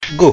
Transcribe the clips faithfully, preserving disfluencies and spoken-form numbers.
Go.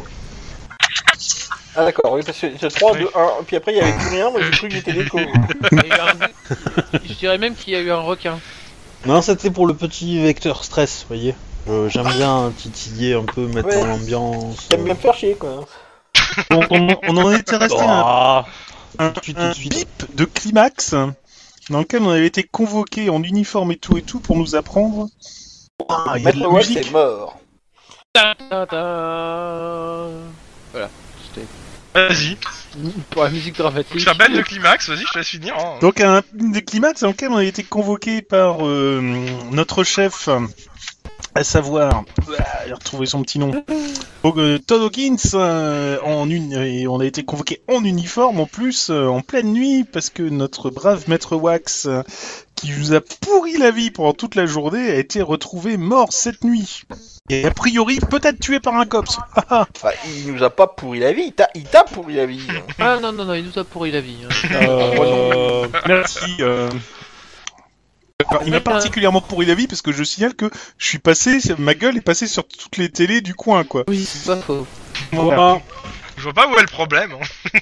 Ah d'accord, oui, parce que c'est trois, deux, un, puis après il y avait plus rien, moi j'ai cru que j'étais l'écho. Il y a eu un- Je dirais même qu'il y a eu un requin. Non, c'était pour le petit vecteur stress, vous voyez. Euh, J'aime bien titiller un peu, mettre Ouais. dans l'ambiance. T'aimes bien me faire chier quoi. On, on- on en était resté à Ah, un, tout de suite, un tout de suite. bip de climax dans lequel on avait été convoqués en uniforme et tout et tout pour nous apprendre. Ah, il y a de Maître la Wax musique. est mort. Ta ta ta. Voilà. C'était Vas-y. pour la musique dramatique. C'est un bel de climax, vas-y, je te laisse finir. Hein. Donc un des climax dans lequel on a été convoqué par euh, notre chef, à savoir, ah, il a retrouvé son petit nom, donc, euh, Todd Hawkins, euh, en une, et on a été convoqué en uniforme en plus, euh, en pleine nuit, parce que notre brave maître Wax, euh, qui nous a pourri la vie pendant toute la journée, a été retrouvé mort cette nuit. Et a priori, peut-être tué par un cops. Enfin, il nous a pas pourri la vie, il t'a, il t'a pourri la vie. hein. Ah non, non, non, il nous a pourri la vie. Hein. Euh... Merci. Euh... Alors, il m'a particulièrement pourri la vie parce que je signale que je suis passé, ma gueule est passée sur toutes les télés du coin, quoi. Oui, c'est pas faux. Voilà. Je vois pas où est le problème. Hein.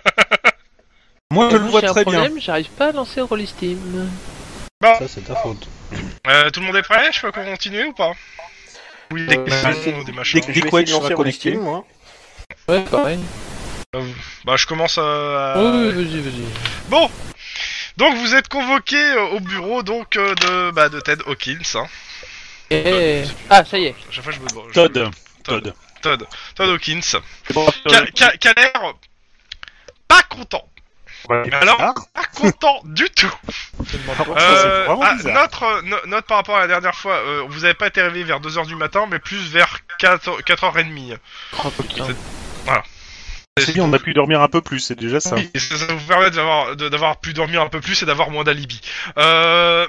Moi, je le Moi, vois j'ai un très bien. problème, j'arrive pas à lancer Rollistim. Bon, Ça, c'est ta faute. euh, tout le monde est prêt? Je peux continuer ou pas? Oui, des Euh, questions, je vais essayer- des machins. Dès- Je vais quoi, essayer de tu seras lancer connecté. Rollistim, moi. Ouais, pareil. Euh, Bah, je commence à... Oui, oui, vas-y, vas-y. Bon, donc vous êtes convoqué euh, au bureau donc euh, de bah, de Ted Hawkins. Hein. Eh... Ah, ça y est. À chaque fois je me je- Todd. Todd. Todd. Todd. Todd Hawkins. C'est bon, Qui a, qui a- qui a l'air pas content. Ouais, Alors, bizarre. pas content du tout. Ça, c'est Euh, vraiment ah, bizarre. notre no- note par rapport à la dernière fois, euh, vous avez pas été réveillé vers deux heures du matin, mais plus vers quatre heures trente. Oh putain. C'est bien, on a pu dormir un peu plus, c'est déjà ça. Oui, ça, ça vous permet d'avoir de- d'avoir pu dormir un peu plus et d'avoir moins d'alibi. Euh...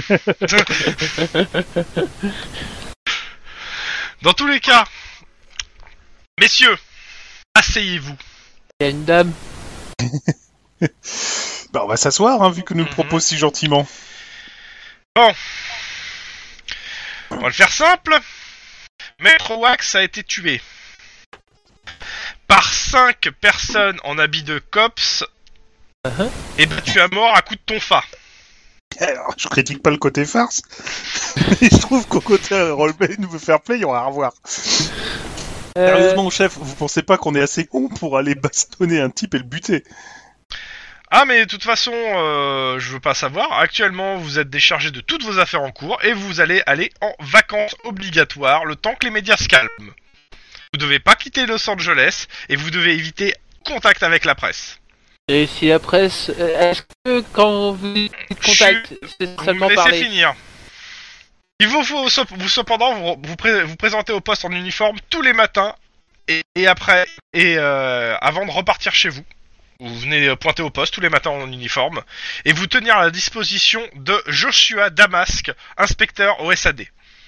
Dans tous les cas, messieurs, asseyez-vous. Il y a une dame. Bah, on va s'asseoir, hein, vu que nous le Mhm. propose si gentiment. On va le faire simple. Maître Wax a été tué par cinq personnes en habit de cops Uh-huh. et battu à mort à coups de tonfa. Alors, je critique pas le côté farce, mais je trouve qu'au côté roleplay, nous veut faire play, on va revoir. Euh, Sérieusement, chef, vous pensez pas qu'on est assez con pour aller bastonner un type et le buter? Ah mais de toute façon, euh, je veux pas savoir. Actuellement, vous êtes déchargé de toutes vos affaires en cours et vous allez aller en vacances obligatoires le temps que les médias se calment. Vous devez pas quitter Los Angeles et vous devez éviter contact avec la presse. Et si la presse... euh, Est-ce que quand vous dites contact, c'est Vous me seulement laissez parler? finir. Il vous faut sep- vous cependant vous, vous, pré- vous présenter au poste en uniforme tous les matins et, et après et euh, avant de repartir chez vous. Vous venez pointer au poste tous les matins en uniforme et vous tenir à la disposition de Joshua Damask, inspecteur au S A D.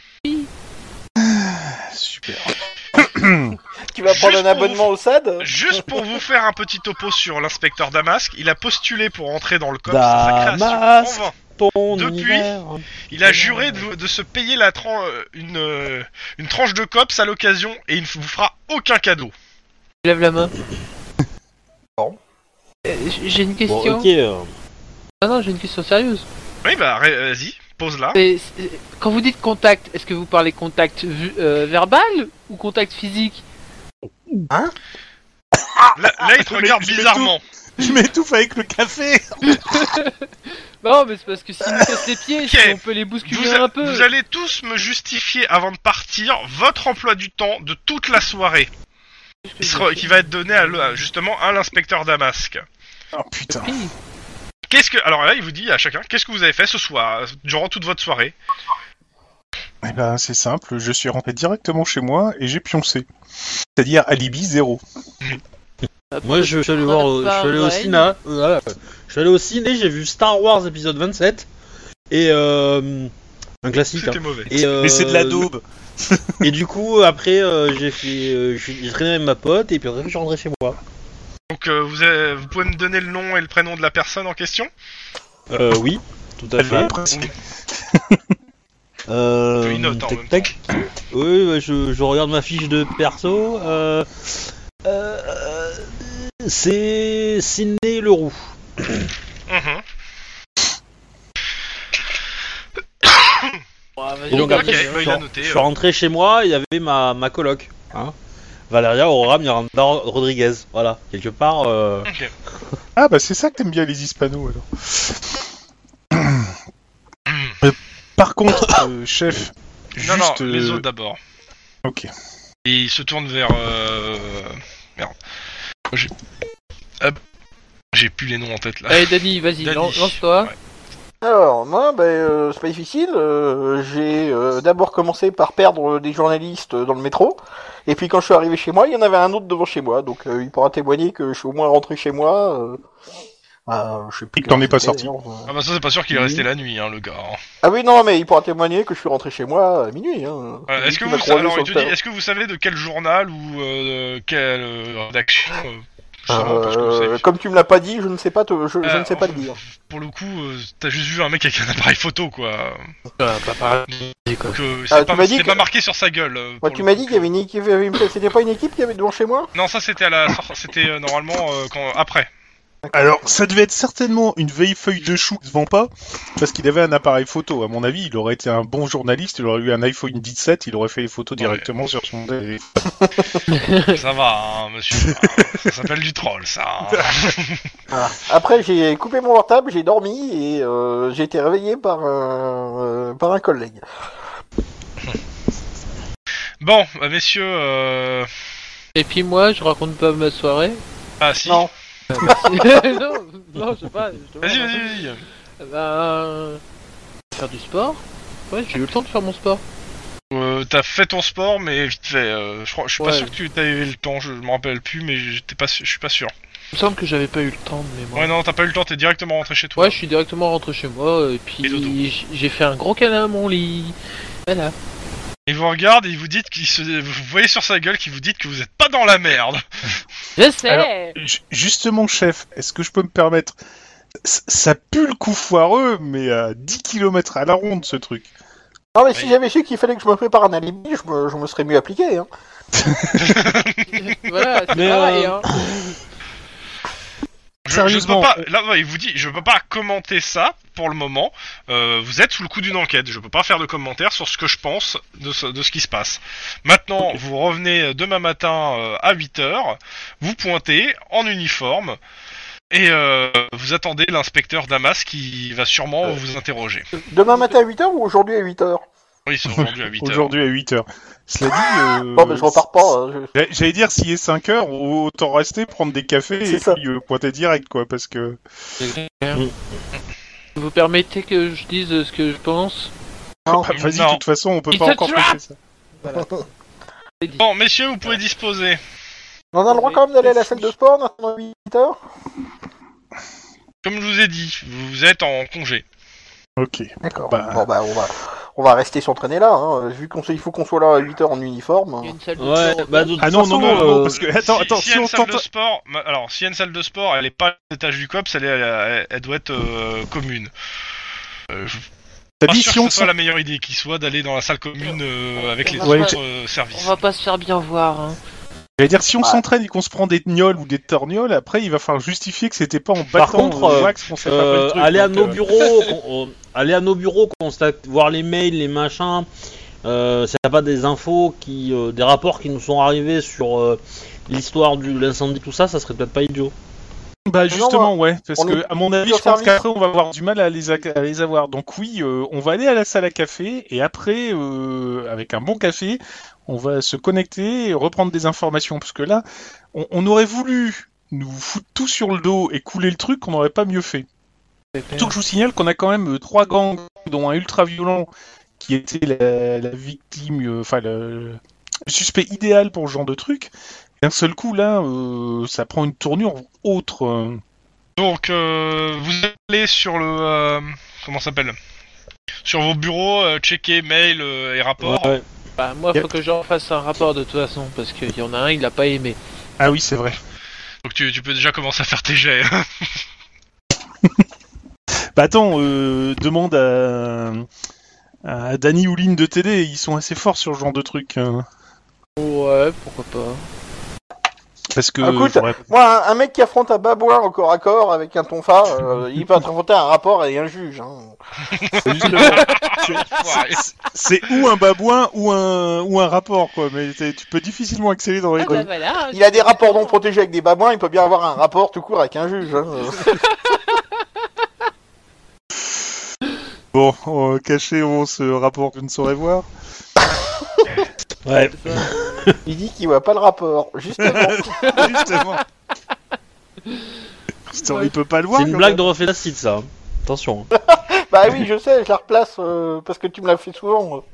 Super. Tu vas prendre Juste un pour abonnement au S A D? Juste pour vous faire un petit topo sur l'inspecteur Damask, il a postulé pour entrer dans le corps à sa création en Damask. vain. Ton Depuis, univers. Il a juré de, de se payer la tran- euh, une, euh, une tranche de cops à l'occasion et il ne vous fera aucun cadeau. Lève la main. Bon. Euh, J'ai une Bon, question. ok. euh, Ah non, j'ai une question sérieuse. Oui bah ré- vas-y, pose-la. C'est- c'est- Quand vous dites contact, est-ce que vous parlez contact vu- euh, verbal ou contact physique? Là, là il te Mais regarde je mets bizarrement. Je m'étouffe avec le café. Non, mais c'est parce que s'ils nous cassent les pieds, Ok. si on peut les bousculer Vous, a- un peu. vous allez tous me justifier avant de partir votre emploi du temps de toute la soirée Qu'est-ce que qui, j'ai sera- fait qui va être donné à, le- à- justement à l'inspecteur Damask. Oh putain. Oui. Qu'est-ce que alors là il vous dit à chacun qu'est-ce que vous avez fait ce soir durant toute votre soirée? Eh ben, c'est simple, je suis rentré directement chez moi et j'ai pioncé. C'est-à-dire alibi zéro. Moi, je, je suis allé voir, euh, je suis allé au ciné. euh, voilà. Je suis allé au ciné, j'ai vu Star Wars épisode vingt-sept et euh, un classique. C'était hein. mauvais. Et, euh, Mais c'est de la daube. Et du coup, après, euh, j'ai fait, euh, j'ai j'ai traîné avec ma pote et puis après, je suis rentré chez moi. Donc euh, vous, avez- vous pouvez me donner le nom et le prénom de la personne en question? Euh, oui, tout à Elle fait. va apprécier. Euh, Tu y notes, hein, en tac, même tac. Oui, bah, je, je regarde ma fiche de perso. Euh, euh, c'est Sidney Leroux. Mhm. Ouais, vas-y, Et donc vas-y, après, ok, vas-y. je, bah, il suis- a noté, je suis euh. rentré chez moi, il y avait ma, ma coloc. Hein, Valeria Aurora Miranda Rodriguez. Voilà, quelque part. Euh... Ok. Ah bah c'est ça que t'aimes bien les hispanos alors. Euh, par contre, euh, chef, Non, non, juste... les euh, autres d'abord. Ok. Et il se tourne vers... Euh... Merde. J'ai... Hop. J'ai plus les noms en tête là. Allez, Dany, vas-y, Dany. lan- lance-toi. Ouais. Alors, moi, ben, euh, c'est pas difficile. euh, j'ai euh, d'abord commencé par perdre des journalistes dans le métro. Et puis quand je suis arrivé chez moi, il y en avait un autre devant chez moi. Donc euh, il pourra témoigner que je suis au moins rentré chez moi. Euh... Ah, je sais plus Et que t'en quelle es pas heure c'était, sorti. d'ailleurs, euh. Ah bah ça c'est pas sûr qu'il est Mhm. resté la nuit, hein, le gars. hein. Ah oui, non, mais il pourra témoigner que je suis rentré chez moi à minuit. Hein. Ouais, C'est lui est-ce que qui vous m'a savez, croisé alors sur il te le dit, terrain. est-ce que vous savez de quel journal ou euh, quelle euh, rédaction euh, justement, parce que vous Euh, savez- comme tu me l'as pas dit, je ne sais pas, te, je, je Euh, ne sais pas le dire. Pour le coup, euh, t'as juste vu un mec avec un appareil photo quoi. Ah, pas pareil, quoi. Donc euh, c'est Ah, tu pas, m'as dit c'est que- pas marqué sur sa gueule. euh, Moi, pour tu le m'as coup. dit qu'il y avait une équipe, il y avait une- c'était pas une équipe qui avait devant chez moi. Non, ça c'était à la, sor- c'était euh, normalement euh, quand après. Alors, ça devait être certainement une vieille feuille de chou qui se vend pas, parce qu'il avait un appareil photo. À mon avis, il aurait été un bon journaliste, il aurait eu un iPhone dix-sept, il aurait fait les photos Ouais. directement sur son téléphone. Ça va, hein, monsieur. Ça s'appelle du troll, ça. hein. Voilà. Après, j'ai coupé mon portable, j'ai dormi et euh, j'ai été réveillé par un, euh, par un collègue. Bon, bah, messieurs, euh... Et puis moi, je raconte pas ma soirée. ah si. Non. Euh, merci. non, non, je sais pas. je te Vas-y, vois, vas-y, hein. vas-y. Eh Ben, faire du sport. Ouais, j'ai eu le temps de faire mon sport. Euh, t'as fait ton sport, mais vite fait. Euh, je crois, je suis pas Ouais. sûr que tu t'avais le temps. Je, je me rappelle plus, mais j'étais pas, su- je suis pas sûr. Il me semble que j'avais pas eu le temps de mémoire. Ouais, non, t'as pas eu le temps. T'es directement rentré chez toi. Ouais, je suis directement rentré chez moi et Et dodo. puis j- j'ai fait un gros câlin à mon lit. Voilà. Il vous regarde et il vous dit qu'il se, vous voyez sur sa gueule qu'il vous dit que vous êtes pas dans la merde. Je sais. Alors, Ju- Justement, chef, est-ce que je peux me permettre... C- Ça pue le coup foireux, mais à dix kilomètres à la ronde, ce truc. Non, mais si Oui. j'avais su qu'il fallait que je me prépare un alibi, je me, je me serais mieux appliqué. Hein. Voilà, c'est Mais, pareil. euh, Hein. Je, Sérieusement, je peux pas, là, ouais, il vous dit, je peux pas commenter ça pour le moment. Euh, vous êtes sous le coup d'une enquête. Je peux pas faire de commentaires sur ce que je pense de ce, de ce qui se passe. Maintenant, vous revenez demain matin euh, à huit heures. Vous pointez en uniforme et euh, vous attendez l'inspecteur Damas qui va sûrement Euh. vous interroger. Demain matin à huit heures ou aujourd'hui à huit heures? Oui, c'est aujourd'hui à huit heures. Aujourd'hui à huit heures. Cela dit... euh, Bon, ben je repars pas. hein, je- j'a- J'allais dire, s'il est cinq heures, autant rester, prendre des cafés C'est et ça. puis euh, pointer direct, quoi, parce que... Vous permettez que je dise ce que je pense? Non. Bah, vas-y, de Non. toute façon, on peut It's pas a encore trap passer ça. Bon, messieurs, vous pouvez disposer. On a le droit quand même d'aller à la salle de sport en attendant huit heures? Comme je vous ai dit, vous êtes en congé. Ok. D'accord. Bah. Bon, bah, on va, on va rester s'entraîner là. Hein. Vu qu'on sait, il faut qu'on soit là à huit heures en uniforme. Il y a une salle de Ouais, sport. bah de toute Ah non, façon, non, non, euh, non, parce que... Attends, attends, si, si, y a on une salle de tente... sport, ma- alors si y a une salle de sport, elle est pas à l'étage du cops, elle, est, elle, elle- elle doit être euh, commune. Euh, je suis T'as pas dit sûr si que on ce soit s'en- la meilleure idée qui soit d'aller dans la salle commune euh, avec les Ouais, autres tu- euh, On services. va pas se faire bien voir. Hein. J'allais dire, si on Ouais. s'entraîne et qu'on se prend des gnolls ou des torgnoles, après, il va falloir justifier que c'était pas en battant Par contre, au euh, wax qu'on s'est tapé Euh, le truc. aller à donc, nos euh, bureaux, con- euh, aller à nos bureaux, constate, voir les mails, les machins. Euh, S'il n'y a pas des infos, qui, euh, des rapports qui nous sont arrivés sur euh, l'histoire de l'incendie, tout ça, ça serait peut-être pas idiot. Bah justement, ouais, parce on que est à mon avis, sur je pense service. qu'après on va avoir du mal à les, a- à les avoir. Donc oui, euh, on va aller à la salle à café et après, euh, avec un bon café, on va se connecter et reprendre des informations. Parce que là, on, on aurait voulu nous foutre tout sur le dos et couler le truc, on n'aurait pas mieux fait. Surtout que je vous signale qu'on a quand même euh, trois gangs, dont un ultra violent qui était la, la victime, euh, enfin le, le suspect idéal pour ce genre de truc. D'un seul coup, là, euh, ça prend une tournure autre. euh. Donc euh, vous allez sur le euh, comment ça s'appelle sur vos bureaux, euh, checker mail euh, et rapports. Ouais. Bah, moi, Yep. faut que j'en fasse un rapport de toute façon, parce qu'il y en a un, il a pas aimé. Ah oui, c'est vrai. Donc tu, tu peux déjà commencer à faire tes jets. Bah attends, euh, demande à, à Danny ou Lynn de t'aider. Ils sont assez forts sur ce genre de truc. Hein. Ouais, pourquoi pas. Parce que... Écoute, j'aurais- moi, un, un mec qui affronte un babouin au corps à corps avec un tonfa, euh, il peut affronter un rapport et un juge. Hein. Justement, c'est- Ouais. c'est ou un babouin ou un, ou un rapport, quoi. Mais t'es- tu peux difficilement accéder dans les Ah bah deux. voilà. Il a des rapports non protégés avec des babouins, il peut bien avoir un rapport tout court avec un juge. Hein. Bon, on va cacher on ce rapport que je ne saurais voir. Ouais. Il dit qu'il voit pas le rapport, justement. Justement. Justement, il peut pas le voir. C'est une quand blague même. de reflet d'acide, ça. hein. Attention. Bah oui, je sais, je la replace euh, parce que tu me l'as fait souvent.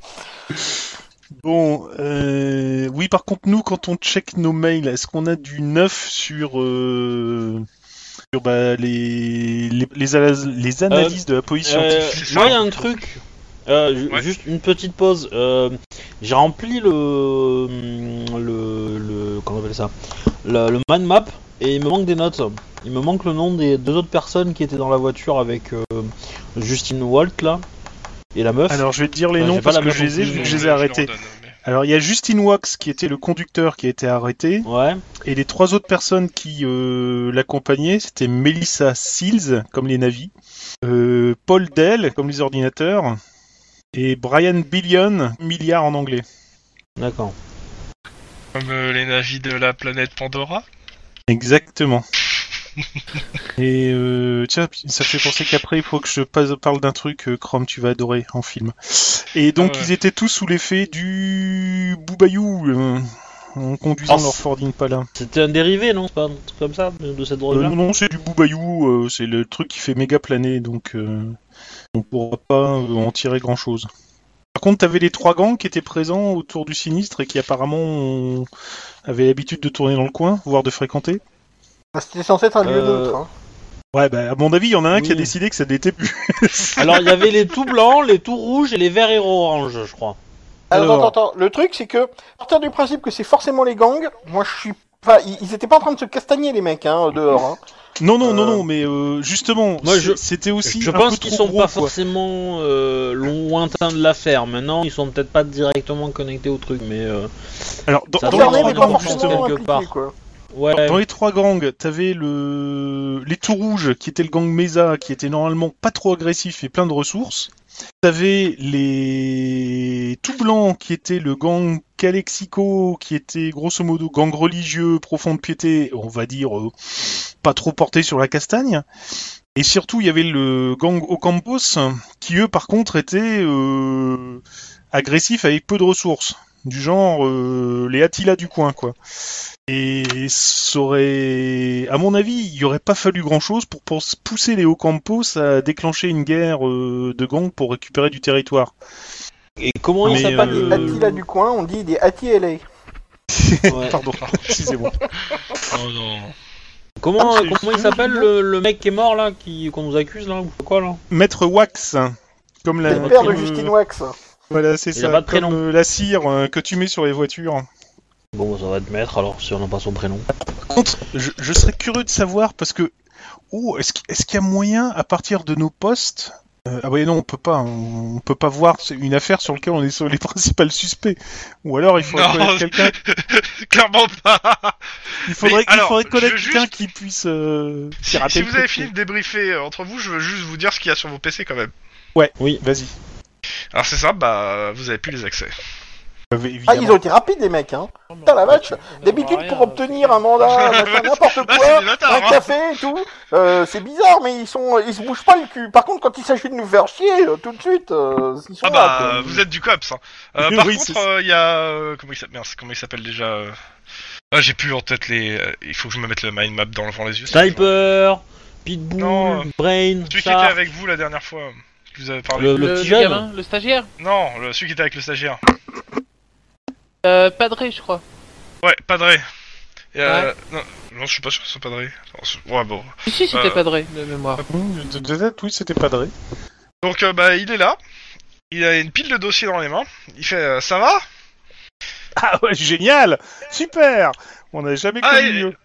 Bon, euh, oui, par contre, nous, quand on check nos mails, est-ce qu'on a du neuf sur, euh, sur bah, les, les, les, ala- les analyses de la police Euh, scientifique? C'est moi, ça. il y a un truc. Euh, ju- Ouais. Juste une petite pause. Euh, J'ai rempli le, le, le, comment on appelle ça, le, le mind map et il me manque des notes. Il me manque le nom des deux autres personnes qui étaient dans la voiture avec euh, Justine Walt là et la meuf. Alors, je vais te dire les Ouais, noms j'ai pas parce la que meuf je les ai non plus, vu que mais- je les ai Je le arrêtés. redonne, mais- Alors, il y a Justin Wax qui était le conducteur qui a été arrêté Ouais. et les trois autres personnes qui euh, l'accompagnaient, c'était Melissa Seals, comme les navis, euh, Paul Dell, comme les ordinateurs, et Brian Billion, milliard en anglais. D'accord. Comme euh, les navis de la planète Pandora. Exactement. Et euh, tiens, ça fait penser qu'après il faut que je passe- parle d'un truc, euh, Chrome, tu vas adorer en film. Et donc Ah ouais. ils étaient tous sous l'effet du Boubayou euh, en conduisant Oh, leur Ford Impala. C'était un dérivé, non? C'est pas un truc comme ça de, de cette Euh, drogue-là? non, non, c'est du Boubayou, euh, c'est le truc qui fait méga planer, donc euh, on pourra pas euh, en tirer grand chose. Par contre, t'avais les trois gangs qui étaient présents autour du sinistre et qui apparemment ont- avaient l'habitude de tourner dans le coin, voire de fréquenter. Bah, C'était censé être un lieu Euh, neutre. Hein. Ouais, bah à mon avis, il y en a un qui a Oui. décidé que ça n'était plus. Alors il y avait les tout blancs, les tout rouges et les verts et oranges, je crois. Alors, Alors. attends, attends, le truc c'est que, à partir du principe que c'est forcément les gangs, moi je suis. Enfin, ils, ils étaient pas en train de se castagner les mecs, hein, dehors. Hein. Non, non, non, Euh, non, mais euh, justement, moi, c'est- je- c'était aussi Je un pense peu qu'ils trop sont gros, pas quoi. forcément euh, lointains de l'affaire. Maintenant, ils sont peut-être pas directement connectés au truc, mais euh, Alors, dans, Ça dans doit les Concernés, être trois mais dans pas gangs, le forcément quelque impliqués, part. quoi. ouais. Dans, dans les trois gangs, t'avais le les tout rouges qui était le gang Mesa, qui était normalement pas trop agressif et plein de ressources. T'avais les tout blancs qui était le gang Calexico, qui était grosso modo gang religieux, profond de piété, on va dire euh, pas trop porté sur la castagne. Et surtout, il y avait le gang Ocampos, qui eux par contre étaient euh, agressifs avec peu de ressources. Du genre euh, les Attila du coin, quoi. Et ça aurait, à mon avis, il n'y aurait pas fallu grand-chose pour, pour pousser les Ocampos à déclencher une guerre euh, de gangs pour récupérer du territoire. Et comment Mais, il C'est pas s'appelle des euh, Attila du coin, on dit des Attila. Ouais. Pardon, excusez-moi. Oh non. Comment, Ah, c'est- comment il s'appelle le, le mec qui est mort là, qui qu'on nous accuse là, ou quoi là? Maître Wax, comme la... C'est le père de comme, Justin euh, Wax. Voilà, c'est Il a ça, pas de prénom. comme euh, la cire euh, que tu mets sur les voitures. Bon, ça va être maître alors si on n'a pas son prénom. Par contre, je, je serais curieux de savoir, parce que... Oh, est-ce qu'il est-ce qu'il y a moyen, à partir de nos postes... euh, ah ouais, non, on peut pas. On, on peut pas voir c'est une affaire sur laquelle on est sur les principaux suspects. Ou alors, il faudrait Non. connaître quelqu'un... Clairement pas. Il faudrait, Mais il alors, faudrait je connaître veux quelqu'un juste- qui puisse euh, Si, pirater si le vous truc, avez fini de débriefer euh, entre vous, je veux juste vous dire ce qu'il y a sur vos P C quand même. Oui. Vas-y. Alors c'est ça, bah vous avez plus les accès. Euh, Ah, évidemment. ils ont été rapides, les mecs, hein. Putain, la vache. D'habitude, pour obtenir un mandat, machin, n'importe Là, c'est quoi, des bâtards, un hein. café et tout, euh, c'est bizarre, mais ils sont, ils se bougent pas le cul. Par contre, quand il s'agit de nous faire chier, euh, tout de suite, euh, ils sont Ah là, bah quoi. vous êtes du cops. Hein. Euh, Oui, par oui, contre, c'est- il y a euh, comment il s'appelle Merde, comment il s'appelle déjà euh... Ah, j'ai plus en tête les. euh, Il faut que je me mette le mind map dans devant les yeux. Sniper, Pitbull, Non, euh, Brain, Celui qui était Shark. avec vous la dernière fois, qui vous avez parlé. Le- Le, petit le jeune. gamin, le stagiaire. Non, le, celui qui était avec le stagiaire. Euh, Padré, je crois. Ouais, Padré. Et, euh, non, non, je suis pas sûr que ce soit Padré. Attends, c'est- Ouais, bon. Si, si, c'était Euh. Padré, de mémoire. Mmh, de- de tête, oui, c'était pas de vrai. Donc euh, bah il est là. Il a une pile de dossiers dans les mains. Il fait euh, ça va? Ah ouais, génial, super. On n'a jamais Ah, connu et- mieux.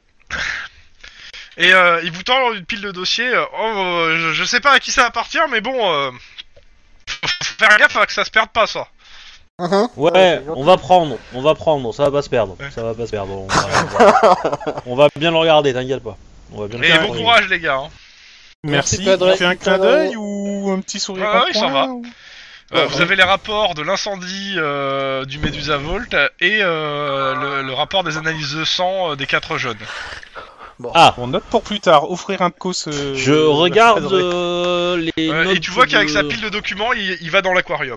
Et euh, il vous tend une pile de dossiers. euh, oh, euh, je, je sais pas à qui ça appartient, mais bon, euh, faire gaffe à que ça se perde pas, ça. Mhm. Ouais, Ouais, c'est on va prendre, on va prendre, ça va pas se perdre, Ouais. ça va pas se perdre. On va, on va- on va bien le regarder, t'inquiète pas. On va bien le Et regarder. bon courage, les gars. hein. Merci. Merci, Padre. Tu fais un clin d'œil ou un petit sourire Ah en oui, ça coin, va. ou- Euh, vous avez les rapports de l'incendie euh, du Medusa Vault et euh, le, le rapport des analyses de sang euh, des quatre jeunes. Ah, On note pour plus tard. Offrir un cos. euh, je à regarde Padre. euh, les Euh, notes et tu vois qu'avec de- sa pile de documents, il, il va dans l'aquarium.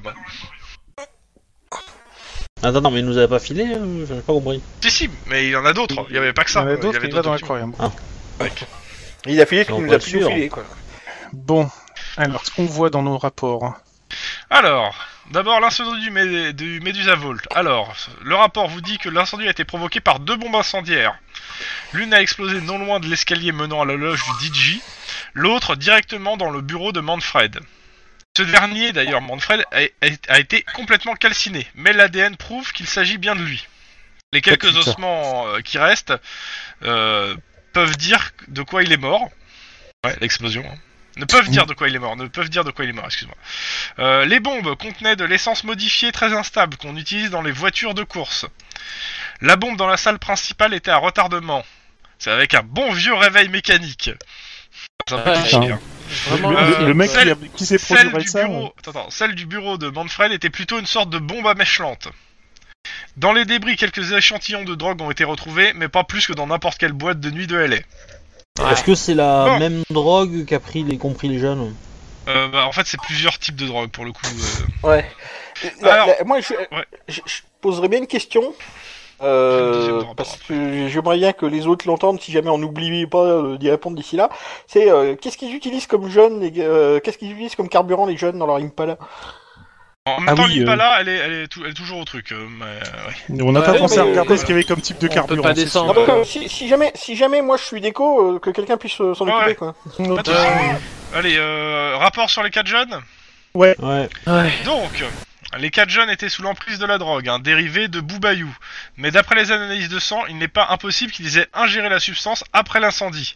Attends, non, mais il nous avait pas filé, euh, j'ai pas compris. Si, si, mais il y en a d'autres. Il y avait pas que Il y ça. en a euh, d'autres, avait il va dans documents. l'aquarium. Il a filé ce Non, qu'il nous pas a pu nous sûr. filer, quoi. Bon, alors ce qu'on voit dans nos rapports. Alors, d'abord l'incendie du, Mé- du Medusa Vault. Alors, le rapport vous dit que l'incendie a été provoqué par deux bombes incendiaires. L'une a explosé non loin de l'escalier menant à la loge du D J, l'autre directement dans le bureau de Manfred. Ce dernier, d'ailleurs, Manfred, a, a- a été complètement calciné, mais l'A D N prouve qu'il s'agit bien de lui. Les quelques putain. ossements euh, qui restent euh, peuvent dire de quoi il est mort. Ouais, l'explosion. Hein. Ne peuvent dire de quoi il est mort, ne peuvent dire de quoi il est mort, excuse-moi. Euh, les bombes contenaient de l'essence modifiée très instable qu'on utilise dans les voitures de course. La bombe dans la salle principale était à retardement. C'est avec un bon vieux réveil mécanique. C'est un peu Ouais. cliché, hein. Vraiment, Le, Euh, le mec celle- qui, a- qui s'est Celle procuré du, ça. bureau... attends, attends, celle du bureau de Manfred était plutôt une sorte de bombe à mèche lente. Dans les débris, quelques échantillons de drogue ont été retrouvés, mais pas plus que dans n'importe quelle boîte de nuit de L A. Est-ce que c'est la Bon. même drogue qu'a pris les compris les jeunes? Euh, bah, en fait, c'est plusieurs types de drogue pour le coup. euh. Ouais. La- Alors, la- moi, je, ouais. je, je poserais bien une question. Le Euh, deuxième rapport, parce que j'aimerais bien que les autres l'entendent si jamais on n'oublie pas euh, d'y répondre d'ici là. C'est euh, qu'est-ce qu'ils utilisent comme jeunes, les, gars, euh, qu'est-ce qu'ils utilisent comme carburant les jeunes dans leur Impala? En même Ah temps, oui, l'Impala, elle, est, elle, est tou- elle est toujours au truc. euh, mais, ouais. On n'a pas Ouais, pensé à mais- regarder ce qu'il y avait comme type de on peut carburant. pas c'est descendre. Non, sûr. parce que si, si jamais, si jamais moi je suis déco, euh, que quelqu'un puisse euh, s'en Ouais, occuper ouais. quoi. Pas de soucis. Allez, euh, rapport sur les quatre jeunes. Ouais. Ouais. Donc, les quatre jeunes étaient sous l'emprise de la drogue, un dérivé de Boubayou. Mais d'après les analyses de sang, il n'est pas impossible qu'ils aient ingéré la substance après l'incendie.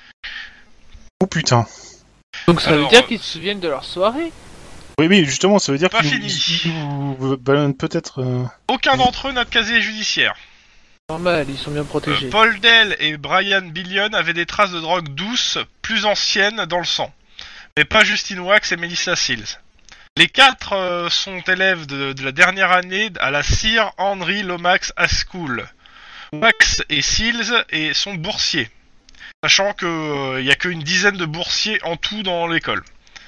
Oh putain. Donc ça Alors, veut dire euh, qu'ils se souviennent de leur soirée. Oui, oui, justement, ça veut dire Pas qu'il fini. il nous balance peut-être. euh, Aucun d'entre eux n'a de casier judiciaire. Normal, ils sont bien Euh, protégés. Paul Dell et Brian Billion avaient des traces de drogue douce, plus anciennes, dans le sang. Mais pas Justine Wax et Melissa Seals. Les quatre euh, sont élèves de, de la dernière année à la Sir Henry Lomax High School. Wax et Seals et sont boursiers, sachant qu'il n'y a qu'une dizaine de boursiers en tout dans l'école.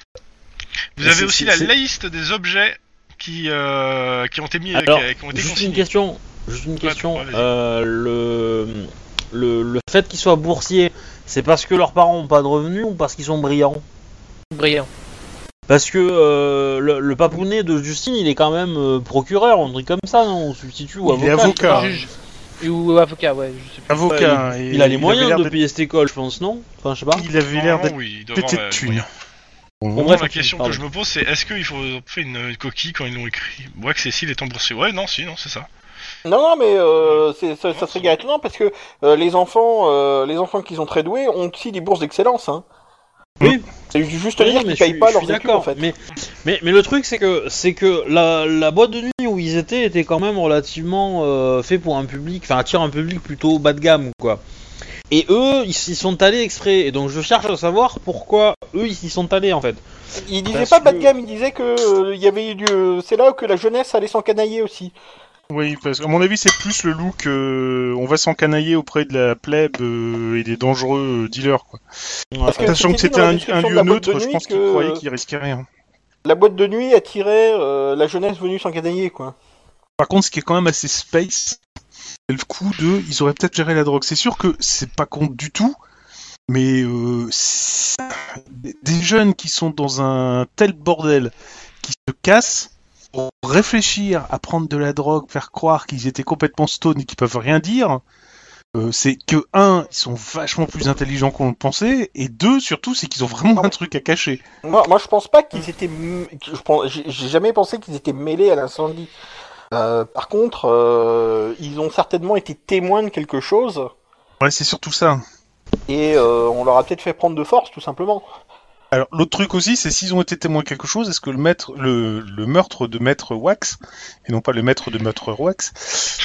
Vous Mais avez c'est- aussi c'est- la c'est- liste des objets qui, euh, qui ont été mis, Alors, qui, qui ont été juste consignés. une question. Juste une question. ouais, vas-y. euh, le, le le fait qu'ils soient boursiers, c'est parce que leurs parents ont pas de revenus ou parce qu'ils sont brillants? Brillant. Parce que euh, le, le papounet de Justine, il est quand même euh, procureur, un truc comme ça, non? Ou substitut ou Il est avocat. avocat. Juge. Ou avocat, ouais, je sais plus. Avocat. Ouais, et il, il a les avait moyens l'air de d'être- payer cette école, je pense, non? Enfin, je sais pas. Il avait l'air Normalement, d'être oui, il doit pété avoir, de euh, thunes. moyen. Bon, Moi, bref, la question pardon. que je me pose, c'est est-ce qu'il faut faire une coquille quand ils l'ont écrit? Ouais, que Cécile est boursier. Ouais, non, si, non, c'est ça. Non, non, mais euh, c'est, ça, ça serait étonnant parce que euh, les enfants, euh, les enfants qui sont très doués ont aussi des bourses d'excellence. Hein. Oui. C'est juste Oui, dire mais qu'ils je payent suis- pas je leurs suis études d'accord, en fait. Mais, mais, mais le truc, c'est que, c'est que la, la boîte de nuit où ils étaient était quand même relativement euh, fait pour un public, enfin attire un public plutôt bas de gamme, quoi. Et eux, ils s'y sont allés exprès. Et donc je cherche à savoir pourquoi eux, ils s'y sont allés en fait. Il disait Parce pas bas de que- gamme, il disait que euh, il y avait du, euh, c'est là que la jeunesse allait s'encanailler aussi. Oui, parce qu'à mon avis, c'est plus le look. euh, on va s'encanailler auprès de la plèbe euh, et des dangereux euh, dealers, quoi. Parce que Sachant que c'était c'était dans la un, un description de lieu la boîte de neutre, je nuit pense qu'ils que- croyaient qu'ils risquaient rien. La boîte de nuit attirait euh, la jeunesse venue s'encanailler quoi. Par contre, ce qui est quand même assez space, c'est le coup de. Ils auraient peut-être géré la drogue. C'est sûr que c'est pas con du tout, mais euh, c'est- des jeunes qui sont dans un tel bordel, qui se cassent, pour réfléchir à prendre de la drogue, faire croire qu'ils étaient complètement stone et qu'ils peuvent rien dire. Euh, c'est que un, ils sont vachement plus intelligents qu'on le pensait, et deux, surtout, c'est qu'ils ont vraiment un truc à cacher. Moi, moi je pense pas qu'ils étaient, m- que- je pense- j'ai j'ai jamais pensé qu'ils étaient mêlés à l'incendie. Euh, par contre, euh, ils ont certainement été témoins de quelque chose Ouais, c'est surtout ça. et euh, on leur a peut-être fait prendre de force tout simplement. Alors, l'autre truc aussi, c'est s'ils ont été témoins de quelque chose, est-ce que le maître, le, le meurtre de Maître Wax, et non pas le maître de Maître Wax,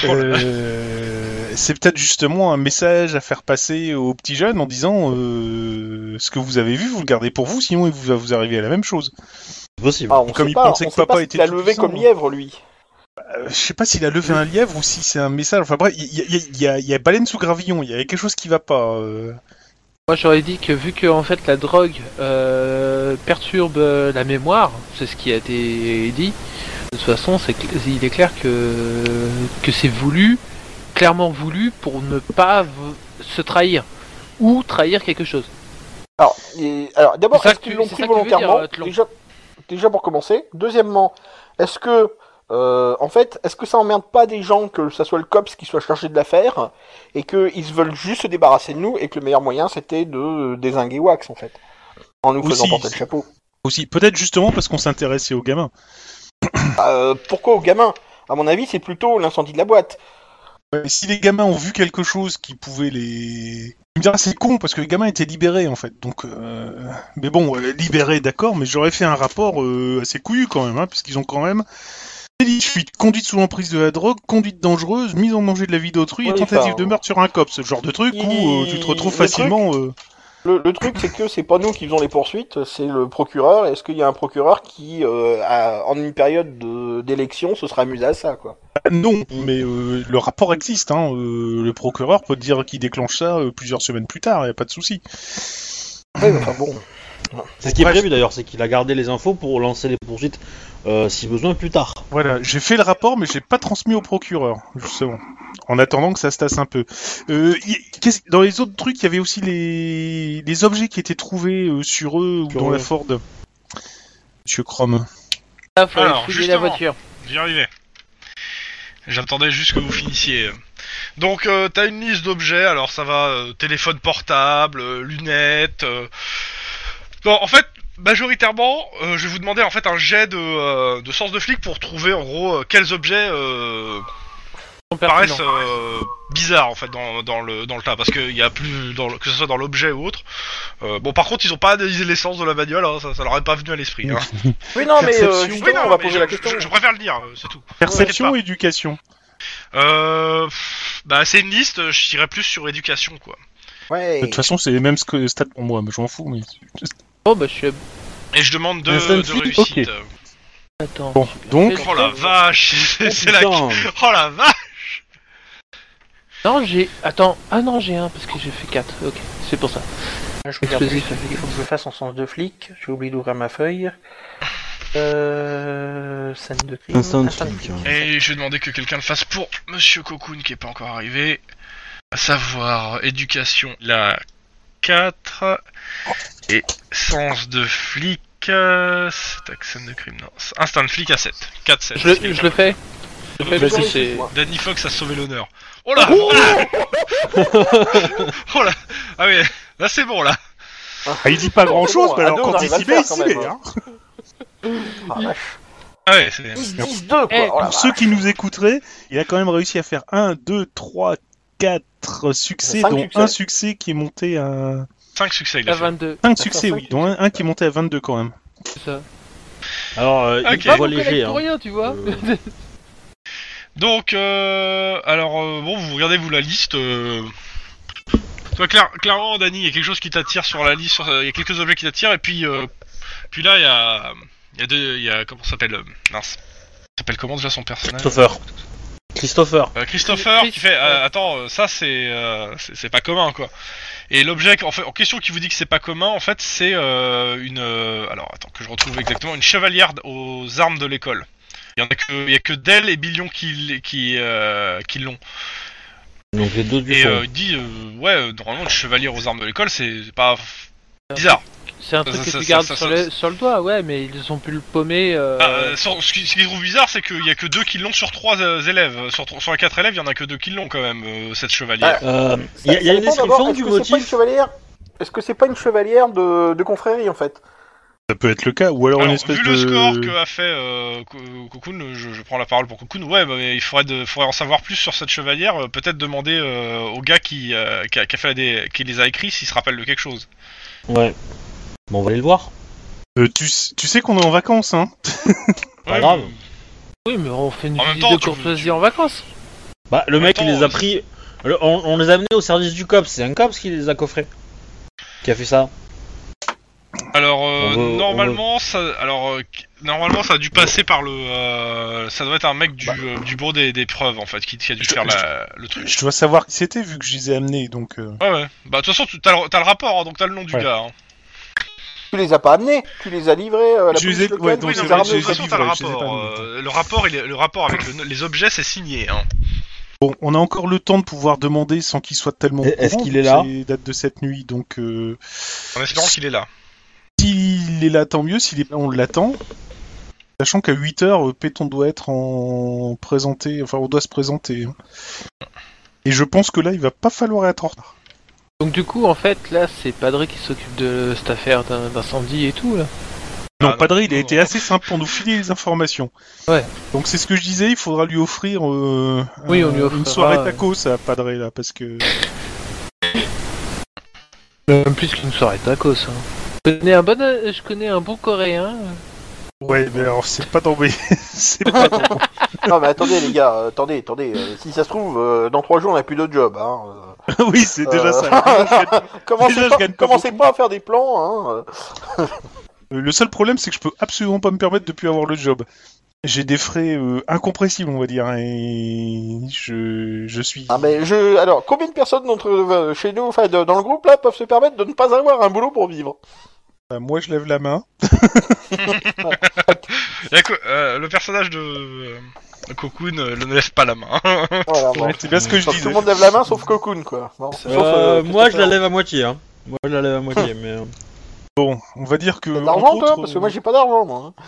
euh, c'est peut-être justement un message à faire passer aux petits jeunes en disant euh, ce que vous avez vu, vous le gardez pour vous, sinon il va vous arriver à la même chose. C'est possible. Ah, on Comme sait il pas, pensait on que sait papa pas était s'il a tout levé puissant. comme lièvre, lui. Euh, je sais pas s'il a levé un lièvre ou si c'est un message. Enfin bref, il y, y, y, y, a, y a baleine sous gravillon, il y a quelque chose qui va pas. Euh... Moi j'aurais dit que vu que en fait la drogue euh, perturbe euh, la mémoire, c'est ce qui a été dit. De toute façon, c'est cl- il est clair que que c'est voulu, clairement voulu pour ne pas v- se trahir ou trahir quelque chose. Alors, et- alors d'abord, C'est ça est-ce que qu'ils tu- l'ont c'est pris ça que tu veux dire, volontairement euh, Tlon. déjà, déjà pour commencer. Deuxièmement, est-ce que, euh, en fait, est-ce que ça emmerde pas des gens que ça soit le cops qui soit chargé de l'affaire et qu'ils veulent juste se débarrasser de nous et que le meilleur moyen c'était de dézinguer Wax en fait, en nous faisant Aussi. porter le chapeau. Aussi, peut-être justement parce qu'on s'intéressait aux gamins. Euh, pourquoi aux gamins? À mon avis, c'est plutôt l'incendie de la boîte. Ouais, si les gamins ont vu quelque chose qui pouvait les... Tu me diras, c'est con, parce que les gamins étaient libérés, en fait. Donc, euh... Mais bon, euh, libérés, d'accord, mais j'aurais fait un rapport euh, assez couillu, quand même, hein, puisqu'ils ont quand même... délit de fuite, conduite sous l'emprise de la drogue, conduite dangereuse, mise en danger de la vie d'autrui et Oui, tentative enfin, de meurtre sur un cop. Ce genre de truc il- où euh, tu te retrouves le facilement... euh, Le, le truc, c'est que c'est pas nous qui faisons les poursuites, c'est le procureur. Est-ce qu'il y a un procureur qui, euh, a, en une période de- d'élection, se sera amusé à ça, quoi? Non, mais euh, le rapport existe. Hein. Euh, le procureur peut te dire qu'il déclenche ça euh, plusieurs semaines plus tard, y a pas de souci. Ouais, enfin bon. C'est ce qui est Bref. prévu d'ailleurs, c'est qu'il a gardé les infos pour lancer les poursuites euh, si besoin plus tard. Voilà, j'ai fait le rapport, mais j'ai pas transmis au procureur, justement. En attendant que ça se tasse un peu. Euh, y- qu'est-ce- dans les autres trucs, il y avait aussi les, les objets qui étaient trouvés euh, sur eux ou Sur dans eux. la Ford. Monsieur Chrome. Là, faut Alors, fouiller la justement. voiture. J'y arrivais. J'attendais juste que vous finissiez. Donc, euh, t'as une liste d'objets. Alors, ça va euh, téléphone portable, euh, lunettes. Euh... Non, en fait, majoritairement, euh, je vais vous demander en fait un jet de, euh, de sens de flic pour trouver en gros euh, quels objets euh, paraissent euh, bizarres en fait dans, dans le dans le tas, parce qu'il y a plus dans le, que ce soit dans l'objet ou autre. Euh, bon, par contre, ils ont pas analysé l'essence de la bagnole. Hein, ça, ça leur est pas venu à l'esprit. Hein. Oui, non, mais euh, Perception. justement, Oui, non, on va mais poser je, la question. je- je préfère le dire, euh, c'est tout. Perception T'inquiète et éducation. Euh, pff, bah c'est une liste, je dirais plus sur éducation quoi. Ouais. De toute façon, c'est les mêmes sc- stats pour moi, mais je m'en fous. Mais... Oh bah je suis. Et je demande deux Instant de flic, réussite. ok. Attends. Bon, donc, Oh la vache, c'est c'est la... Putain. Oh la vache. Non, j'ai. Attends. Ah non, j'ai un parce que j'ai fait quatre. Ok, c'est pour ça. Je regarde Explosif. juste, il faut que je le fasse en sens de flic. J'ai oublié d'ouvrir ma feuille. Euh... Scène de crime. Instant Instant flic, flic. ouais. Et je vais demander que quelqu'un le fasse pour Monsieur Cocoon qui est pas encore arrivé. À savoir, éducation, la quatre. Et sens de flic... Euh... C'est accent de crime, non. Instant flic à sept. quatre sept. Je le, je le fais. Je le fais parce que Vas-y, c'est. excuse-moi. Danny Fox a sauvé l'honneur. Oh là Oh là Ah oui, là c'est bon là. ah, il dit pas grand chose, bon, mais à alors deux, on quand il arrive à s'y le met, il faire, quand s'y même, met. hein. Hein. Ah, vache. Ah ouais, c'est... dix dix deux, quoi. Eh, Oh la Pour ceux vache. qui nous écouteraient, il a quand même réussi à faire un, deux, trois, quatre succès, Cinq dont succès. un succès qui est monté à... cinq succès il À a fait. vingt-deux. cinq Ça succès, fait oui, cinq dont un, un qui est monté à vingt-deux quand même. C'est ça. Alors, euh, Ok. il Pas voit mon léger. collègue pour Hein. rien, tu vois. Euh, Donc, euh, alors, euh, bon, vous regardez vous la liste. Euh... Toi, clair, clairement, Dany, il y a quelque chose qui t'attire sur la liste. sur- Il y a quelques objets qui t'attirent, et puis, euh, puis là, il y a, il y a deux, il y a comment ça s'appelle euh, mince, il s'appelle comment déjà son personnage? Christopher. Christopher. Euh, Christopher Chris, qui fait, euh, ouais. attends, euh, ça c'est, euh, c'est, c'est pas commun quoi. Et l'objet en, fait, en question qui vous dit que c'est pas commun, en fait, c'est euh, une, euh, alors attends que je retrouve exactement, une chevalière aux armes de l'école. Il y en a que, il y a que Dell et Billion qui, qui, euh, qui l'ont. Donc les deux du Et fond. euh, il dit, euh, ouais, euh, normalement une chevalière aux armes de l'école, c'est c'est pas bizarre. C'est un truc Ça, que ça, tu ça, gardes ça, sur, ça, le, ça. sur le doigt, ouais, mais ils ont pu le paumer. Euh... Ah, euh, sur- ce qui ce qui trouve bizarre, c'est qu'il y a que deux qui l'ont sur trois euh, élèves. Sur, tro- sur les quatre élèves, il y en a que deux qui l'ont quand même, euh, cette chevalière. Euh, Ça- Il y a, il y a ça une dépend d'abord, description est-ce du que c'est pas une motif. chevalière Est-ce que c'est pas une chevalière de, de confrérie en fait? Ça peut être le cas, ou alors, Alors, une espèce vu de... le score que a fait euh, Co- Cocoon, je, je prends la parole pour Cocoon. Ouais, bah, mais il faudrait, de, faudrait en savoir plus sur cette chevalière. euh, Peut-être demander euh, au gars qui, euh, qui, a, qui a fait la dé- qui les a écrits s'il se rappelle de quelque chose. Ouais. Bon, on va aller le voir. Euh, tu, tu sais qu'on est en vacances, hein. Pas grave. Oui, mais on fait une En même visite temps, de tu- courtoisie en vacances. Bah, le En mec, même il temps, les a euh, pris. le- on, on les a amenés au service du cops. C'est un cops qui les a coffrés. Qui a fait ça. Alors euh, On veut- on normalement ça alors euh, qui- normalement ça a dû passer par le euh, ça doit être un mec du, Bah. euh, du bureau des, des preuves en fait qui, qui a dû Je- faire je- la, le truc. Je dois savoir qui c'était vu que je les ai amenés, donc... euh, Ouais ouais. Bah de toute façon tu t'as le, t'as le rapport hein, donc t'as le nom du Ouais. gars. Hein. Tu les as pas amenés, tu les as livrés euh, à la Je les police ai- locale. ouais, tu donc Oui, les non, c'est as mais vrai de que toute ramenés. je les ai façon t'as le livrés, je les ai rapport. pas euh, le rapport il est, le rapport avec le- les objets c'est signé. Hein. Bon, on a encore le temps de pouvoir demander sans qu'il soit tellement... Et- est-ce courant, qu'il vu est que là c'est date de cette nuit, donc... euh, En espérant qu'il est là. S'il est là, tant mieux. S'il est pas, on l'attend. Sachant qu'à huit heures, euh, Péton doit être en présenté, enfin, on doit se présenter. hein. Et je pense que là, il va pas falloir être en retard. Donc du coup, en fait, là, c'est Padré qui s'occupe de cette affaire d'un- d'incendie et tout, là. Non, Ah, non, Padré, il a non, été non. assez simple pour nous filer les informations. Ouais. Donc c'est ce que je disais, il faudra lui offrir euh, Oui, un- on lui offrira, une soirée euh, tacos à Padré, là, parce que... Même plus qu'une soirée tacos. Hein. Je connais un bon, euh, je connais un bon coréen. Ouais, mais alors, c'est pas dans mes... c'est pas dans... Non mais attendez les gars, euh, attendez, attendez. euh, si ça se trouve, euh, dans trois jours on n'a plus de job. Hein. euh. oui, c'est déjà Euh, ça. Déjà, je gagne- Commencez, Déjà, je pas, gagne pas commencez beaucoup. pas à faire des plans. Hein. euh. Euh, Le seul problème, c'est que je peux absolument pas me permettre de plus avoir le job. J'ai des frais euh, incompressibles, on va dire, et je, je suis... Ah mais je, alors combien de personnes d'entre euh, chez nous, enfin de- dans le groupe là, peuvent se permettre de ne pas avoir un boulot pour vivre? Bah, moi, je lève la main. Il y a que- euh, le personnage de euh, Cocoon euh, ne lève pas la main. Voilà, bon. Ouais, c'est bien ce que je Donc, tout disais. le monde lève la main sauf Cocoon quoi. Bon, sauf, Euh, euh, moi, je la Christopher. lève à moitié. Hein. Moi, je la lève à moitié, mais. euh, Bon, on va dire que... T'as de entre l'argent toi? autres, Parce que moi j'ai pas d'argent moi. hein.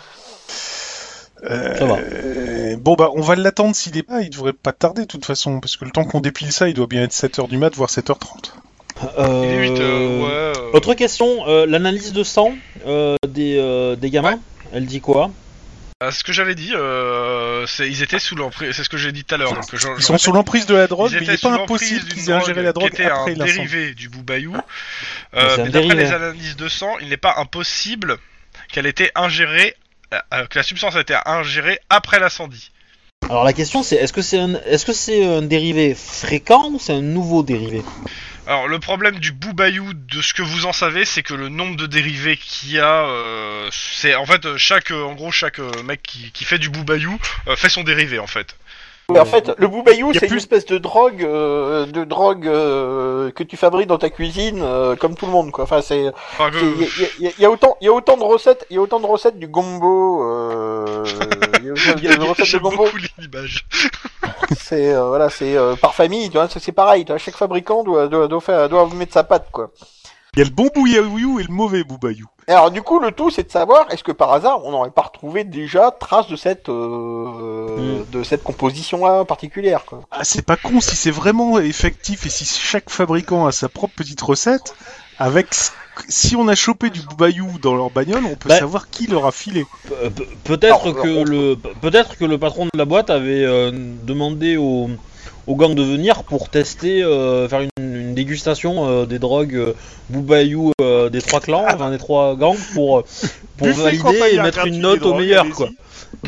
euh, Ça va. euh, Bon, bah, on va l'attendre s'il est pas, il devrait pas tarder, de toute façon, parce que le temps qu'on dépile ça, il doit bien être sept heures du mat, voire sept heures trente. euh, Il est huit euh, ouais. euh, Autre question, euh, l'analyse de sang euh, des, euh, des gamins, elle dit quoi? euh, ce que j'avais dit, euh, c'est ils étaient sous l'emprise. C'est ce que j'ai dit tout à l'heure. Donc je- Ils je sont sous l'emprise de la drogue, Ils mais il étaient n'est sous pas l'emprise impossible d'une qu'ils aient ingéré la drogue qui était après un l'incendie. dérivé du boubayou. C'est Euh, un mais d'après dérivé. les analyses de sang, il n'est pas impossible qu'elle ait été ingérée, euh, que la substance a été ingérée après l'incendie. Alors la question c'est, est-ce que c'est un, est-ce que c'est un dérivé fréquent ou c'est un nouveau dérivé? Alors le problème du boubayou, de ce que vous en savez, c'est que le nombre de dérivés qu'il y a, euh, c'est en fait chaque, euh, en gros chaque euh, mec qui, qui fait du boubayou euh, fait son dérivé en fait. Mais en fait, le boubayou, Y a c'est plus- une espèce de drogue, euh, de drogue euh, que tu fabriques dans ta cuisine, euh, comme tout le monde, quoi. Enfin, c'est, Enfin, que- il y, a- y a autant, il y a autant de recettes, il y a autant de recettes du gombo. Euh, il y a autant de recettes de J'aime gombo. beaucoup l'image. C'est euh, voilà, c'est euh, par famille, tu vois. C'est c'est pareil. Tu vois, chaque fabricant doit, doit, doit faire, doit mettre sa patte, quoi. Il y a le bon bouillaou et le mauvais boubayou. Et alors, du coup, le tout, c'est de savoir, est-ce que par hasard, on n'aurait pas retrouvé déjà trace de cette, euh, Mm. de cette composition-là particulière, quoi. Ah, c'est pas con, si c'est vraiment effectif et si chaque fabricant a sa propre petite recette, avec si on a chopé du boubayou dans leur bagnole, on peut Bah- savoir qui leur a filé. Pe- pe- Peut-être Alors, que on- le, peut-être que le patron de la boîte avait euh, demandé au, au gang de venir pour tester, euh, faire une, une dégustation euh, des drogues euh, boubayou euh, des trois clans, enfin des trois gangs pour euh, pour Buffet valider et campagnard mettre gratuit une note des au drogues, meilleur, allez-y. quoi.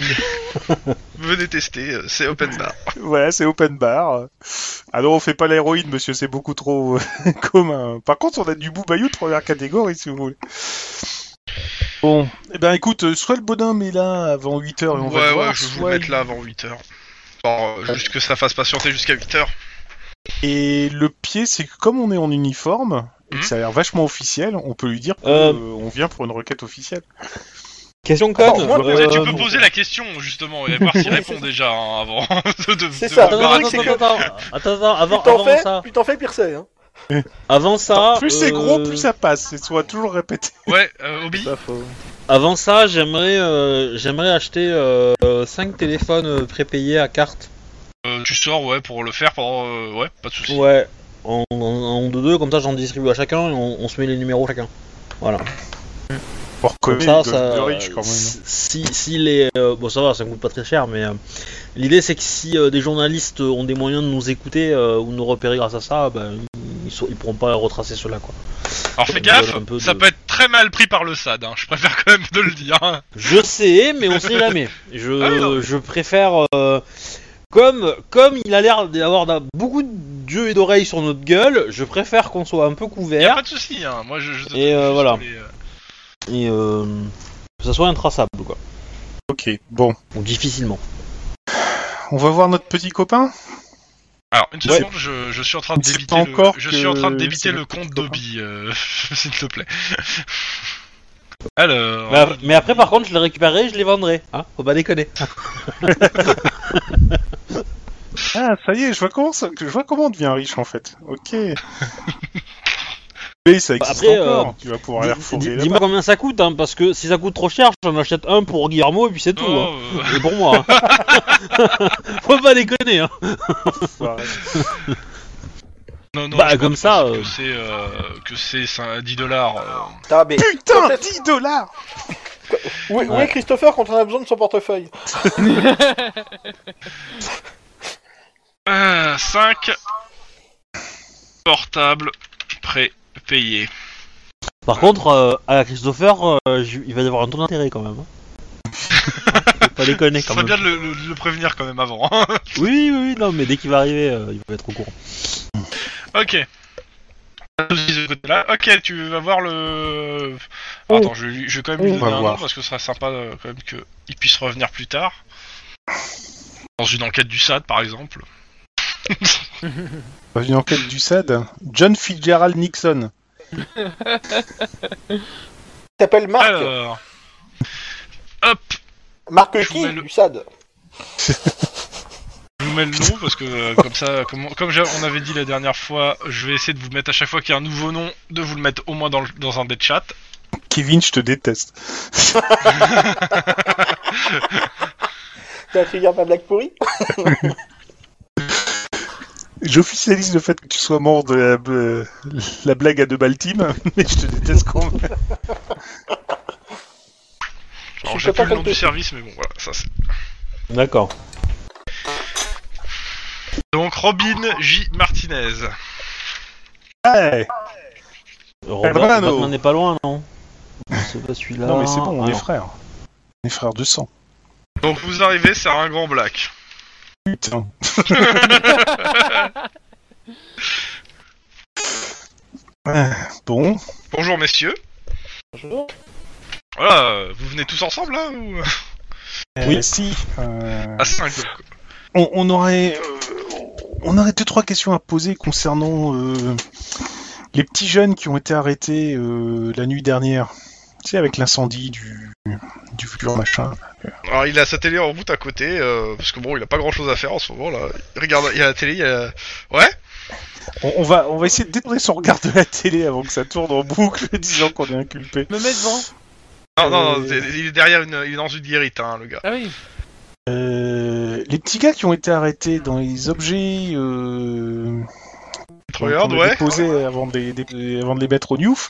Venez tester, euh, c'est open bar. Voilà, c'est open bar. Ah non, on fait pas l'héroïne, monsieur, c'est beaucoup trop euh, commun. Par contre, on a du boubayou de première catégorie, si vous voulez. Bon, eh ben écoute, euh, soit le bonhomme est là avant huit heures et on va Ouais, le voir, ouais, je vais vous soit le mettre là avant huit heures. Genre, euh, juste que ça fasse patienter jusqu'à huit heures. Et le pied, c'est que comme on est en uniforme, et Mhm. que ça a l'air vachement officiel, on peut lui dire qu'on Euh. vient pour une requête officielle. Question conne. Attends, moi, euh, Tu peux poser la question justement et voir s'il répond déjà hein, avant de, de, C'est de ça, vous Attends, le attends, truc, baraquer. c'est que- attends, attends, attends, avant, Plus t'en avant fais, ça, plus t'en fais, pire c'est, hein. avant ça, plus c'est gros, euh, plus ça passe, et soit toujours répété. Ouais, euh, Obi. Pas faux. Avant ça, j'aimerais, euh, j'aimerais acheter euh, cinq téléphones euh, prépayés à carte. Euh, tu sors, ouais, pour le faire pendant. Euh, ouais, pas de soucis. Ouais, en, en, en deux deux, comme ça j'en distribue à chacun et on, on se met les numéros chacun. Voilà. Pour Comme reconnaître ça, les ça. de riches quand même. Si, si les. euh, bon, ça va, ça coûte pas très cher, mais. euh, l'idée c'est que si euh, des journalistes ont des moyens de nous écouter euh, ou de nous repérer grâce à ça, ben, ils, sont, ils pourront pas retracer cela quoi. Alors fais Ça gaffe, donne un peu ça de- peut être très mal pris par le S A D, hein. Je préfère quand même de le dire. Hein. Je sais, mais on sait jamais. Je, Ah oui, non. je préfère. euh, comme, comme il a l'air d'avoir d'a- beaucoup d'yeux et d'oreilles sur notre gueule, je préfère qu'on soit un peu Y a couvert pas de souci, hein. Moi je. je Et, euh, juste voilà. les, euh, et euh, que ça soit intraçable quoi. Ok, bon. Ou difficilement. On va voir notre petit copain. Alors une Ouais. seconde, je, je suis en train de C'est débiter pas le. encore Je que suis en train de c'est débiter le notre compte petit copain. d'Obi, euh, s'il te plaît. Alors. Mais, ap- mais après, par contre, je les récupérerai, je les vendrai. Hein, faut pas déconner. Ah, ça y est, je vois comment, ça, je vois comment on devient riche en fait. Ok. Mais ça existe Après, encore. euh, Tu vas pouvoir Dis- aller dis- refourguer Dis-moi là-bas. combien ça coûte, hein, parce que si ça coûte trop cher, j'en achète un pour Guillermo et puis c'est tout. Oh, Hein. euh, Et pour moi. Hein. Faut pas déconner. Hein. non, non, Bah, je comme pense ça, Que euh. c'est euh, que c'est cin- dix dollars. Euh... Ah, mais Putain, quand est- dix dollars. où, est- où Ouais. est Christopher quand on a besoin de son portefeuille? Euh, cinq portables pré-payés. Par contre, euh, à Christopher, euh, je- il va y avoir un taux d'intérêt quand même. Hein. Faut pas déconner Ça quand serait même. bien de le, le- de le prévenir quand même avant. hein. Oui, oui, oui, non, mais dès qu'il va arriver, euh, il va être au courant. Ok. Pas de soucis de ce côté-là. Ok, tu vas voir le. Alors, attends, je, vais lui- je vais quand même lui On va donner un voir. nom parce que ce serait sympa euh, quand même qu'il puisse revenir plus tard. Dans une enquête du S A D par exemple. Dans une enquête du S A D. John Fitzgerald Nixon. Il s'appelle Marc. Alors. Hop, Marc je qui vous mets le- du S A D. je vous mets le nom parce que euh, comme ça, comme, on- comme j'a- on avait dit la dernière fois, je vais essayer de vous mettre à chaque fois qu'il y a un nouveau nom, de vous le mettre au moins dans, le- dans un des chats. Kevin, je te déteste. T'as fait dire ma blague pourrie? J'officialise le fait que tu sois mort de la, euh, la blague à deux balles team, mais je te déteste quand même. Alors Je j'ai sais pas plus le nom comme du t'es- service, mais bon voilà, ça c'est. D'accord. Donc Robin J. Martinez. Ouais. Robert, Brano. Batman n'est pas loin, non? C'est pas celui-là. Non, mais c'est bon, on Ah, est non. frères. On est frères de sang. Donc vous arrivez, c'est un grand black. Putain. Ouais, bon. Bonjour messieurs. Bonjour. Voilà, euh, vous venez tous ensemble là ou Oui. Si. euh, à cinq. on, on aurait, euh, on aurait deux trois questions à poser concernant euh, les petits jeunes qui ont été arrêtés euh, la nuit dernière. Tu sais, avec l'incendie du, du futur machin. Alors il a sa télé en route à côté, euh, parce que bon, il a pas grand chose à faire en ce moment là. Il regarde, il y a la télé, il y a... Ouais. On, on va, on va essayer de détourner son regard de la télé avant que ça tourne en boucle, disant qu'on est inculpé. Me mets devant. Non, non, non, Euh, c'est- il est derrière une, il est dans une guérite, hein, le gars. Ah oui. Euh, les petits gars qui ont été arrêtés dans les objets euh, Regarde, qu'on a ouais. déposés avant de les, dé- avant de les mettre au Newf.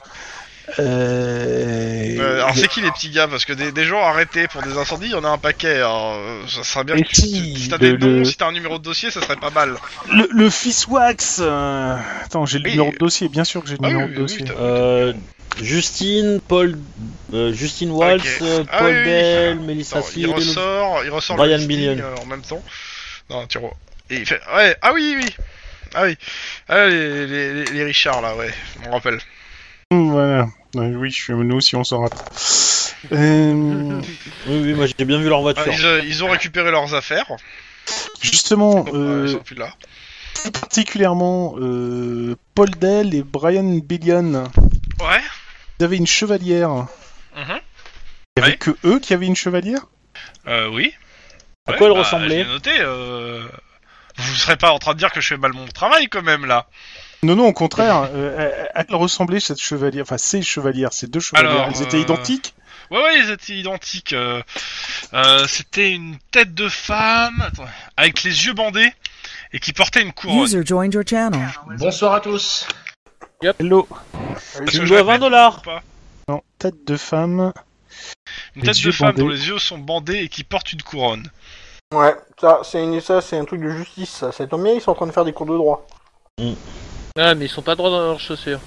Euh, Euh, alors il y a- c'est qui les petits gars? Parce que des, des gens arrêtés pour des incendies, il y en a un paquet. Alors, euh, ça serait bien Et que tu, si, si t'as le- des noms, le- si t'as un numéro de dossier, ça serait pas mal. le, le Fils Wax. euh, Attends, j'ai le Oui. numéro de dossier, bien sûr que j'ai le Ah numéro oui, de oui, dossier. oui, t'as- Euh, Justine, Paul, euh, Justine Waltz, Ok. euh, Ah Paul oui, oui, Bell, oui. Melissa Attends, il Field. ressort, il ressort Brian le listing, Billion. euh, en même temps. Non, tu vois. Et il fait, ouais, ah oui, oui. Ah oui. Ah, les, les, les, les Richard là, ouais, on rappelle. Hum, Voilà. Ouais, oui, je suis- nous aussi on s'en rappelle. Euh, Oui, oui, moi j'ai bien vu leur Ah, voiture. ils, euh, ils ont récupéré leurs affaires. justement, Donc, euh, euh, ils sont plus là. plus particulièrement euh, Paul Dell et Brian Billion, Ouais. ils avaient une chevalière. Mhm. Il y avait Ouais. que eux qui avaient une chevalière. Euh, oui. À Ouais, quoi elle bah, ressemblait? J'ai noté. Euh... Vous serez pas en train de dire que je fais mal mon travail quand même là. Non, non, au contraire. Euh, à quoi ressemblait cette chevalière? Enfin, ces chevalières, ces deux chevalières, Alors, elles étaient euh, identiques. Ouais, ouais, ils étaient identiques. Euh, euh, C'était une tête de femme, attends, avec les yeux bandés et qui portait une couronne. User joined your channel. Bonsoir à tous. Hello. Est-ce Tu que me je dois répète vingt dollars. ou pas Non, tête de femme. Une Les tête de yeux femme bandés. dont les yeux sont bandés et qui porte une couronne. Ouais, ça, c'est une, ça, c'est un truc de justice, ça. Ça tombe bien, ils sont en train de faire des cours de droit. Ah, mais ils sont pas droits dans leurs chaussures.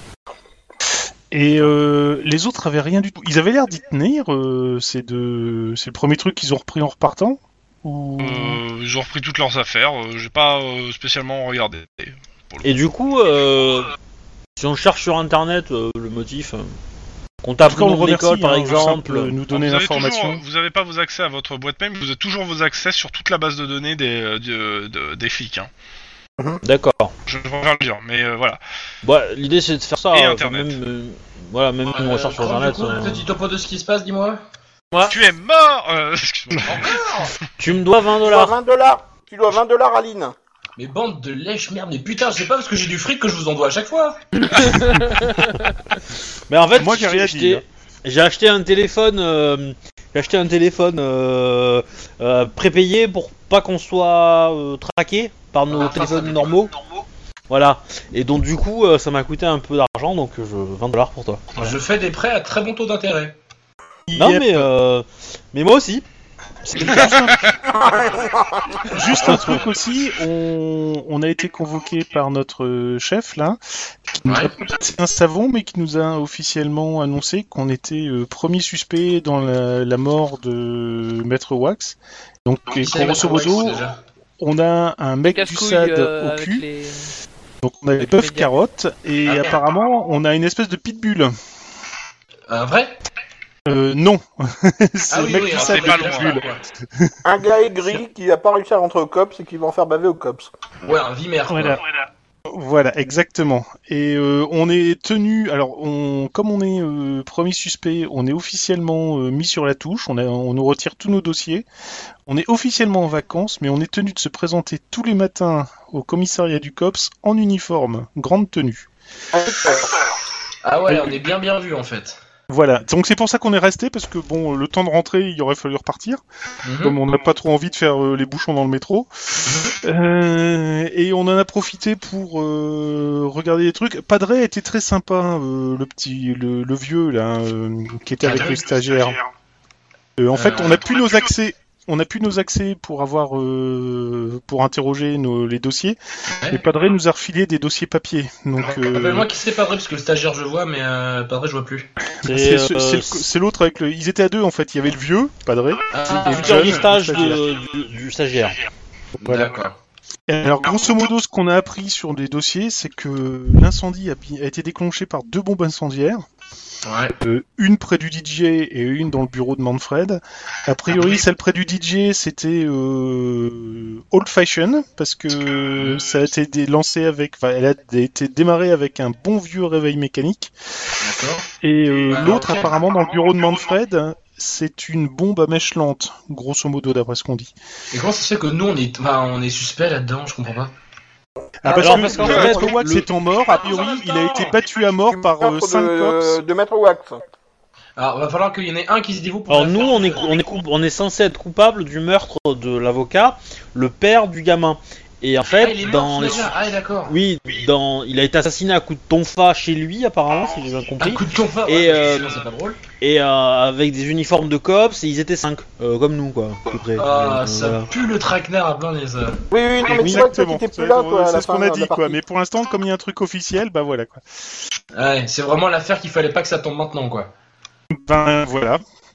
Et euh, les autres avaient rien du tout. Ils avaient l'air d'y tenir. Euh, c'est de, c'est le premier truc qu'ils ont repris en repartant. Ou... Euh, ils ont repris toutes leurs affaires. Euh, j'ai pas euh, spécialement regardé. Et du coup, euh, si on cherche sur internet euh, le motif, euh, qu'on tape le nom de l'école par hein, exemple, simple, nous donner vous avez l'information. toujours- Vous n'avez pas vos accès à votre boîte mail, vous avez toujours vos accès sur toute la base de données des, euh, de- de- des flics. Hein. d'accord. Je vais pas le dire, mais euh, voilà. Bah, l'idée c'est de faire ça. Et euh, Internet. Même, euh, voilà, même une recherche sur Chrome, internet. du coup, euh, petit topo de ce qui se passe, dis-moi. Tu es mort euh, excuse-moi. Tu me dois vingt Tu dois dollars. vingt dollars. Tu dois vingt dollars à Lynn. Mais bande de lèche merde, mais putain, c'est pas parce que j'ai du fric que je vous en dois à chaque fois. Mais en fait, Moi, j'ai rien j'ai dit, acheté- hein. J'ai acheté un téléphone. euh, J'ai acheté un téléphone euh, euh, prépayé pour pas qu'on soit euh, traqué par nos Ah, enfin, ça téléphones fait normaux. Voilà. Et donc du coup, euh, ça m'a coûté un peu d'argent, donc je vingt dollars pour toi. Voilà. Je fais des prêts à très bon taux d'intérêt. Non Yep. mais euh, mais moi aussi. C'est une carte. Juste un truc aussi, on, on a été convoqué par notre euh, chef là, qui nous a Ouais. pas passé un savon, mais qui nous a officiellement annoncé qu'on était euh, premier suspect dans la, la mort de Maître Wax. Donc, et Qui c'est, grosso Maître Wax, modo, déjà on a un mec du Casse-couille S A D euh, au avec cul, les... donc on a des avec bœufs médias. carottes, et Ah, merde. apparemment on a une espèce de pitbull. Un vrai Euh, non, c'est Ah le oui, mec oui, du alors S A D c'est pas le loin, pitbull. quoi. Un gars aigri qui a pas réussi à rentrer au cops et qui va en faire baver au cops. Ouais, un vimère. quoi. Voilà. Voilà, exactement. Et euh, on est tenu, alors on, comme on est euh, premier suspect, on est officiellement euh, mis sur la touche, on, a, on nous retire tous nos dossiers, on est officiellement en vacances, mais on est tenu de se présenter tous les matins au commissariat du COPS en uniforme, grande tenue. Ah ouais, on est bien bien vu en fait. Voilà, donc c'est pour ça qu'on est resté, parce que bon, le temps de rentrer, il aurait fallu repartir, Mhm. comme on n'a pas trop envie de faire euh, les bouchons dans le métro. Euh, et on en a profité pour euh, regarder des trucs. Padre était très sympa, euh, le petit, le, le vieux là, euh, qui était avec Padre, le stagiaire. Euh, en fait, Euh, on a plus nos accès. On a plus nos accès pour avoir, euh, pour interroger nos, les dossiers. Ouais. Et Padre nous a refilé des dossiers papier. Donc, euh, Rappelle-moi qui c'est Padre, parce que le stagiaire je vois, mais euh, Padre je vois plus. c'est ce- euh, c'est le- c'est l'autre avec le. Ils étaient à deux en fait. Il y avait le vieux, Padre. Ah, Et le le futur jeune, du stage le stagiaire. de- du, du stagiaire. Voilà. D'accord. Et alors, grosso modo, ce qu'on a appris sur les dossiers, c'est que l'incendie a, pi- a été déclenché par deux bombes incendiaires, Ouais. euh, une près du D J et une dans le bureau de Manfred. A priori, celle près du D J, c'était euh, old fashion, parce que ça a été dé- lancé avec, enfin, elle a d- été démarrée avec un bon vieux réveil mécanique. D'accord. Et euh, Ah, l'autre, ok. apparemment, dans le bureau de Manfred, c'est une bombe à mèche lente, grosso modo, d'après ce qu'on dit. Et comment ça se fait que nous on est, enfin, on est suspect là-dedans, je comprends pas. Ah, parce Alors, que parce qu'en le fait, Maître Wax le- étant mort, a priori, il a été battu à mort par euh, Meurtre cinq de, cops. de Maître Wax. Alors va falloir qu'il y en ait un qui se dévoue pour. Alors la nous, faire. on est, on est, coup- on est censé être coupable du meurtre de l'avocat, le père du gamin. Et en Ah, fait, il est mort dans ce les... déjà. Ah d'accord. oui, dans, il a été assassiné à coup de tonfa chez lui apparemment, si j'ai bien Un compris. coup de tonfa. Et, ouais, euh, sinon, c'est pas drôle. Et euh, avec des uniformes de cops, et ils étaient cinq, euh, comme nous quoi. À peu près. Ah, Euh, ça voilà. pue le traquenard à plein les. euh. Oui, oui, non, mais tu vois que toi, Exactement, t'étais c'est plus là, quoi, à c'est la ce qu'on fin a de dit la quoi. partie. Mais pour l'instant, comme il y a un truc officiel, bah voilà quoi. Ouais, c'est vraiment l'affaire qu'il fallait pas que ça tombe maintenant quoi. Ben voilà.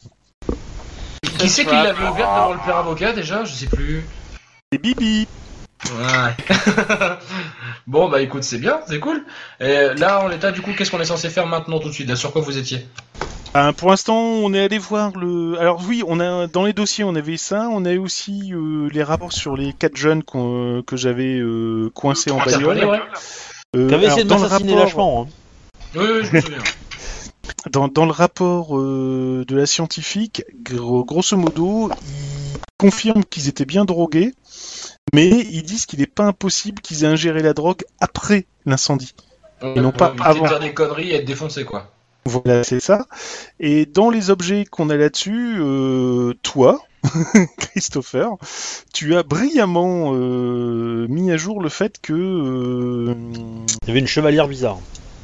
Qui c'est qui l'avait ouverte devant le père avocat déjà? Je sais plus. Et Bibi. Ouais. Bon bah écoute, c'est bien, c'est cool. Et là en l'état du coup, qu'est-ce qu'on est censé faire maintenant tout de suite? Là, sur quoi vous étiez? Ben, pour l'instant, on est allé voir le. Alors oui, on a dans les dossiers, on avait ça. On a aussi euh, les rapports sur les quatre jeunes qu'on- que j'avais euh, coincés en Interpellé, bagnole. ouais. Euh, T'avais alors, essayé de dans le m'assassiner rapport- lâchement. Hein. Oui, oui, je me souviens. Dans, dans le rapport euh, de la scientifique, gros- grosso modo, ils confirment qu'ils étaient bien drogués, mais ils disent qu'il n'est pas impossible qu'ils aient ingéré la drogue après l'incendie. Et non pas avant. de faire des conneries et être défoncé quoi. Voilà, c'est ça. Et dans les objets qu'on a là-dessus, euh, toi, Christopher, tu as brillamment euh, mis à jour le fait que... euh, Il y avait une chevalière bizarre.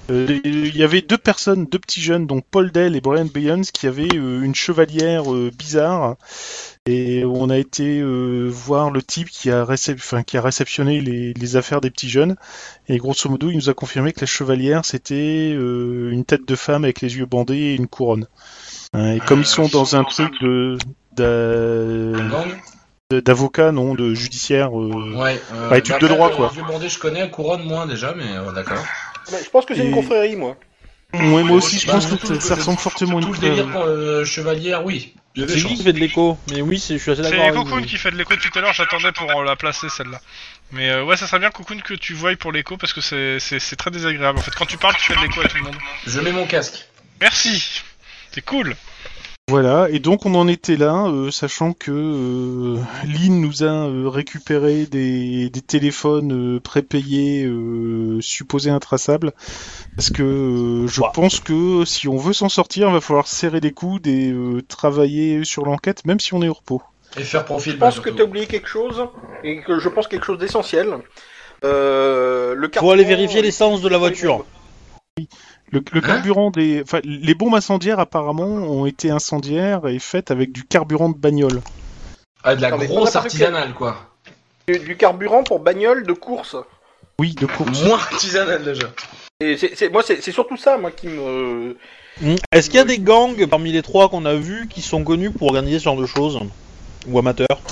Euh, Il y avait deux personnes, deux petits jeunes, donc Paul Dell et Brian Bayons, qui avaient euh, une chevalière euh, bizarre. Et on a été euh, voir le type qui a, récep... enfin, qui a réceptionné les, les affaires des petits jeunes. Et grosso modo, il nous a confirmé que la chevalière, c'était euh, une tête de femme avec les yeux bandés et une couronne. Hein, et comme ils sont dans un truc de... de... d'avocat, non, de judiciaire, euh... Ouais, euh, bah, études bah, de droit, après, quoi. Le vieux bandé, je connais, couronne moins déjà, mais euh, d'accord. Bah, je pense que c'est Et- une confrérie, moi. Ouais, moi aussi, je Bah, pense que surtout ça, ça le- ressemble fortement à Tout une le délire confrérie. pour le chevalière, oui. Il y a des C'est qui chances. qui fait de l'écho? Mais oui, c'est- je suis assez d'accord C'est avec Cocoon vous. qui fait de l'écho tout à l'heure, j'attendais pour euh, la placer celle-là. Mais euh, ouais, ça serait bien Cocoon que tu voies pour l'écho parce que c'est c'est c'est très désagréable. En fait, quand tu parles, tu fais de l'écho à tout le monde. Je mets mon casque. Merci. C'est cool. Voilà, et donc on en était là, euh, sachant que euh, Lynn nous a euh, récupéré des, des téléphones euh, prépayés, euh, supposés intraçables, parce que euh, je Bah. pense que si on veut s'en sortir, il va falloir serrer les coudes et euh, travailler sur l'enquête, même si on est au repos. Et faire profil Je bas, pense que surtout. t'as oublié quelque chose, et que je pense quelque chose d'essentiel. Euh, le Faut aller carburant, vérifier euh, l'essence de la pour les voiture. bombes. Le, le Hein carburant des... Enfin, les bombes incendiaires, apparemment, ont été incendiaires et faites avec du carburant de bagnole. Ah, de la Non, mais grosse pas n'importe artisanale, quoi. Du, du carburant pour bagnole de course. Oui, de course. Moins artisanale, déjà. Et c'est, c'est- moi, c'est, c'est surtout ça, moi, qui me... Hmm. Est-ce qu'il y a des gangs parmi les trois qu'on a vus qui sont connus pour organiser ce genre de choses? Ou amateurs?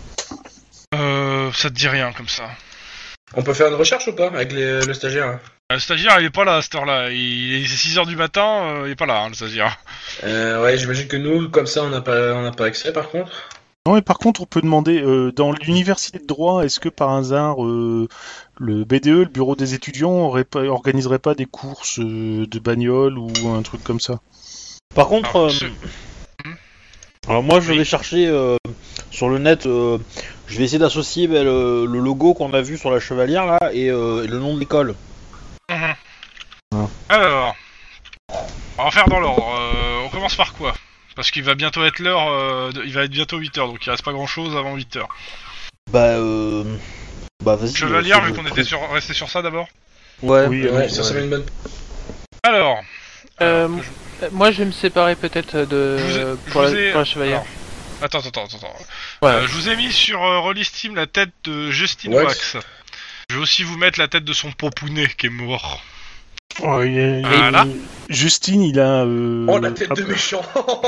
Euh, ça te dit rien comme ça. On peut faire une recherche ou pas, avec les- le stagiaire hein Le stagiaire, il est pas là à cette heure-là. Il est six heures du matin, euh, il est pas là, hein, le stagiaire. euh, Ouais, j'imagine que nous, comme ça, on n'a pas, on n'a pas accès, par contre. Non, mais par contre, on peut demander, euh, dans l'université de droit, est-ce que par hasard, euh, le B D E, le bureau des étudiants, aurait pas, organiserait pas des courses euh, de bagnole ou un truc comme ça? Par contre, Alors, euh, ce- alors moi je Oui. vais chercher euh, sur le net, euh, je vais essayer d'associer bah, le, le logo qu'on a vu sur la chevalière là et, euh, et le nom de l'école. Mhm. Ah. Alors, on va faire dans l'ordre. Euh, on commence par quoi? Parce qu'il va bientôt être l'heure, euh, de- il va être bientôt huit heures, donc il reste pas grand chose avant huit heures. Bah euh... Bah vas-y. Chevalière, euh, vu qu'on était sur, resté sur ça d'abord. Ouais. Oui, Ouais, oui, ça ouais. serait une bonne. Alors, Euh, je- Euh, Moi, je vais me séparer peut-être de Je vous ai- je pour, vous la, ai- pour la chevalière. alors, attends, attends, attends, attends. Ouais. Euh, je vous ai mis sur euh, Rollisteam la tête de Justin Wax. Wax. Je vais aussi vous mettre la tête de son popounet qui est mort. Oh, il y a- il y a- Voilà. Justine, il a... euh, Oh, la tête de hop, méchant.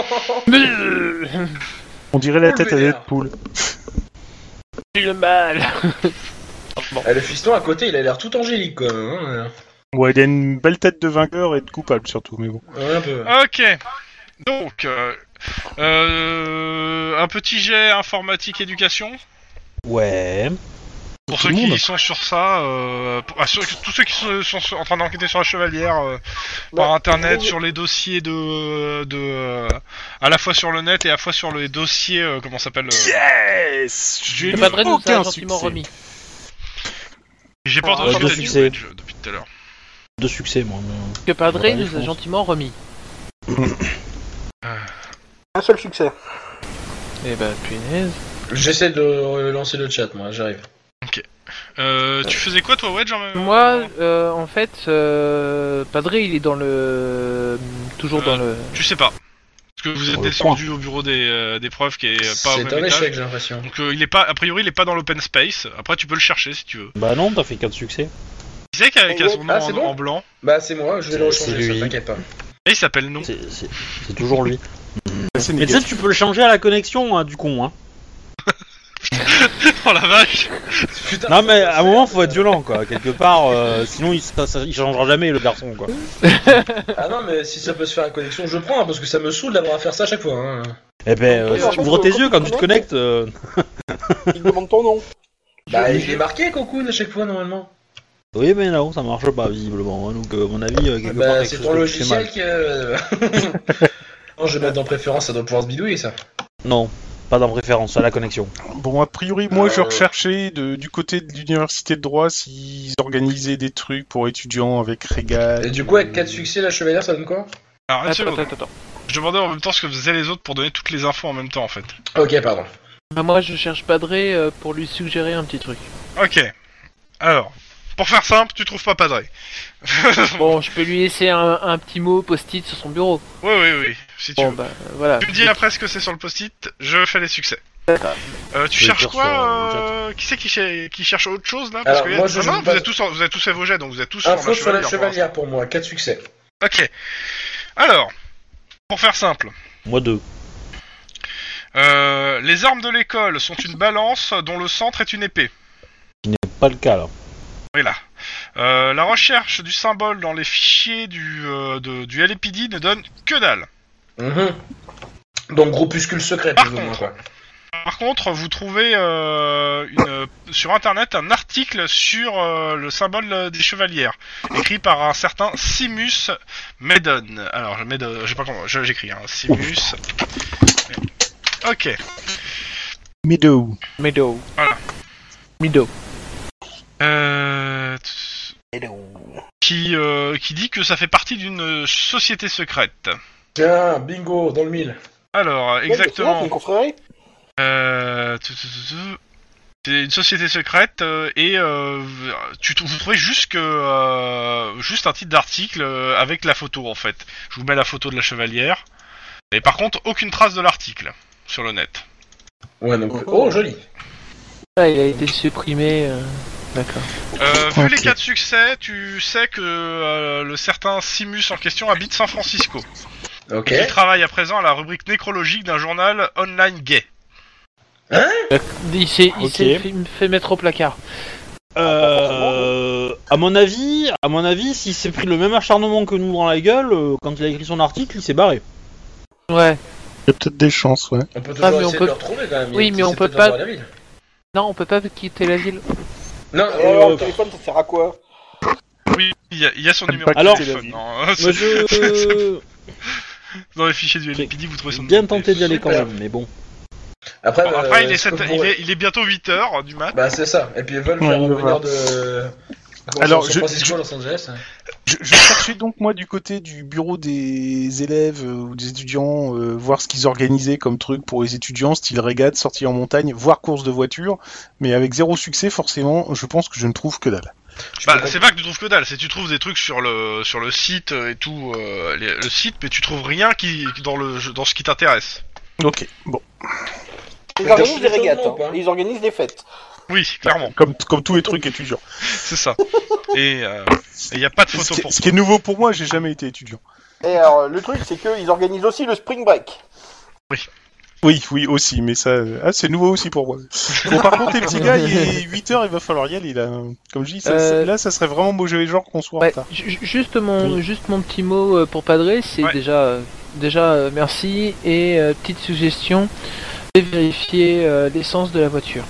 on dirait la Oh, le tête à vénère. Deadpool. J'ai le mal. Bon. Ah, le fiston à côté, il a l'air tout angélique, quand même. Hein. Ouais, il a une belle tête de vainqueur et de coupable, surtout, mais bon. Ouais, un peu. Ok. Donc, euh, euh, un petit jet informatique éducation. Ouais. Pour Tout ceux le qui monde. sont sur ça, euh, pour- ah, sur- tous ceux qui sont, sont sur- en train d'enquêter sur la chevalière euh, par Bah, internet, oui. sur les dossiers de, de euh, à la fois sur le net et à la fois sur les dossiers, euh, comment ça s'appelle euh, Yes! J'ai Le padré nous a aucun gentiment succès. remis. J'ai pas Ah, entendu ouais, ta deux news, succès. Wedge, depuis tout à l'heure. Deux succès moi. mais- Que Padré Ouais, je nous a pense. gentiment remis. Un seul succès. Eh bah, punaise. J'essaie de relancer le chat, moi, j'arrive. Euh, tu faisais quoi toi, Wedge en- Moi, euh, en fait, euh, Padré, il est dans le... Toujours dans le... Tu sais pas. Parce que vous êtes Dans le descendu au bureau des, euh, des preuves qui est euh, pas au C'est même un étage. échec, j'ai l'impression. Donc euh, il est pas, a priori, il est pas dans l'open space. Après, tu peux le chercher si tu veux. Bah non, t'as fait quatre succès. Tu sais qu'il y a, qu'il y a son nom Ah, c'est en, bon en blanc. Bah, c'est moi, je vais le C'est- rechanger, c'est ça lui. t'inquiète pas. Et il s'appelle non. C'est, c'est, c'est toujours lui. C'est Mais tu sais, négatif. tu peux le changer à la connexion hein, du con. Hein. Oh la vache. Putain, Non mais à un moment faut être violent quoi. Quelque part, euh, sinon il, ça, ça- il changera jamais le garçon quoi. Ah non, mais si ça peut se faire à connexion, je prends, hein, parce que ça me saoule d'avoir à faire ça à chaque fois. Hein. Eh ben, euh, Oui, si en tu fait, ouvres tes quand yeux tu quand tu te connectes, connectes. euh, Il demande ton nom. Bah, il est marqué, Cocoon, à chaque fois, normalement. Oui mais non, ça marche pas visiblement. hein. Donc euh, à mon avis, euh, quelque part Bah, quelque c'est chose ton que tu fais mal. logiciel qui euh... Non, je vais mettre dans préférence, ça doit pouvoir se bidouiller, ça. Non, pas dans préférence, à la connexion. Bon, a priori, moi, je Euh. recherchais de, du côté de l'université de droit s'ils organisaient des trucs pour étudiants avec régal. Et du coup, avec quatre succès, la chevalière, ça donne quoi? Alors, une Attends, seconde. attends, attends. Je demandais en même temps ce que faisaient les autres pour donner toutes les infos en même temps en fait. Ok, pardon. Bah, moi, je cherche Padré euh, pour lui suggérer un petit truc. Ok. Alors, pour faire simple, tu trouves pas Padré. Bon, je peux lui laisser un, un petit mot post-it sur son bureau. Oui, oui, oui, si tu Bon, veux. bah voilà. Tu me dis après ce que c'est sur le post-it, je fais les succès. Euh, tu Je vais cherches dire quoi sur, euh, euh, Qui c'est qui, cher- qui cherche autre chose là Parce Alors, que moi, je ah, joue non, pas- vous êtes tous en- vous avez tous fait vos jets, donc vous êtes tous sur Info ma sur la chevalière, pour chevalière pour moi, quatre succès. l'instant. Ok. Alors, pour faire simple, Moi deux. euh, les armes de l'école sont une balance dont le centre est une épée. Ce qui n'est pas le cas là. Oui là. Euh, la recherche du symbole dans les fichiers du, euh, de, du L A P D ne donne que dalle. Mhm. Donc groupuscule secret, Par plus ou moins, contre, quoi. Par contre, vous trouvez euh, une, sur internet un article sur euh, le symbole des chevalières, écrit par un certain Simus Medon. Alors, Medon, j'ai pas comment, je- j'écris, hein, Simus. Ok. Meadow. Meadow. Voilà. Meadow. Euh, qui euh, qui dit que ça fait partie d'une société secrète. Tiens, bingo, dans le mille. Alors, exactement. Ouais, c'est une confrérie. Euh, tu- tu- tu- tu- C'est une société secrète euh, et euh, tu vous trouvez juste que euh, juste un titre d'article euh, avec la photo en fait. Je vous mets la photo de la chevalière. Et par contre, aucune trace de l'article sur le net. Ouais, donc... Oh, joli. Ah, il a été supprimé. euh, D'accord. Euh, vu Ok. les cas de succès, tu sais que euh, le certain Simus en question habite San Francisco. Ok. Et qu'il travaille à présent à la rubrique nécrologique d'un journal online gay. Il s'est il Ok. s'est fait, fait mettre au placard. Euh, à mon avis, à mon avis, s'il s'est pris le même acharnement que nous dans la gueule, euh, quand il a écrit son article, il s'est barré. Ouais. Il y a peut-être des chances, ouais. On peut toujours Ah, mais on essayer peut- de le retrouver quand même. Oui, Il- mais on c'est peut peut-être pas- dans la ville. Non, on peut pas quitter la ville. Non, Et euh, alors, le téléphone, ça sert à quoi? Oui, il y, a- il y a son J'aime numéro pas de quitter téléphone. la non, Moi, c'est- je Dans les fichiers du L A P D, vous trouvez son bien numéro de tenté d'y aller quand Super. même, mais bon. Après, Bon, euh, après, il, est ce que sept- vous il, pourrez- est, il est bientôt huit heures du mat. Bah, c'est ça. Et puis ils veulent Ouais, faire je revenir vois. de... Alors, San je- Francisco, je- Los Angeles. Je, je cherchais donc moi du côté du bureau des élèves euh, ou des étudiants, euh, voir ce qu'ils organisaient comme truc pour les étudiants, style régate, sortie en montagne, voire course de voiture, mais avec zéro succès forcément, je pense que je ne trouve que dalle. Je Bah, peux c'est pas que tu trouves que dalle, c'est que tu trouves des trucs sur le sur le site et tout, euh, les- le site, mais tu trouves rien qui dans le dans ce qui t'intéresse. Ok, bon, Ils organisent T'as des cherché régates, ton nom ou hein. pas Ils organisent des fêtes. Oui, clairement, comme, comme tous les trucs étudiants. c'est ça. Et il y a pas de Ce photo qui, pour ce toi. qui est nouveau pour moi, j'ai jamais été étudiant. Et alors, le truc, c'est qu'ils organisent aussi le spring break. Oui, oui, aussi, mais ça, euh, ah, c'est nouveau aussi pour moi. Bon, par contre, les petits gars, il est huit heures, il va falloir y aller, là. Comme je dis, ça, Euh, ça- là, ça serait vraiment mauvais genre qu'on soit en Ouais, retard. ju- juste mon juste mon petit mot euh, pour Padré, c'est Ouais. déjà euh, déjà euh, merci et euh, petite suggestion, de vérifier euh, l'essence de la voiture.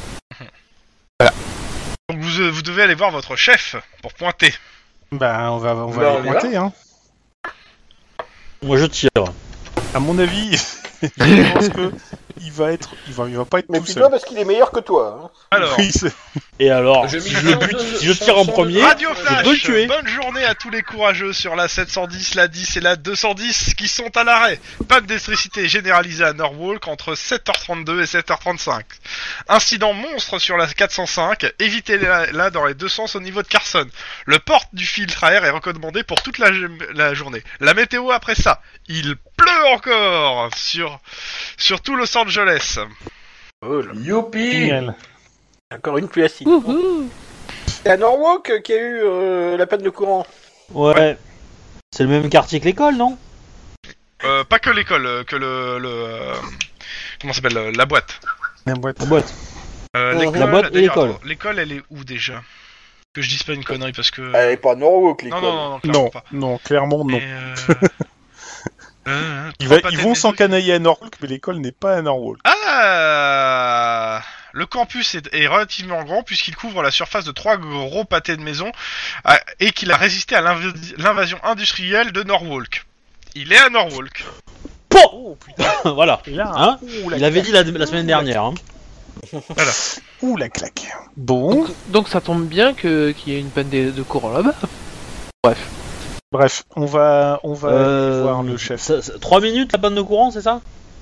Donc vous euh, vous devez aller voir votre chef pour pointer. Bah, on va, on va Bah, aller on y pointer, hein. Moi, je tire. À mon avis, je pense que il va être, il va, il va pas être Mais tout puis seul. toi, parce qu'il est meilleur que toi. Hein. Alors, Oui, c'est- Et alors, Je si mise je le cent bute, deux- si je tire en cent deux- premier, Radio je peux le Flash, tuer. bonne journée à tous les courageux sur la sept cent dix, la dix et la deux cent dix qui sont à l'arrêt. Panne d'électricité généralisée à Norwalk entre sept heures trente-deux et sept heures trente-cinq. Incident monstre sur la quatre cent cinq, évitez-la là dans les deux sens au niveau de Carson. Le porte du filtre à air est recommandé pour toute la, la journée. La météo après ça, il pleut encore sur, sur tout Los Angeles. Youpi. Génial. Encore une pluie acide. Wouhou. C'est à Norwalk euh, qu'il y a eu euh, la panne de courant. Ouais. C'est le même quartier que l'école, non? Euh, pas que l'école, euh, que le... le euh, comment ça s'appelle euh, la boîte. La boîte. La boîte. Euh, Mhm. l'école, La boîte et d'ailleurs, l'école. attends, l'école, elle est où déjà? Que je dise pas une connerie parce que... Elle est pas à Norwalk, non, l'école. non, non, non, clairement Non, pas. non, clairement non. Et, euh... euh, Ils, va- trois ils pâtés vont de s'encanailler à Norwalk, mais l'école n'est pas à Norwalk. Ah, le campus est, est relativement grand puisqu'il couvre la surface de trois gros pâtés de maison ah, et qu'il a résisté à l'inv- l'invasion industrielle de Norwalk. Il est à Norwalk. Oh, voilà. Et là, Hein ouh, la Il avait claque. dit la, la semaine dernière. Hein. Ouh, la claque. Bon, Donc ça tombe bien que qu'il y ait une panne de, de courant là-bas. Bref. bref, on va, on va aller Euh, voir le chef. ça- ça- Trois minutes la panne de courant, c'est ça?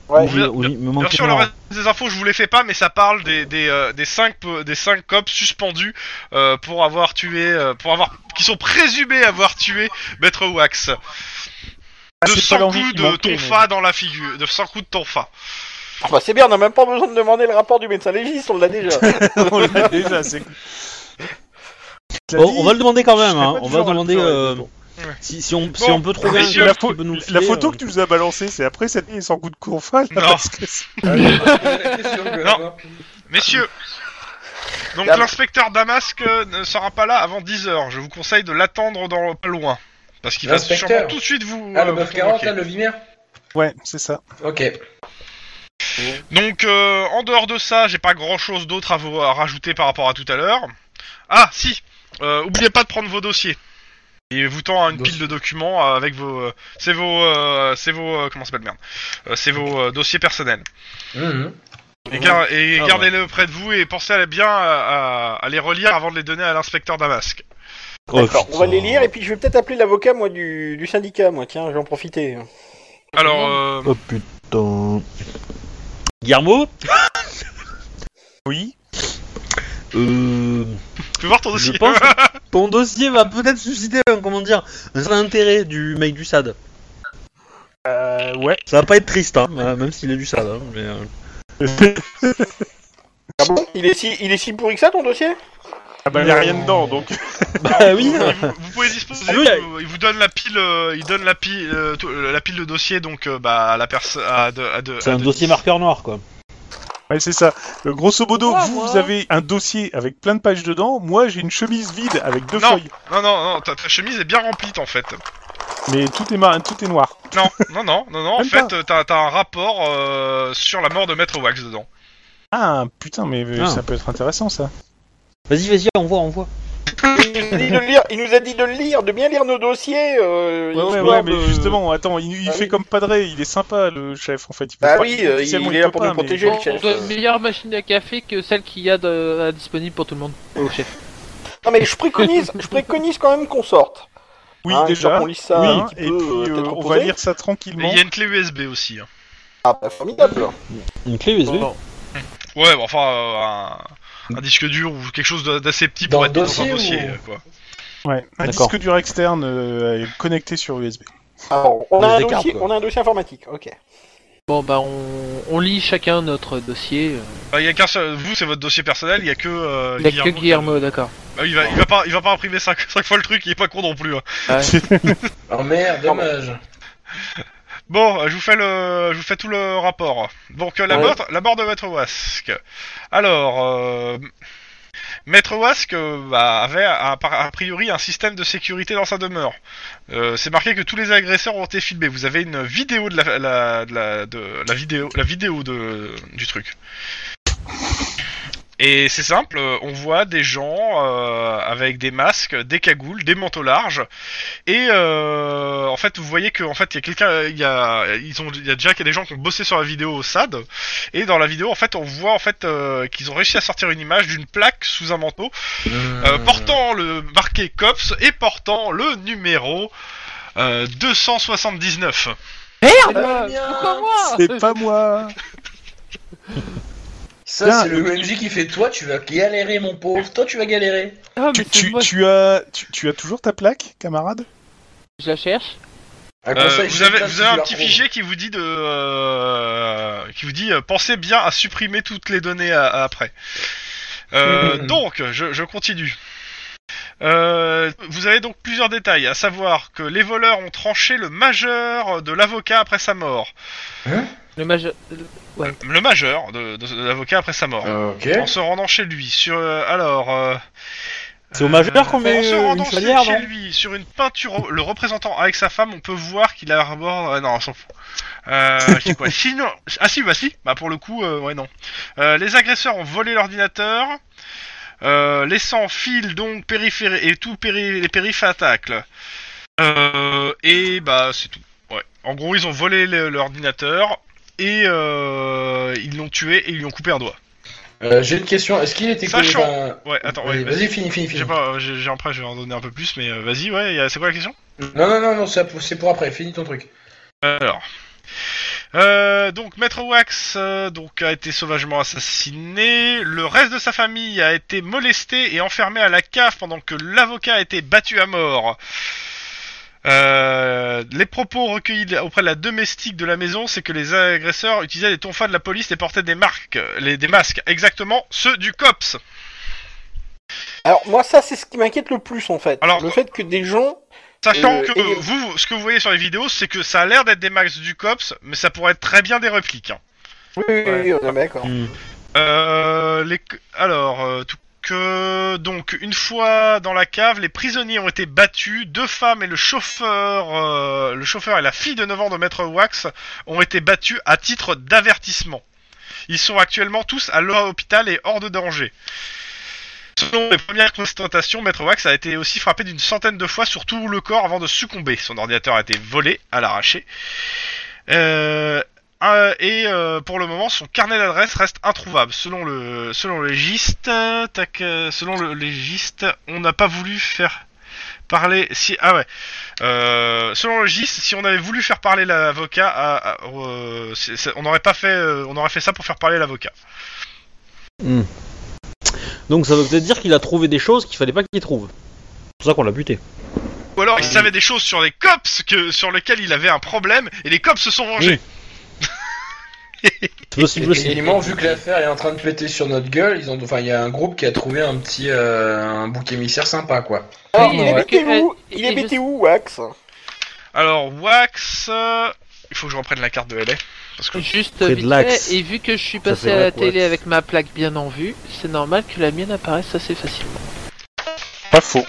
Ouais. Oui, oui, me manque Bien sûr, le rien. reste des infos, je vous les fais pas, mais ça parle des des euh, des cinq pe- des cinq cops suspendus euh, pour avoir tué, euh, pour avoir, qui sont présumés avoir tué Maître Wax. Ah, De c'est pas cent l'envie coups qui de manquait, tonfa dans la figure, de cent coups de tonfa. Ah bah c'est bien, on n'a même pas besoin de demander le rapport du médecin légiste, on l'a déjà. On l'a déjà, c'est cool. Cela Bon, dit, on va le demander quand je même, serais hein. pas On du va genre à le demander faire, euh, mais bon. si, si, on, si Bon, on peut trouver un messieurs, la, truc pho- qui peut nous la filer, photo euh. que tu nous as balancée, c'est après cette nuit sans coup de courfal. Non. Parce que c'est- Non. Messieurs, donc Dame. l'inspecteur Damasque euh, ne sera pas là avant dix heures. Je vous conseille de l'attendre dans pas loin, parce qu'il va L'inspecteur. sûrement tout de suite vous. Ah, euh, le vous neuf quarante, convoquer. là, le Vimer. Ouais, c'est ça. Ok. Donc, euh, en dehors de ça, j'ai pas grand chose d'autre à vous à rajouter par rapport à tout à l'heure. Ah, si, euh, oubliez pas de prendre vos dossiers. Et vous tend une Dossier. pile de documents euh, avec vos, euh, c'est vos, euh, c'est vos, euh, comment ça s'appelle merde, euh, c'est vos euh, dossiers personnels. Mhm. Et, gar- et Ah, gardez-le près de vous et pensez à bien à, à- à les relire avant de les donner à l'inspecteur Damasque. Oh, D'accord, on va putain. les lire et puis je vais peut-être appeler l'avocat moi du, du syndicat, moi tiens, je vais en profiter. Alors, euh, Oh putain. Guillermo, Oui. euh, tu peux voir ton dossier. je pense que ton dossier va peut-être susciter un, comment dire, un certain intérêt du mec du S A D. Euh, ouais. Ça va pas être triste, hein, euh, même s'il est du S A D. Hein, mais, euh... Ah bon il est, si, il est si pourri que ça ton dossier? Ah bah, y a rien dedans, donc. Bah oui. vous, vous- vous pouvez disposer. Ah oui, il y a- vous- il vous donne la pile, euh, il donne la pile, euh, tout- euh, la pile de dossier donc euh, bah à la personne, à de, à de- C'est à un de- dossier marqueur noir, quoi. Ouais, c'est ça. Euh, grosso modo, Moi, vous, moi. vous avez un dossier avec plein de pages dedans. Moi, j'ai une chemise vide avec deux Non. feuilles. Non, non, non, ta, ta chemise est bien remplie en fait. Mais tout est, mar... tout est noir. Non, non, non, non, non. En Même fait, euh, t'as, t'as un rapport euh, sur la mort de Maître Wax dedans. Ah, putain, mais euh, Ah. ça peut être intéressant, ça. Vas-y, vas-y, on voit, on voit. Il nous a dit de le lire, il nous a dit de le lire, de bien lire nos dossiers. Euh, Ouais, ouais, histoire ouais, mais de- justement, attends, il, il Ah fait oui. comme Padré, il est sympa, le chef, en fait. Il peut Bah pas- oui, euh, officiellement, il est là peut pour pas, nous mais- protéger. On le chef, doit euh. une meilleure machine à café que celle qu'il y a de, à disponible pour tout le monde au chef. Non mais je préconise, je préconise quand même qu'on sorte. Oui, Hein, déjà. histoire qu'on lise ça oui, un petit et peu, puis, euh, euh, peut-être on reposer. va lire ça Et tranquillement. il y a une clé U S B aussi. Hein. Ah bah formidable. Une clé U S B. Bon, Ouais, bon, enfin, euh, un, un disque dur ou quelque chose de- d'assez petit pour Dans être le mis dans un dossier dossier. ou- euh, quoi. Ouais, un D'accord. disque dur externe euh, connecté sur U S B. Alors, on a, Des un cartes, dossier, quoi. on a un dossier informatique, ok. bon bah on, on lit chacun notre dossier. euh. Bah, il y a qu'un seul. Vous, c'est votre dossier personnel. Il y a que. Euh, Il y a que Guillermo, d'accord. Bah, il va, il va pas, il va pas imprimer cinq fois le truc. Il est pas con non plus. Hein. Ouais. Oh merde, dommage. Bon, euh, je vous fais le, je vous fais tout le rapport. Donc euh, la Ouais. mort, la mort de Maître Wask. Alors, euh, Maître Wask euh, bah, avait a, a priori un système de sécurité dans sa demeure. Euh, c'est marqué que tous les agresseurs ont été filmés. Vous avez une vidéo de la, la, de la, de la vidéo, la vidéo de du truc. Et c'est simple, euh, on voit des gens euh, avec des masques, des cagoules, des manteaux larges, et euh, en fait vous voyez que en fait il y a quelqu'un, il y a, ils ont, il y a déjà des gens qui ont bossé sur la vidéo au S A D, et dans la vidéo en fait on voit en fait euh, qu'ils ont réussi à sortir une image d'une plaque sous un manteau euh, portant le marqué COPS et portant le numéro euh, deux cent soixante-dix-neuf. Merde pourquoi moi C'est pas moi. Ça, Tiens, c'est le M J qui fait toi, tu vas galérer, mon pauvre. Toi, tu vas galérer. Ah, Tu, mais c'est tu, moi, tu as, tu, tu as toujours ta plaque, camarade? je la cherche. Un Euh, conseil, vous je avez, sais pas vous si avez tu un la petit retrouves. fichier qui vous dit de, euh, qui vous dit, euh, pensez bien à supprimer toutes les données à- à après. Euh, Mhm. Donc, je, je continue. Euh, vous avez donc plusieurs détails, à savoir que les voleurs ont tranché le majeur de l'avocat après sa mort. Le majeur. Ouais. Le majeur de, de- de l'avocat après sa mort. Ok. En se rendant chez lui. Sur, euh, alors. euh, C'est au majeur qu'on En met se euh, rendant une chez, chaudière, chez non? lui, sur une peinture, le représentant avec sa femme, on peut voir qu'il arbore. Euh, non, on s'en fout. Euh, c'est quoi? Sinon, ah si, bah si. Bah pour le coup, euh, ouais non. Euh, les agresseurs ont volé l'ordinateur, euh, laissant fil donc périphérique et tout péri les périphériques. Euh, et bah c'est tout. Ouais. En gros, ils ont volé le- l'ordinateur et euh, ils l'ont tué et ils lui ont coupé un doigt. Euh, J'ai une question. Est-ce qu'il était Sachant- connu d'un- Ouais, attends, Vas-y, ouais, vas-y, finis, finis, J'ai finis. pas, euh, j'ai j'ai- après je vais en donner un peu plus, mais euh, vas-y, ouais. y a- C'est quoi la question? Non, non, non, non, c'est c'est pour après. Finis ton truc. Alors, Euh, donc Maître Wax euh, donc a été sauvagement assassiné. Le reste de sa famille a été molesté et enfermé à la cave pendant que l'avocat a été battu à mort. Euh, les propos recueillis auprès de la domestique de la maison, c'est que les agresseurs utilisaient des tonfas de la police et portaient des marques, les, des masques, exactement ceux du cops. Alors moi ça c'est ce qui m'inquiète le plus en fait. Alors, le fait que des gens... Sachant Euh, que et- vous, ce que vous voyez sur les vidéos, c'est que ça a l'air d'être des masques du cops, mais ça pourrait être très bien des répliques. Hein. Oui, oui, oui, on est d'accord. Hmm. Euh, les... Alors, euh, tout que... Donc, une fois dans la cave, les prisonniers ont été battus. Deux femmes et le chauffeur, euh, le chauffeur et la fille de neuf ans de Maître Wax ont été battus à titre d'avertissement. Ils sont actuellement tous à l'hôpital et hors de danger. Selon les premières constatations, Maître Wax a été aussi frappé d'une centaine de fois sur tout le corps avant de succomber. Son ordinateur a été volé à l'arraché. Euh, euh, et euh, pour le moment, son carnet d'adresse reste introuvable. Selon le, selon le légiste, euh, tac, euh, selon le légiste, on n'a pas voulu faire parler. Si, ah ouais. Euh, selon le légiste, si on avait voulu faire parler l'avocat, à, à, euh, c'est, c'est, on n'aurait pas fait, euh, on aurait fait ça pour faire parler l'avocat. Hmm. Donc ça veut peut-être dire qu'il a trouvé des choses qu'il fallait pas qu'il trouve. C'est pour ça qu'on l'a buté. Ou alors il savait des choses sur les cops que, sur lesquels il avait un problème et les cops se sont vengés. C'est possible aussi. Effectivement, vu que l'affaire est en train de péter sur notre gueule, ils ont, enfin, il y a un groupe qui a trouvé un petit, euh, un bouc émissaire sympa, quoi. Alors, Oui, il est ouais. bêté où Et- Il et est je- bêté où, Wax? Alors Wax, euh, il faut que je reprenne la carte de L A parce que Juste Près de vite l'axe. fait, et vu que je suis Ça passé fait à la vrai, télé ouais. avec ma plaque bien en vue, c'est normal que la mienne apparaisse assez facilement. Pas faux.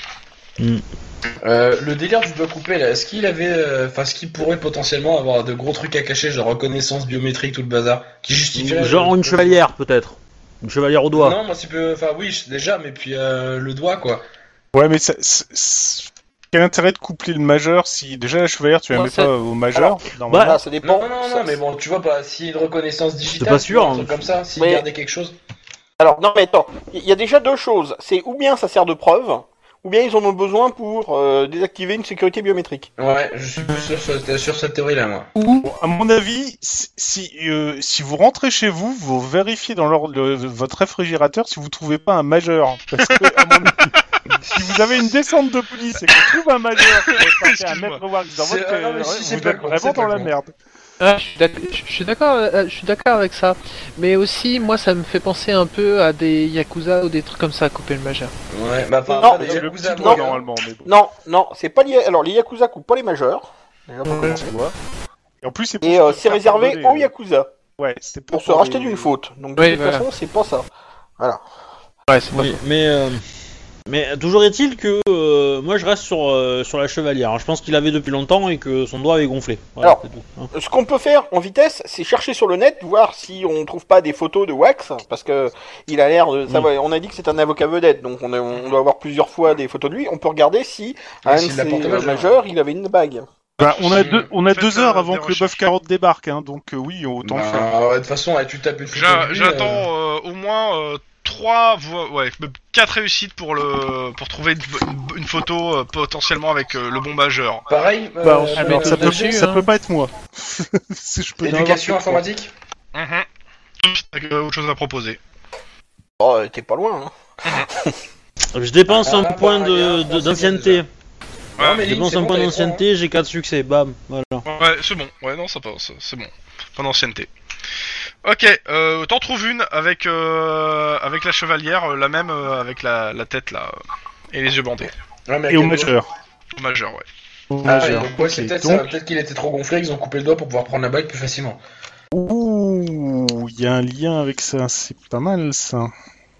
Euh, le délire du doigt coupé, là, est-ce qu'il avait, euh, enfin, est-ce qu'il pourrait potentiellement avoir de gros trucs à cacher, genre reconnaissance biométrique, tout le bazar, qui justifierait... Genre une chevalière peut-être. Une chevalière au doigt. Non, moi, c'est peu, enfin, oui, je- déjà, mais puis euh, le doigt, quoi. Ouais, mais ça, c'est- c'est- quel intérêt de coupler le majeur si déjà la chevalière tu la Non, mets ça- pas au majeur Alors, normalement. Voilà, ça dépend. Non, non, non, Ça- non, mais bon, tu vois pas, s'il y a une reconnaissance digitale, pas tu sûr, vois, un hein. truc comme ça, s'il Mais- gardait quelque chose. Alors, non mais attends, il y a déjà deux choses. C'est ou bien ça sert de preuve, ou bien ils en ont besoin pour euh, désactiver une sécurité biométrique. Ouais, je suis plus sur, ce- sur cette théorie-là, moi. Bon, à mon avis, si si, euh, si vous rentrez chez vous, vous vérifiez dans leur- le- votre réfrigérateur si vous trouvez pas un majeur. Parce que à mon avis, si vous avez une descente de police et qu'on trouve un majeur qui est parti à Excuse-moi. Maître Wax dans C'est- votre ah non, mais si, euh, c'est vous pas êtes con, vraiment c'est pas dans la con. merde. Ah, je suis d'ac- je suis d'accord, euh, je suis d'accord avec ça. Mais aussi, moi, ça me fait penser un peu à des yakuza ou des trucs comme ça à couper le majeur. Ouais, bah, enfin, Non, après, c'est des le Yakuza, petit moi, doigt hein. normalement. Mais bon. Non, non, c'est pas lié. Alors les yakuza coupent pas les majeurs. Déjà pour Ouais. commencer. Et en plus, c'est pour Et se euh, faire c'est réservé pardonner, aux euh. yakuza Ouais, c'est pour se racheter d'une faute. Donc de Oui, toute voilà. façon, c'est pas ça. Voilà. Ouais, c'est pas Oui, mais euh, mais toujours est-il que euh, moi je reste sur euh, sur la chevalière. hein. Je pense qu'il avait depuis longtemps et que son doigt avait gonflé. Voilà, Alors. c'est tout, hein. Ce qu'on peut faire en vitesse, c'est chercher sur le net, voir si on trouve pas des photos de Wax, parce que il a l'air de. Ça, Mm. va- on a dit que c'est un avocat vedette, donc on, a- on doit avoir plusieurs fois des photos de lui. On peut regarder si à Ouais, un de s'il la ses porte euh, majeur. majeurs, il avait une bague. Ben, on a deux, on a Faites, deux euh, heures avant des que le bœuf recherches. carotte débarque, hein, donc euh, oui, autant le faire. Bah, ouais, de toute façon, ouais, tu tapes une photo. J'a- de lui, j'attends euh, euh, au moins euh, trois, voix- ouais, même quatre réussites pour le, pour trouver une, une- une photo euh, potentiellement avec euh, le bon majeur. Pareil, euh, Bah, on se euh, met Alors, ça peut, dessus, ça hein. peut pas être moi. Si je peux en avoir éducation que trois. informatique. Mhm. Avec euh, autre chose à proposer. Oh, euh, t'es pas loin. Hein. Je dépense Ah, un bah, point il y a de, un de- Français d'ancienneté. déjà. Ouais, Non, mais Je Lynn, dépense c'est un bon, point t'as les d'ancienneté, j'ai quatre succès, bam, voilà. Ouais, c'est bon. Ouais, non, ça passe, c'est bon. Pas d'ancienneté. Ok, euh, t'en trouves une avec euh, avec la chevalière, euh, la même euh, avec la, la tête là euh, et les yeux bandés. Ouais, mais à Et au quel majeur. Au majeur, ouais. Au Ah, ouais, majeur. donc ouais, c'est Ok, peut-être donc- ça, peut-être qu'il était trop gonflé, qu'ils ont coupé le doigt pour pouvoir prendre la bague plus facilement. Ouh, il y a un lien avec ça, c'est pas mal ça.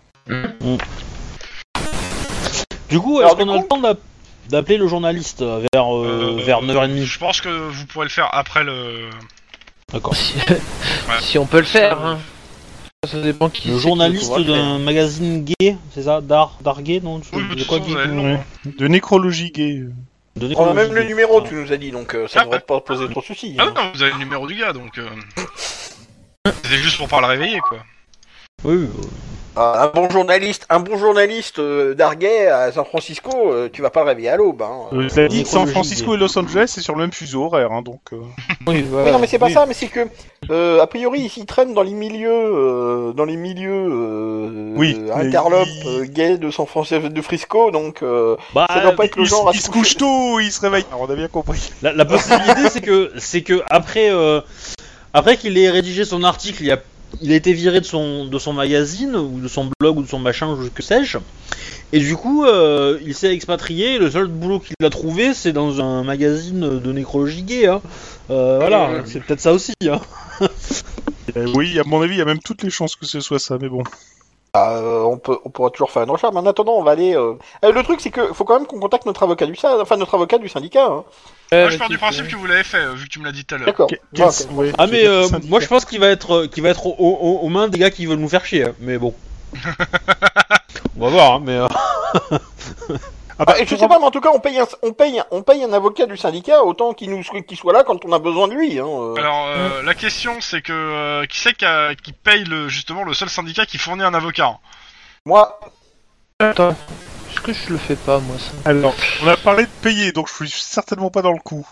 Du coup, Alors, est-ce qu'on du a coup- le temps d'app- d'appeler le journaliste euh, vers, euh, Euh, vers neuf heures trente? Je pense que vous pourrez le faire après le. D'accord. Si, si on peut le faire, hein. Ça dépend qui Le c'est qui journaliste pourra le faire. d'un magazine gay, c'est ça? D'art, d'art gay, non? Oui, mais de De toute quoi façon, gay vous avez le nom. Ouais. De nécrologie gay. De On a nécrologie même le gay. numéro, Ah. tu nous as dit, donc euh, ça Ah, devrait bah. pas poser trop de soucis. Ah hein. non, vous avez le numéro du gars donc. Euh... C'était juste pour pas le réveiller quoi. Oui, oui, oui. Ah, un bon journaliste, un bon journaliste euh, d'Argay à San Francisco, euh, tu vas pas le réveiller à l'aube. Hein. Euh, je l'ai dit que San Nécrologie Francisco gay. et Los Angeles c'est sur le même fuseau horaire, hein, donc. euh, Oui, voilà. Oui, non, mais c'est pas Oui. ça, mais c'est que, euh, a priori, ils s'y traînent dans les milieux, euh, dans les milieux, euh, Oui, euh, mais interlopes, il- euh, gays de San Francisco, de Frisco, donc, euh, Bah, ça doit pas être le Il, genre à il se se coucher. couche tôt, il se réveille. Alors, on a bien compris. La, la possibilité, c'est que, c'est que après, euh, après qu'il ait rédigé son article, il a, il a été viré de son, de son magazine ou de son blog ou de son machin, ou que sais-je. Et du coup, euh, il s'est expatrié. Et le seul boulot qu'il a trouvé, c'est dans un magazine de nécrologie gay. Hein. Euh, voilà, Euh. c'est peut-être ça aussi. Hein. Euh, oui, à mon avis, il y a même toutes les chances que ce soit ça, mais bon. Ah, euh, on peut, on pourra toujours faire une recherche, mais en attendant, on va aller, euh... euh, le truc, c'est que, faut quand même qu'on contacte notre avocat du syndicat, enfin, notre avocat du syndicat, hein. Ouais, Moi, je vas-y, pars du principe ouais. que vous l'avez fait, euh, vu que tu me l'as dit tout à l'heure. D'accord. Qu'est- Ah, qu'est-ce- ok. ouais, Ah tu mais fais euh, le syndicat. moi, je pense qu'il va être, qu'il va être aux, aux- aux mains des gars qui veulent nous faire chier. hein. Mais bon, on va voir. Hein, mais euh, Ah bah, Ah, et je pour sais un- pas, mais en tout cas, on paye un, on paye, un- on paye un avocat du syndicat autant qu'il nous, qu'il soit là quand on a besoin de lui, hein. euh. Alors, euh, la question, c'est que euh, qui c'est qui, a- qui paye le, justement le seul syndicat qui fournit un avocat? Moi, Attends, est-ce que je le fais pas, moi, ça? Alors, on a parlé de payer, donc je suis certainement pas dans le coup.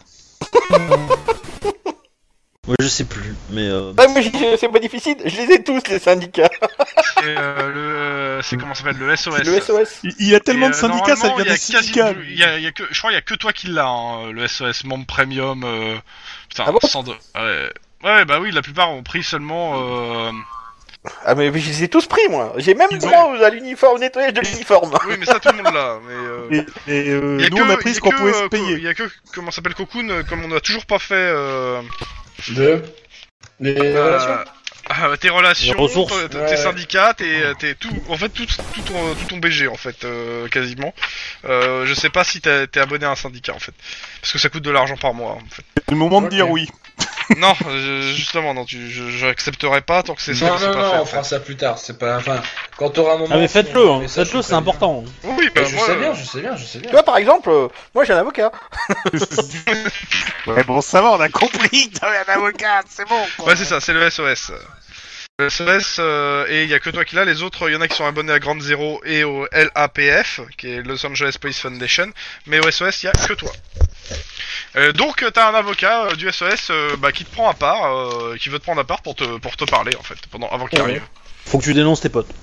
ouais, je sais plus. Mais euh, ouais, mais j'ai- c'est pas difficile, je les ai tous, les syndicats. C'est euh, le, euh, c'est comment ça s'appelle, le S O S. C'est le S O S. Il, il y a tellement Et, de euh, syndicats, ça normalement, devient il y a des quasi- syndicats. il y a- il y a que, je crois qu'il y a que toi qui l'as, hein, le S O S membre premium. Euh... Putain, Ah bon sans de... ouais. ouais, bah oui, la plupart ont pris seulement. Euh... Ah, mais je les ai tous pris, moi. J'ai même Ils droit à l'uniforme, au nettoyage de l'uniforme. Oui, mais ça tout le monde l'a. Mais euh... Et, et, euh, il y a nous, que- on a il pris y ce a qu'on que, pouvait se euh, payer. Il y a que comment ça s'appelle Cocoon, euh, comme on n'a toujours pas fait. Euh... De Les euh, relations ah, tes relations, Les ressources. tes, tes Ouais. syndicats, tes, tes tout, en fait tout, tout ton, tout ton B G en fait, euh, quasiment. Euh, je sais pas si t'es t'es abonné à un syndicat en fait, parce que ça coûte de l'argent par mois en fait. C'est le moment de Ok. dire oui. non, euh, justement non, tu, je, j'accepterai pas tant que c'est ça Non, que c'est non, pas non, fait. on en fera fait. ça plus tard. C'est pas. Enfin, quand t'auras un moment. ah mais faites-le, hein. mais ça, faites-le, je c'est important. Oui, Bah, bah, je moi, sais euh, bien, je sais bien, je sais bien. Tu vois, par exemple, euh, moi j'ai un avocat. Ouais, bon, ça va, on a compris. T'avais un avocat, c'est bon. quoi. Ouais, c'est ça, c'est le S O S. Le S O S, euh, et il y a que toi qui l'as, les autres, il y en a qui sont abonnés à Grande Zero et au L A P F, qui est Los Angeles Police Foundation, mais au S O S, il y a que toi. Euh, donc, euh, t'as un avocat euh, du S O S euh, bah, qui te prend à part, euh, qui veut te prendre à part pour te, pour te parler, en fait, pendant, avant qu'il Ouais. arrive. Faut que tu dénonces tes potes.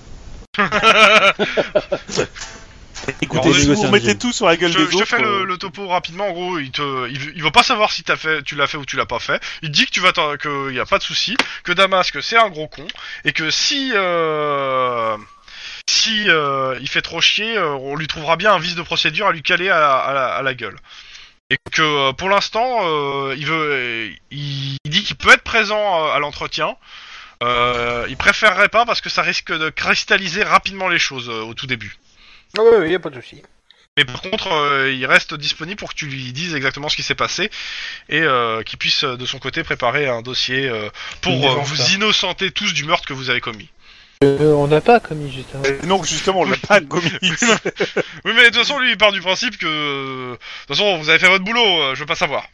Écoutez, Alors, si je- vous remettez tout sur la gueule Je, des je te autres. fais le, euh, le topo rapidement. En gros, il te, il, il va pas savoir si t'as fait, tu l'as fait ou tu l'as pas fait. Il te dit que tu vas, t'en- que y a pas de souci, que Damasque c'est un gros con et que si, euh, si euh, il fait trop chier, euh, on lui trouvera bien un vice de procédure à lui caler à, la- à, la, à la gueule. Et que euh, pour l'instant, euh, il veut, il, il dit qu'il peut être présent euh, à l'entretien. Euh, il préférerait pas parce que ça risque de cristalliser rapidement les choses euh, au tout début. Ah ouais, ouais, y a pas de souci. Mais par contre, euh, il reste disponible pour que tu lui dises exactement ce qui s'est passé et euh, qu'il puisse euh, de son côté préparer un dossier euh, pour Une euh, défense, vous ça. innocenter tous du meurtre que vous avez commis. Euh, on n'a pas commis, justement. euh, Non, justement, on l'a pas commis. Oui, mais de toute façon, lui, il part du principe que... euh, de toute façon, vous avez fait votre boulot, euh, je veux pas savoir.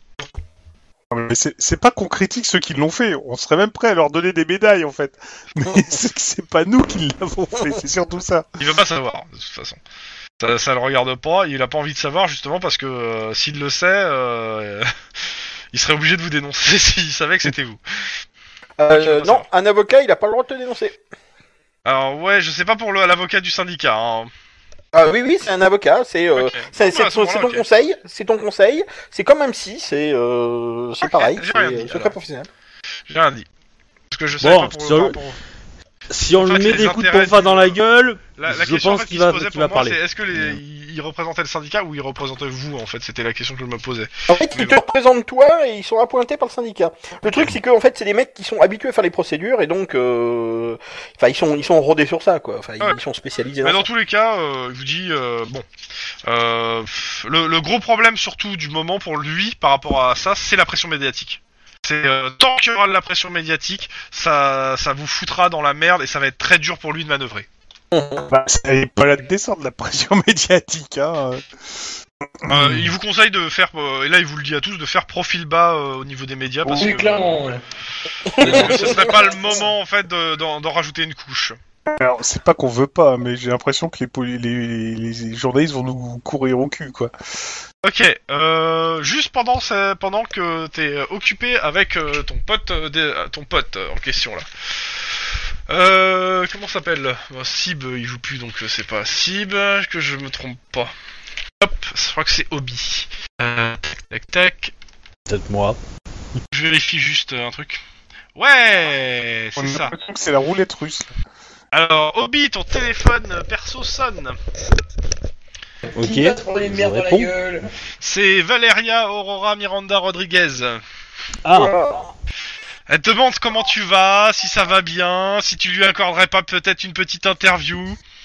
Non, mais c'est c'est pas qu'on critique ceux qui l'ont fait, on serait même prêt à leur donner des médailles en fait. Mais c'est que c'est pas nous qui l'avons fait, c'est surtout ça. Il veut pas savoir, de toute façon. Ça, ça le regarde pas, il a pas envie de savoir, justement, parce que euh, s'il le sait, euh, il serait obligé de vous dénoncer s'il savait que c'était vous. Euh, Je veux pas non, savoir. un avocat, il a pas le droit de te dénoncer. Alors, ouais, je sais pas pour le- l'avocat du syndicat, hein. Ah oui, oui, c'est un avocat, c'est euh, Ok. c'est c'est Ouais, à ce ton, c'est moment-là, ton ok. conseil, c'est ton conseil, c'est comme un psy, c'est euh, c'est Ok, pareil, j'ai c'est rien dit, euh, alors. secret professionnel. J'ai rien dit. Parce que je savais Bon, pas pour, sur le- par rapport- Si on En lui fait, met les des coups de intérêts tonfa du- dans la gueule, La, la je question en pense fait, qu'il qui se va, posait qu'il pour va moi, parler. c'est est-ce que les, Mm. il, il représentait le syndicat ou il représentait vous en fait? C'était la question que je me posais. En fait, Mais ils te bon. représentent toi et ils sont appointés par le syndicat. Le truc, c'est que en fait, c'est des mecs qui sont habitués à faire les procédures et donc, euh... enfin, ils sont ils sont rodés sur ça, quoi. Enfin, ils Ouais. sont spécialisés. Mais Dans dans tous les cas, euh, je vous dis, euh, bon, euh, pff, le, le gros problème surtout du moment pour lui par rapport à ça, c'est la pression médiatique. C'est euh, tant qu'il y aura de la pression médiatique, ça, ça vous foutra dans la merde et ça va être très dur pour lui de manœuvrer. Bah, ça n'est pas là de descendre la pression médiatique, hein. Euh, il vous conseille de faire, euh, et là il vous le dit à tous, de faire profil bas euh, au niveau des médias parce Oui, que, clairement, ouais. parce que ce serait pas le moment en fait de- d'en d'en rajouter une couche. Alors, c'est pas qu'on veut pas, mais j'ai l'impression que les, poli- les, les, les journalistes vont nous courir au cul, quoi. Ok, euh, juste pendant ce- pendant que t'es euh, occupé avec euh, ton pote, euh, des- euh, ton pote euh, en question là. Euh, comment ça s'appelle bon, Sib, il joue plus donc euh, c'est pas Sib, que je me trompe pas. Hop, je crois que c'est Obi. Euh, tac tac tac. Peut-être moi. Je vérifie juste euh, un truc. Ouais, On c'est a ça. l'impression que c'est la roulette russe. Alors Obi, ton téléphone euh, perso sonne. Ok. Qui va te prendre une je merde dans la réponds. gueule? C'est Valeria Aurora Miranda Rodriguez. Ah, Elle te demande comment tu vas, si ça va bien, si tu lui accorderais pas peut-être une petite interview.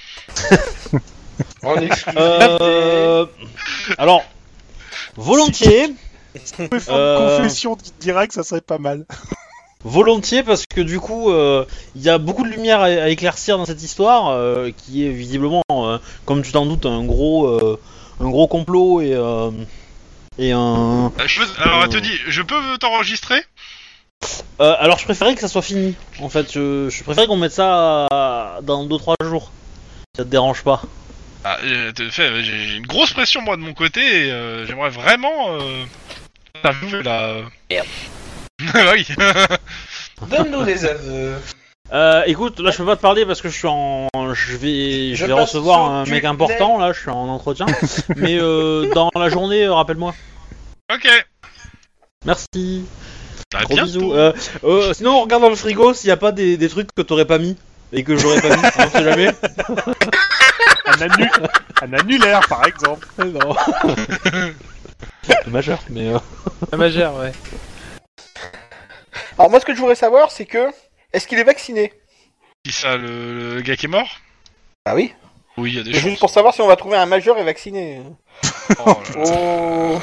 En exclusivité. euh... Alors, volontiers, On peut faire Euh. une confession directe, ça serait pas mal. volontiers parce que du coup, euh, il y a beaucoup de lumière à, à éclaircir dans cette histoire, euh, qui est visiblement, euh, comme tu t'en doutes, un gros, euh, un gros complot et euh, et un. Euh, je peux- alors elle te dit, je peux t'enregistrer? Euh, alors, je préférais que ça soit fini. En fait, je, je préférais qu'on mette ça à- dans deux trois jours. Si ça te dérange pas. Ah, euh, te fait, j'ai j'ai une grosse pression moi de mon côté et euh, j'aimerais vraiment euh, interviewer là. Merde. Oui. Donne-nous des aveux. Euh, écoute, là je peux pas te parler parce que je suis en, je vais, je Je vais passe recevoir sur un du mec important là, je suis en entretien. Mais euh, dans la journée, euh, rappelle-moi. Ok. Merci. À Gros bientôt. bisous. Euh, euh, sinon, on regarde dans le frigo s'il y a pas des, des trucs que t'aurais pas mis et que j'aurais pas mis. On sait jamais. Un, annu... un annulaire, par exemple. Non. Majeur, mais. Euh... La majeure, ouais. Alors moi, ce que je voudrais savoir, c'est que est-ce qu'il est vacciné? Qui ça, le, le gars qui est mort? Ah oui. Oui, il y a des C'est chances. juste pour savoir si on va trouver un majeur et vacciné. Oh, là là. Oh.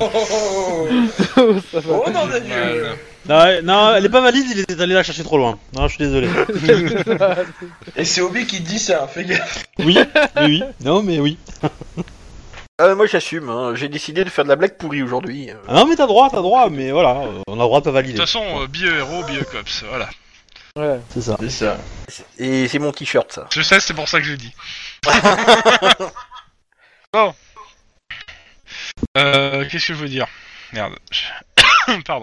Ça va. Oh non de Dieu. Mal. Non, ouais, non, elle est pas valide. Il est allé la chercher trop loin. Non, je suis désolé. Et c'est Obi qui te dit ça, fais gaffe. Oui, oui, oui. Non, mais oui. Euh, moi, j'assume. Hein. J'ai décidé de faire de la blague pourrie aujourd'hui. Ah non, mais t'as droit, t'as droit. Mais voilà, euh, on a le droit de pas De valider. toute façon, euh, bio-héros, bio-cops, voilà. Ouais. C'est ça. C'est ça. Et c'est mon t-shirt, ça. Je sais, c'est pour ça que je le dis. Bon. Euh, qu'est-ce que je veux dire? Merde. Pardon.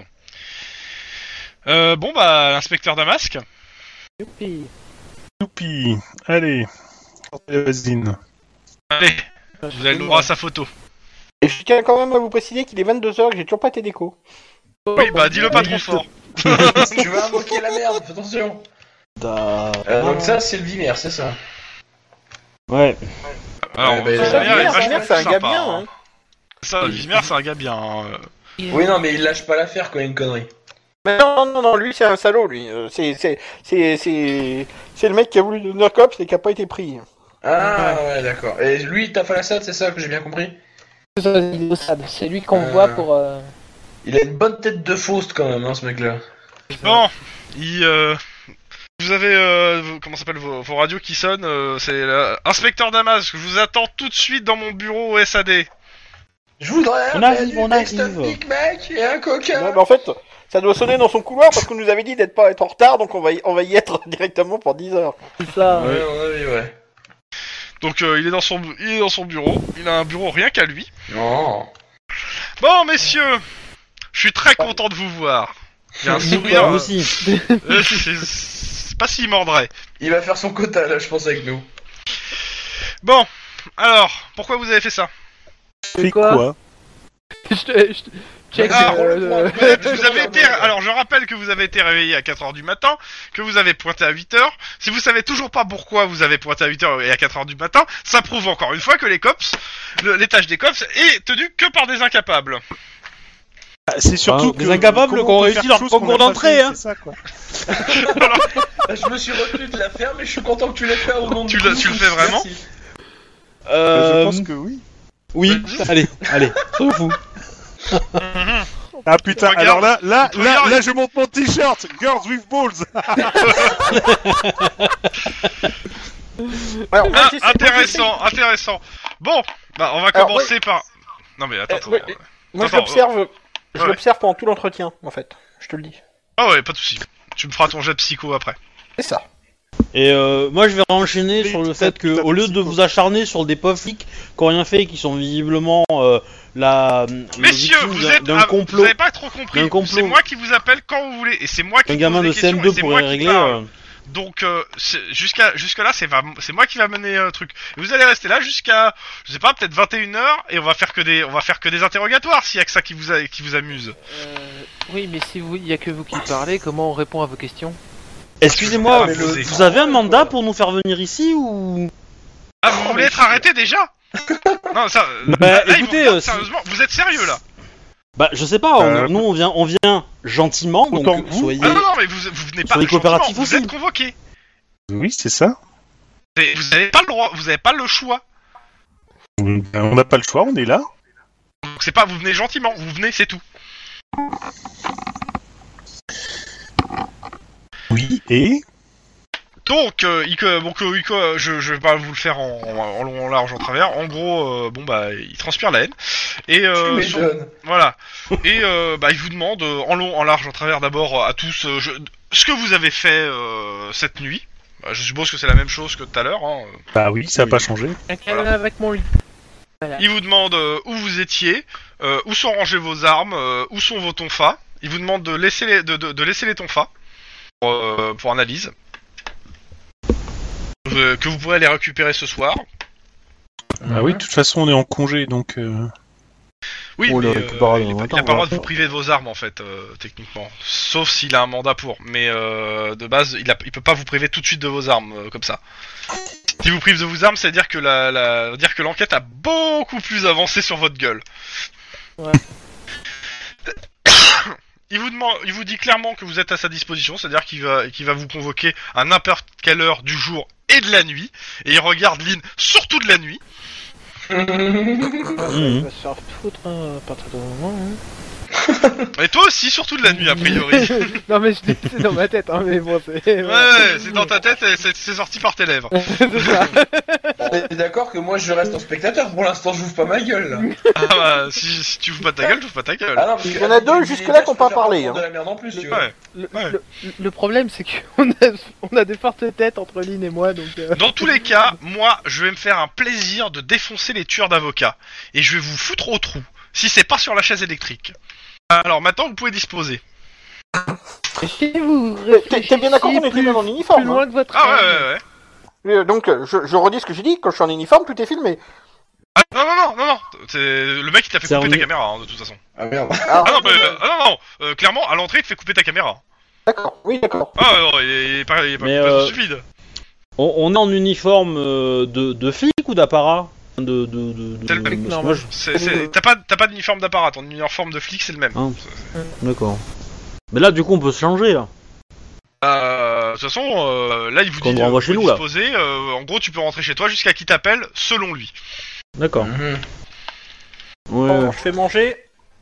Euh, bon bah, l'inspecteur Damasque. Youpi. Youpi. Allez. Sortez la vasine. Allez, vous avez le droit à sa photo. Et je tiens quand même à vous préciser qu'il est vingt-deux heures et que j'ai toujours pas été déco. Oui, bah dis-le pas trop fort. Tu vas invoquer la merde, fais attention. Da- Euh, donc ça, c'est le Vimer, c'est ça. Ouais. Alors, Ouais, bah, Vimer, ça, il est Vimer, vachement Vimer, c'est un gars sympa, bien. hein. Hein. Ça, Vimer, c'est un gars bien. hein. Oui, non, mais il lâche pas l'affaire quand il y a une connerie. Mais non, non, non, lui, c'est un salaud, lui. Euh, C'est, c'est, c'est, c'est, c'est le mec qui a voulu devenir cops et qui a pas été pris. Ah, ouais, d'accord. Et lui, t'as fait la c'est ça que j'ai bien compris? C'est ça, c'est Mossad. C'est lui qu'on Euh. voit pour. euh, Il a une bonne tête de Faust quand même, hein, ce mec-là. Bon, il, euh, vous avez euh, vos- comment ça s'appelle vos, vos radios qui sonnent. euh, c'est l'inspecteur Damasque. Je vous attends tout de suite dans mon bureau au S A D. Je voudrais On un arrive, menu on Best arrive. of Big Mac et un coca. Ouais, bah, en fait, ça doit sonner dans son couloir parce qu'on nous avait dit d'être pas être en retard, donc on va y, on va y être directement pour dix heures. C'est ça. Ouais, ouais, ouais. Donc euh, il est dans son il est dans son bureau. Il a un bureau rien qu'à lui. Non. Bon messieurs, je suis très content de vous voir. Il y a un sourire. Moi euh, aussi. euh, c'est- c'est c'est pas s'il mordrait. Il va faire son quota là, je pense, avec nous. Bon, alors pourquoi vous avez fait ça? Fais quoi quoi? Je te. je te- Check. Ah, euh, Vous, êtes- vous avez été, alors je rappelle que vous avez été réveillé à quatre heures du matin, que vous avez pointé à huit heures. Si vous savez toujours pas pourquoi vous avez pointé à huit heures et à quatre heures du matin, ça prouve encore une fois que les cops, le- les tâches des cops est tenu que par des incapables. Ah, c'est surtout Hein, des que incapables comment qui ont on peut réussi faire leur chose concours qu'on a pas d'entrée, fait, hein. c'est ça, quoi. Je me suis retenu de la faire, mais je suis content que tu l'aies fait au nom de Tu le- tu le fais vraiment? Merci. Euh, Je pense que oui. Oui. Allez, allez. S'en fout. Ah putain, Regarde. alors là, là, là, Regarde. là, je monte mon t-shirt. Girls with balls. Alors, moi, Ah, j'essaie- intéressant, intéressant. Bon, bah on va Alors, commencer par. Non mais attends, Euh, attends. ouais, Moi, je Attends, l'observe, je ouais. l'observe pendant tout l'entretien, en fait. Je te le dis. Ah ouais, pas de souci. Tu me feras ton jet de psycho après. C'est ça. Et euh, moi, je vais enchaîner Oui, sur le tout à- fait que, tout à au lieu fait, de c'est vous acharner sur des pauvres flics qui ont rien fait et qui sont visiblement euh, la les Messieurs, victimes vous d'un- êtes, d'un ah, complot, vous avez pas trop compris. d'un complot. C'est moi qui vous appelle quand vous voulez, et c'est moi qui un pose gamin des de questions, C M et deux c'est pourrait moi qui régler. parle. euh, Donc euh, c'est- jusqu'à jusque là, c'est va- c'est moi qui va mener le truc. Et vous allez rester là jusqu'à, je sais pas, peut-être vingt et une heures, et on va faire que des, on va faire que des interrogatoires s'il y a que ça qui vous a- qui vous amuse. Euh, oui, mais si vous, il y a que vous qui parlez, comment on répond à vos questions? Excusez-moi, Ah, mais vous, le- vous avez un mandat pour nous faire venir ici ou Ah, vous voulez être arrêté déjà? Non, ça. Bah, là, là, ils écoutez, vous regardent euh, si- sérieusement, vous êtes sérieux là? Bah, je sais pas. on- Euh, nous, on vient, on vient gentiment, donc autant que vous. soyez. Ah non, non, mais vous, vous venez pas Sur les coopératifs gentiment, vous aussi. êtes convoqué. Oui, c'est ça. Et vous avez pas le droit, vous avez pas le choix. On n'a pas le choix, on est là. Donc c'est pas, vous venez gentiment, vous venez, c'est tout. Oui, et Donc, euh, il, que- donc euh, il que- je, je vais pas vous le faire en, en, en long, en large, en travers. En gros, euh, bon bah, il transpire la haine. Et euh, Tu son- m'étonnes. voilà. Et euh, bah, il vous demande euh, en long, en large, en travers, d'abord à tous euh, je- ce que vous avez fait euh, cette nuit. Bah, je suppose que c'est la même chose que tout à l'heure. Hein. bah oui, ça n'a Oui. pas changé. Un câlin avec mon lit. Voilà. Il vous demande euh, où vous étiez, euh, où sont rangées vos armes, euh, où sont vos tonfas. Il vous demande de laisser les, de, de, de laisser les tonfas pour, euh, pour analyse. Euh, que vous pourrez les récupérer ce soir. Ah oui, de toute façon, on est en congé, donc. euh, Oui, On mais le euh, récupérera il, dans a, un il a temps, pas le droit voilà. de vous priver de vos armes en fait, euh, techniquement. Sauf s'il a un mandat pour. Mais euh, de base, il, a, il peut pas vous priver tout de suite de vos armes euh, comme ça. Si vous prive de vos armes, c'est à dire que la, la, dire que l'enquête a beaucoup plus avancé sur votre gueule. Ouais. Il vous demande, il vous dit clairement que vous êtes à sa disposition, c'est-à-dire qu'il va, qu'il va vous convoquer à n'importe quelle heure du jour et de la nuit. Et il regarde Lynn surtout de la nuit. Il Mhm. va se faire foutre hein, à partir de moment. Hein. Et toi aussi, surtout de la nuit a priori. non mais je dis c'est dans ma tête, hein, mais bon c'est. Ouais, ouais, c'est dans ta tête et c'est, c'est sorti par tes lèvres. c'est ça. T'es d'accord que moi je reste en spectateur pour l'instant, je j'ouvre pas ma gueule là. Ah bah, si, si tu ouvres pas ta gueule, tu ouvres pas ta gueule. Ah non, parce que Il y en a deux jusque-là qui ont pas parlé, hein. De la merde en plus, tu vois. Ouais. Le, Ouais. le- le problème c'est qu'on a, on a des fortes têtes entre Lynn et moi donc. euh, Dans tous les cas, moi, je vais me faire un plaisir de défoncer les tueurs d'avocats. Et je vais vous foutre au trou, si c'est pas sur la chaise électrique. Alors maintenant, vous pouvez disposer. Si vous T'es t'es bien d'accord qu'on est plus, tous en plus uniforme, hein. loin que votre Ah ouais, haine. ouais, ouais. Euh, Donc, euh, je, je redis ce que j'ai dit, quand je suis en uniforme, tout est filmé. Ah, non, non, non, non, non. C'est le mec qui t'a fait C'est couper un- ta caméra, hein, de toute façon. Ah merde. Ah, Ah non, mais, euh, ah, non, non. Euh, clairement, à l'entrée, il te fait couper ta caméra. d'accord, oui, d'accord. Ah non, il est, il est pas, il est pas Mais, complètement euh, stupide. On, on est en uniforme euh, de, de flic ou d'apparat de, de, de, de- C'est le parce même. que Non, moi, je- C'est, c'est, t'as pas, t'as pas d'uniforme d'apparat, ton uniforme de flic, c'est le même. Hein. D'accord. Mais là, du coup, on peut se changer là. Euh, de toute façon, euh, là, il vous Qu'on dit nous de renvoie vous chez nous, là. disposer. Euh, en gros, tu peux rentrer chez toi jusqu'à qui t'appelle, selon lui. D'accord. Mhm. Ouais. Bon, je fais manger.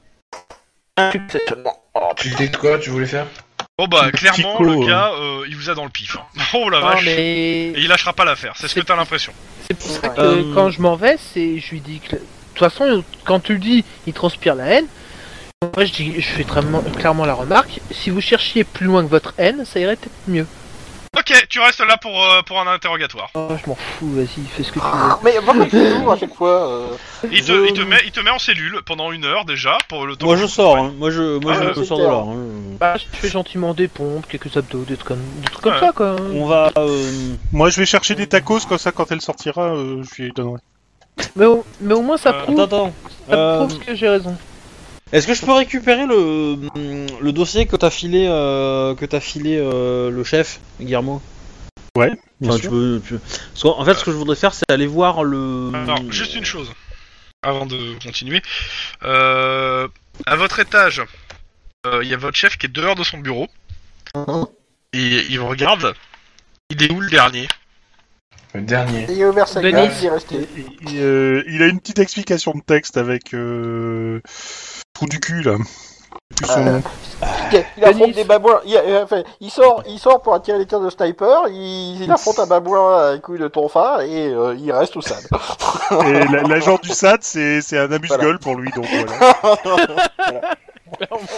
Un succès seulement. Oh, Tu dis quoi, tu voulais faire? Bon bah, Petit clairement, Kiko, le euh. gars, euh, il vous a dans le pif. hein. Oh la Non, vache. mais Et il lâchera pas l'affaire, c'est ce que C'est- t'as l'impression. c'est pour ça que Euh, quand je m'en vais, c'est je lui dis que de toute façon quand tu le dis, il transpire la haine. Moi je dis, je fais très clairement la remarque. Si vous cherchiez plus loin que votre haine, ça irait peut-être mieux. Ok, tu restes là pour, euh, pour un interrogatoire. Oh, je m'en fous, vas-y, fais ce que tu veux. Ah, mais pourquoi tu l'ouvres à chaque fois euh... Il te, Je- il, te met, il te met en cellule pendant une heure déjà, pour le temps. Moi, que je vous- sors. Hein. Moi, je, moi, Ah, je, ouais, je c'est sors de clair. là. hein. Bah, je fais gentiment des pompes, quelques abdos, des trucs comme, des trucs comme Ouais. ça quoi. On va. euh, Moi, je vais chercher des tacos, comme ça, quand elle sortira, euh, je lui donnerai. Mais au, mais au moins ça Euh, prouve, Attends, attends. ça Euh, prouve que j'ai raison. Est-ce que je peux récupérer le, le dossier que t'as filé, euh, que t'as filé euh, le chef, Guillermo? Ouais, bien Enfin, sûr. tu peux, tu- Parce qu'en fait, ce que je voudrais faire, c'est aller voir le. Alors, juste une chose, avant de continuer. Euh, à votre étage, euh, il y a votre chef qui est dehors de son bureau. Mhm. Et il vous regarde. Il est où le dernier? Le dernier. Et il a ouvert sa Denis. gueule, il est resté. Et, euh, il a une petite explication de texte avec euh, trou du cul là. Plus son nom. Il, il affronte Denis. des babouins. Il, euh, enfin, il sort, il sort pour attirer les tirs de sniper. Il, il affronte un babouin à couille de tonfa et euh, il reste au S A D. Et la- l'agent du S A D, c'est c'est un amuse-gueule pour lui, donc voilà. Clairement.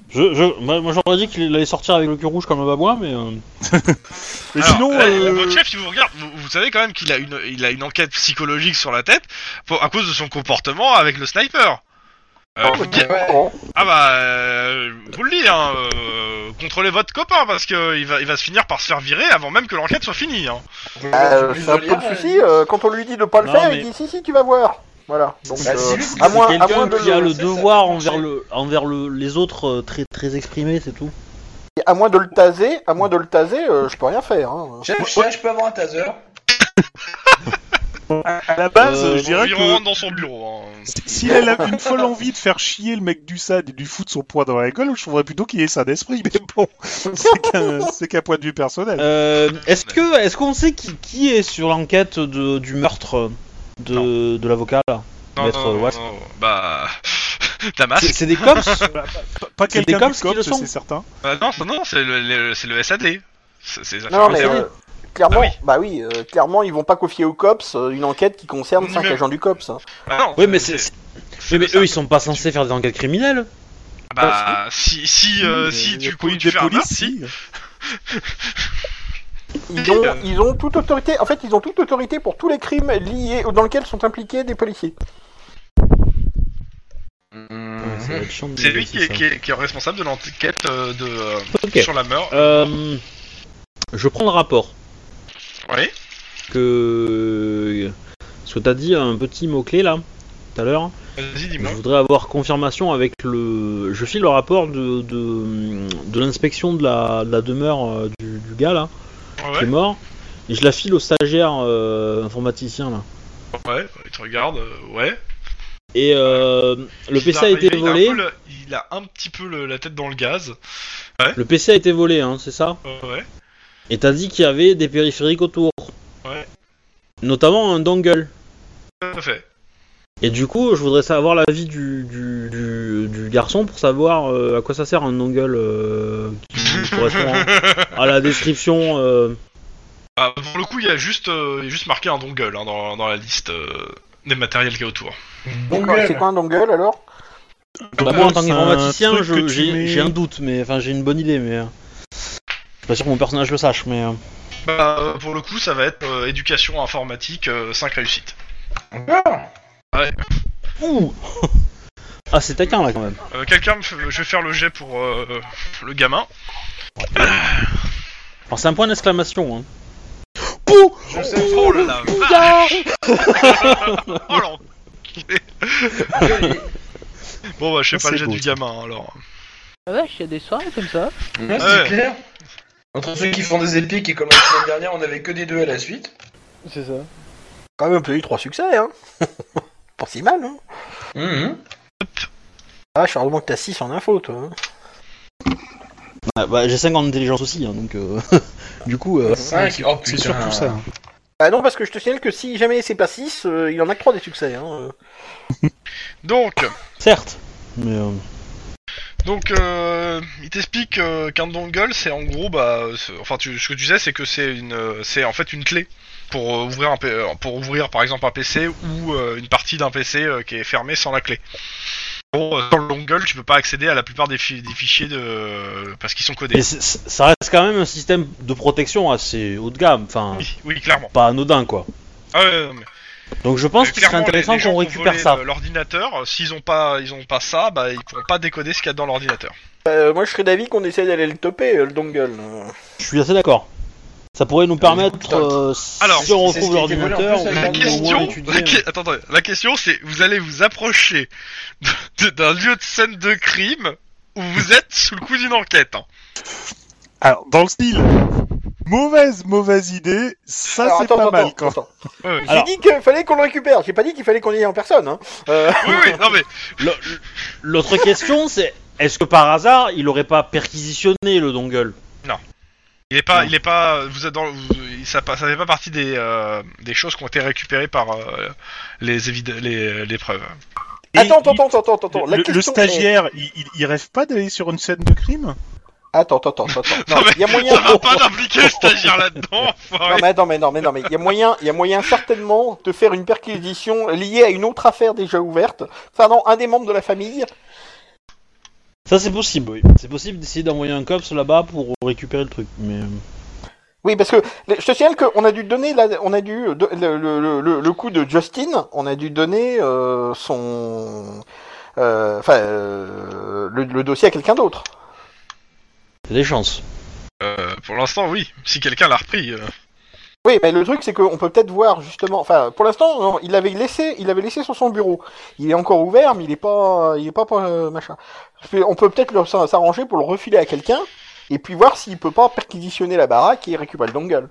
Je, je, moi, moi, j'aurais dit qu'il allait sortir avec le cul rouge comme un babouin, mais... Euh... Mais Alors, sinon, euh, euh, votre chef, il vous regarde, vous, vous savez quand même qu'il a une, il a une enquête psychologique sur la tête pour, à cause de son comportement avec le sniper. Euh, Oh, vous mais dites- bon. ah bah, euh, vous le dis, hein, euh, contrôlez votre copain parce que il va, il va se finir par se faire virer avant même que l'enquête soit finie. Hein. Euh, c'est un peu le souci, euh, quand on lui dit de pas le Non, faire, mais- il dit si si tu vas voir. Voilà. Donc Bah, euh, si lui- à moins, à Quelqu'un moins de qui a le, le ça, devoir ça peut envers, marcher. le, envers le, les autres euh, très, très exprimé, c'est tout. à moins de le taser, à moins de le taser, euh, je peux rien faire. Hein. Chef, chef, je peux avoir un taser? à, à la base, Euh, je dirais il que rentre dans son bureau. Hein. si- s'il a la- une folle envie de faire chier le mec du S A D et de lui foutre son poing dans la gueule, je trouverais plutôt qu'il ait ça d'esprit. Mais bon, c'est qu'un c'est qu'un point de vue personnel. Euh, est-ce que, est-ce qu'on sait qui, qui est sur l'enquête de, du meurtre de, de l'avocat là, Non, Maître non, non, Wask non, bah, Damas. C'est, c'est des cops. Pas, pas c'est des quelqu'un du cops qui le COPS, sont. c'est certain. Bah, non, non, non, c'est le, le- c'est le S A D. C'est, c'est les affaires Non mais internes. euh, clairement, Ah oui. bah oui, euh, clairement ils vont pas confier au cops euh, une enquête qui concerne Ni cinq même- agents du cops. Hein. Ah non, Oui, mais c'est, c'est- c'est oui, mais ça. eux ils sont pas censés faire des enquêtes criminelles. Bah, si, si, euh, Oui, si euh, tu, la police tu des fais un polices, meurtre, si. Ils ont, ils ont toute autorité. En fait, ils ont toute autorité pour tous les crimes liés dans lesquels sont impliqués des policiers. Ça va être chiant de C'est lui négocier qui est, ça. qui, est, qui est responsable de l'enquête euh, de euh, Ok. sur la meurtre. Euh, je prends le rapport Oui. que ce que t'as dit, un petit mot clé là tout à l'heure. Vas-y, Je dis-moi. voudrais avoir confirmation avec le. Je file le rapport de de, de l'inspection de la, de la demeure euh, du, du gars là qui est Ouais. mort et je la file au stagiaire euh, informaticien là. Ouais. Il te regarde. euh, ouais. Et euh, le Il P C a- a été il a un volé. peu le- il a un petit peu le- la tête dans le gaz. Le P C a été volé, hein, c'est ça. Euh, ouais. Et t'as dit qu'il y avait des périphériques autour. Ouais. Notamment un dongle. Tout à fait. Et du coup, je voudrais savoir l'avis du, du, du, du garçon pour savoir euh, à quoi ça sert un dongle euh, qui correspond à, à la description. Euh... Ah, pour le coup, il y a juste, euh, il y a juste marqué un dongle hein, dans, dans la liste euh, des matériels qu'il y a autour. D'accord, c'est quoi un dongle alors? Bah, moi, en tant C'est qu'informaticien, un truc je- que tu j'ai mets- j'ai un doute, mais enfin, j'ai une bonne idée, mais. euh, Je suis pas sûr que mon personnage le sache, mais. euh, Bah, euh, pour le coup, ça va être euh, éducation informatique, euh, cinq réussites. Encore? Ouh Ah, c'est taquin là quand même. Euh, Quelqu'un, me fait- je vais faire le jet pour euh, le gamin. Alors, c'est un point d'exclamation, hein. Je sais. Oh là là, vache. Oh l'enculé. Bon bah je sais Ah, pas le c'est jet beau, du ça. gamin hein, alors. Ah ouais, il y a des soirées comme ça. Ouais, c'est Ouais. clair. Entre ceux qui font des épiques et comme la semaine dernière, on avait que des deux à la suite. C'est ça. Quand même, t'as eu trois succès, hein. Pas si mal, hein. Mhm. Ah, je suis heureusement que t'as six en info, toi. Hein. Ah, bah, j'ai cinq en intelligence aussi, hein, donc. Euh... du coup. Euh... cinq. Oh C'est putain. surtout ça. Ah non, parce que je te signale que si jamais c'est pas six, euh, il en a que trois des succès. Hein. Donc, Certes. Mais. Euh... donc euh, il t'explique euh, qu'un dongle c'est en gros bah, c'est- enfin tu, ce que tu sais c'est que c'est une, euh, c'est en fait une clé pour euh, ouvrir un P- euh, pour ouvrir par exemple un P C ou euh, une partie d'un P C euh, qui est fermée sans la clé. En gros, euh, dans le dongle tu peux pas accéder à la plupart des, fi- des fichiers de parce qu'ils sont codés. Mais c'est- c'est- ça reste quand même un système de protection assez haut de gamme, enfin. Oui, oui clairement. Pas anodin quoi. Ah ouais, non, mais- Donc je pense Euh, qu'il serait clairement, intéressant les- les gens qu'on qui ont récupère volé, ça. euh, L'ordinateur, s'ils ont pas, ils ont pas ça, bah ils pourront pas décoder ce qu'il y a dans l'ordinateur. Euh, moi, je serais d'avis qu'on essaie d'aller le toper, euh, le dongle. Euh. Je suis assez d'accord. Ça pourrait nous permettre, putain. euh, Alors, si on c'est ce retrouve qui a été volé en l'ordinateur, plus avec on La Au peut moins au moins question, l'étudier. la, que- attends, attends, la question c'est, vous allez vous approcher de- de- d'un lieu de scène de crime où vous êtes sous le coup d'une enquête. Hein. Alors, dans le style, mauvaise, mauvaise idée, ça Alors, c'est attends, pas attends, mal attends, quand attends. Ouais, ouais. J'ai Alors- dit qu'il fallait qu'on le récupère, j'ai pas dit qu'il fallait qu'on y aille en personne. Hein. Euh... Oui, oui, non mais Le- L'autre question c'est, est-ce que par hasard il aurait pas perquisitionné le dongle? il est pas, Non. il est pas, vous êtes dans, vous- ça, ça fait pas partie des, euh, des choses qui ont été récupérées par euh, les, évid- les, les preuves. Et Attends, attends, il- attends, attends, attends. La le, question le est- stagiaire, il, il- il rêve pas d'aller sur une scène de crime? Attends, attends, attends, attends. Non, Non, mais il y a moyen. ça va pas d'impliquer le stagiaire là-dedans. Non enfoiré. mais attends, mais non, mais non, mais il y a moyen, il y a moyen certainement de faire une perquisition liée à une autre affaire déjà ouverte. Enfin non, un des membres de la famille. Ça c'est possible, oui. C'est possible d'essayer d'envoyer un cops là-bas pour récupérer le truc, mais... Oui, parce que je te signale qu'on a dû donner, la, on a dû le, le, le, le coup de Justin, on a dû donner euh, son, enfin euh, euh, le, le dossier à quelqu'un d'autre. C'est des chances. Euh, pour l'instant, oui. Si quelqu'un l'a repris. Euh... Oui, mais le truc c'est qu'on peut peut-être voir justement, enfin pour l'instant non, il l'avait laissé, il l'avait laissé sur son bureau. Il est encore ouvert, mais il est pas, il est pas euh, machin. On peut peut-être le, s'arranger pour le refiler à quelqu'un. Et puis voir s'il peut pas perquisitionner la baraque et récupérer le dongle.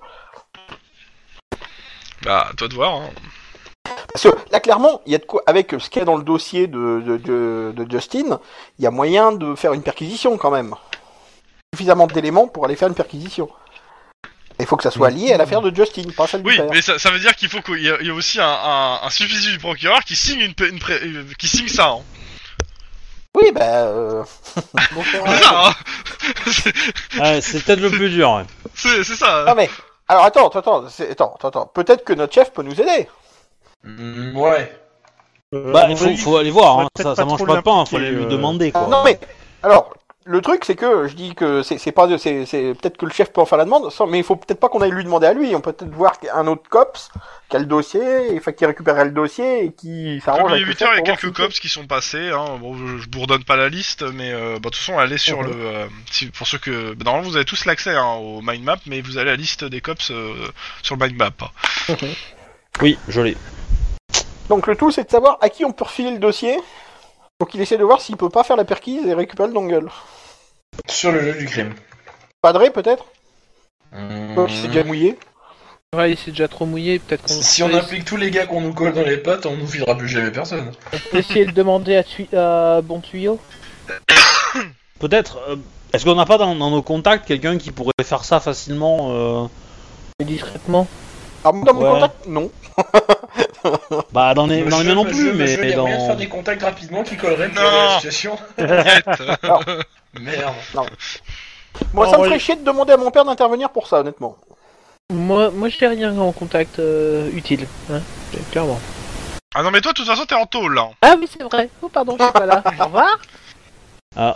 Bah, toi de voir. Hein. Parce que là, clairement, il y a de quoi, avec ce qu'il y a dans le dossier de, de, de, de Justin, il y a moyen de faire une perquisition quand même. Suffisamment d'éléments pour aller faire une perquisition. Il faut que ça soit lié à l'affaire de Justin, pas celle du Oui, père. mais ça, ça veut dire qu'il faut qu'il y ait, il y ait aussi un, un, un substitut du procureur qui signe une, une pré, qui signe ça. Hein. Oui, bah... Euh... bon, c'est ça, hein. Ouais, c'est peut-être le plus dur, ouais. C'est, c'est ça. Non mais... Alors attends, attends, c'est... attends, attends. Peut-être que notre chef peut nous aider. Mmh, ouais. Euh, Bah, à mon il faut, avis, faut aller voir, faudrait hein. peut-être ça, ça pas mange trop pas de pain, l'impliquer, faut aller lui euh. demander, quoi. Non mais... Alors... Le truc, c'est que je dis que c'est, c'est pas, de, c'est, c'est peut-être que le chef peut en faire la demande, sans, mais il faut peut-être pas qu'on aille lui demander à lui. On peut peut-être voir un autre cops qui a le dossier, enfin qui récupérerait le dossier et qui s'arrange Comme il avec est le huit chef heures, il y a pour voir quelques s'il cops qui sont passés. Hein. Bon, je, je bourdonne pas la liste, mais euh, bah, de toute façon, allez sur Mhm. le. Euh, si, pour ceux que. Bah, normalement, vous avez tous l'accès hein, au mind map, mais vous avez la liste des cops euh, sur le mind map. Hein. Oui, je l'ai. peut. Donc le tout, c'est de savoir à qui on peut refiler le dossier. Donc il essaie de voir s'il peut pas faire la perquise et récupérer le dongle. Sur le jeu du crime. Padré, peut-être Mmh. Toi qui s'est déjà mouillé. Ouais, il s'est déjà trop mouillé, peut-être qu'on Si on peut implique tous les gars qu'on nous colle dans les pattes, on nous filera plus jamais personne. essayer de demander à, tui- à Bon Tuyau. Peut-être... euh, est-ce qu'on n'a pas dans, dans nos contacts quelqu'un qui pourrait faire ça facilement euh... Et discrètement. Alors moi, dans mon Ouais. contact, non. Bah, dans les, Le dans les jeu- miens non le plus, jeu- le mais jeu, il y a moyen de dans... faire des contacts rapidement qui colleraient pour Non. la situation. Arrête. Merde. Moi, Non, ça me moi, ferait je- chier de demander à mon père d'intervenir pour ça, honnêtement. Moi, moi j'ai rien en contact euh, utile, hein, clairement. Ah non, mais toi, de toute façon, t'es en tôle là. Ah oui, c'est vrai. Oh, pardon, je suis pas là. Au revoir. Ah,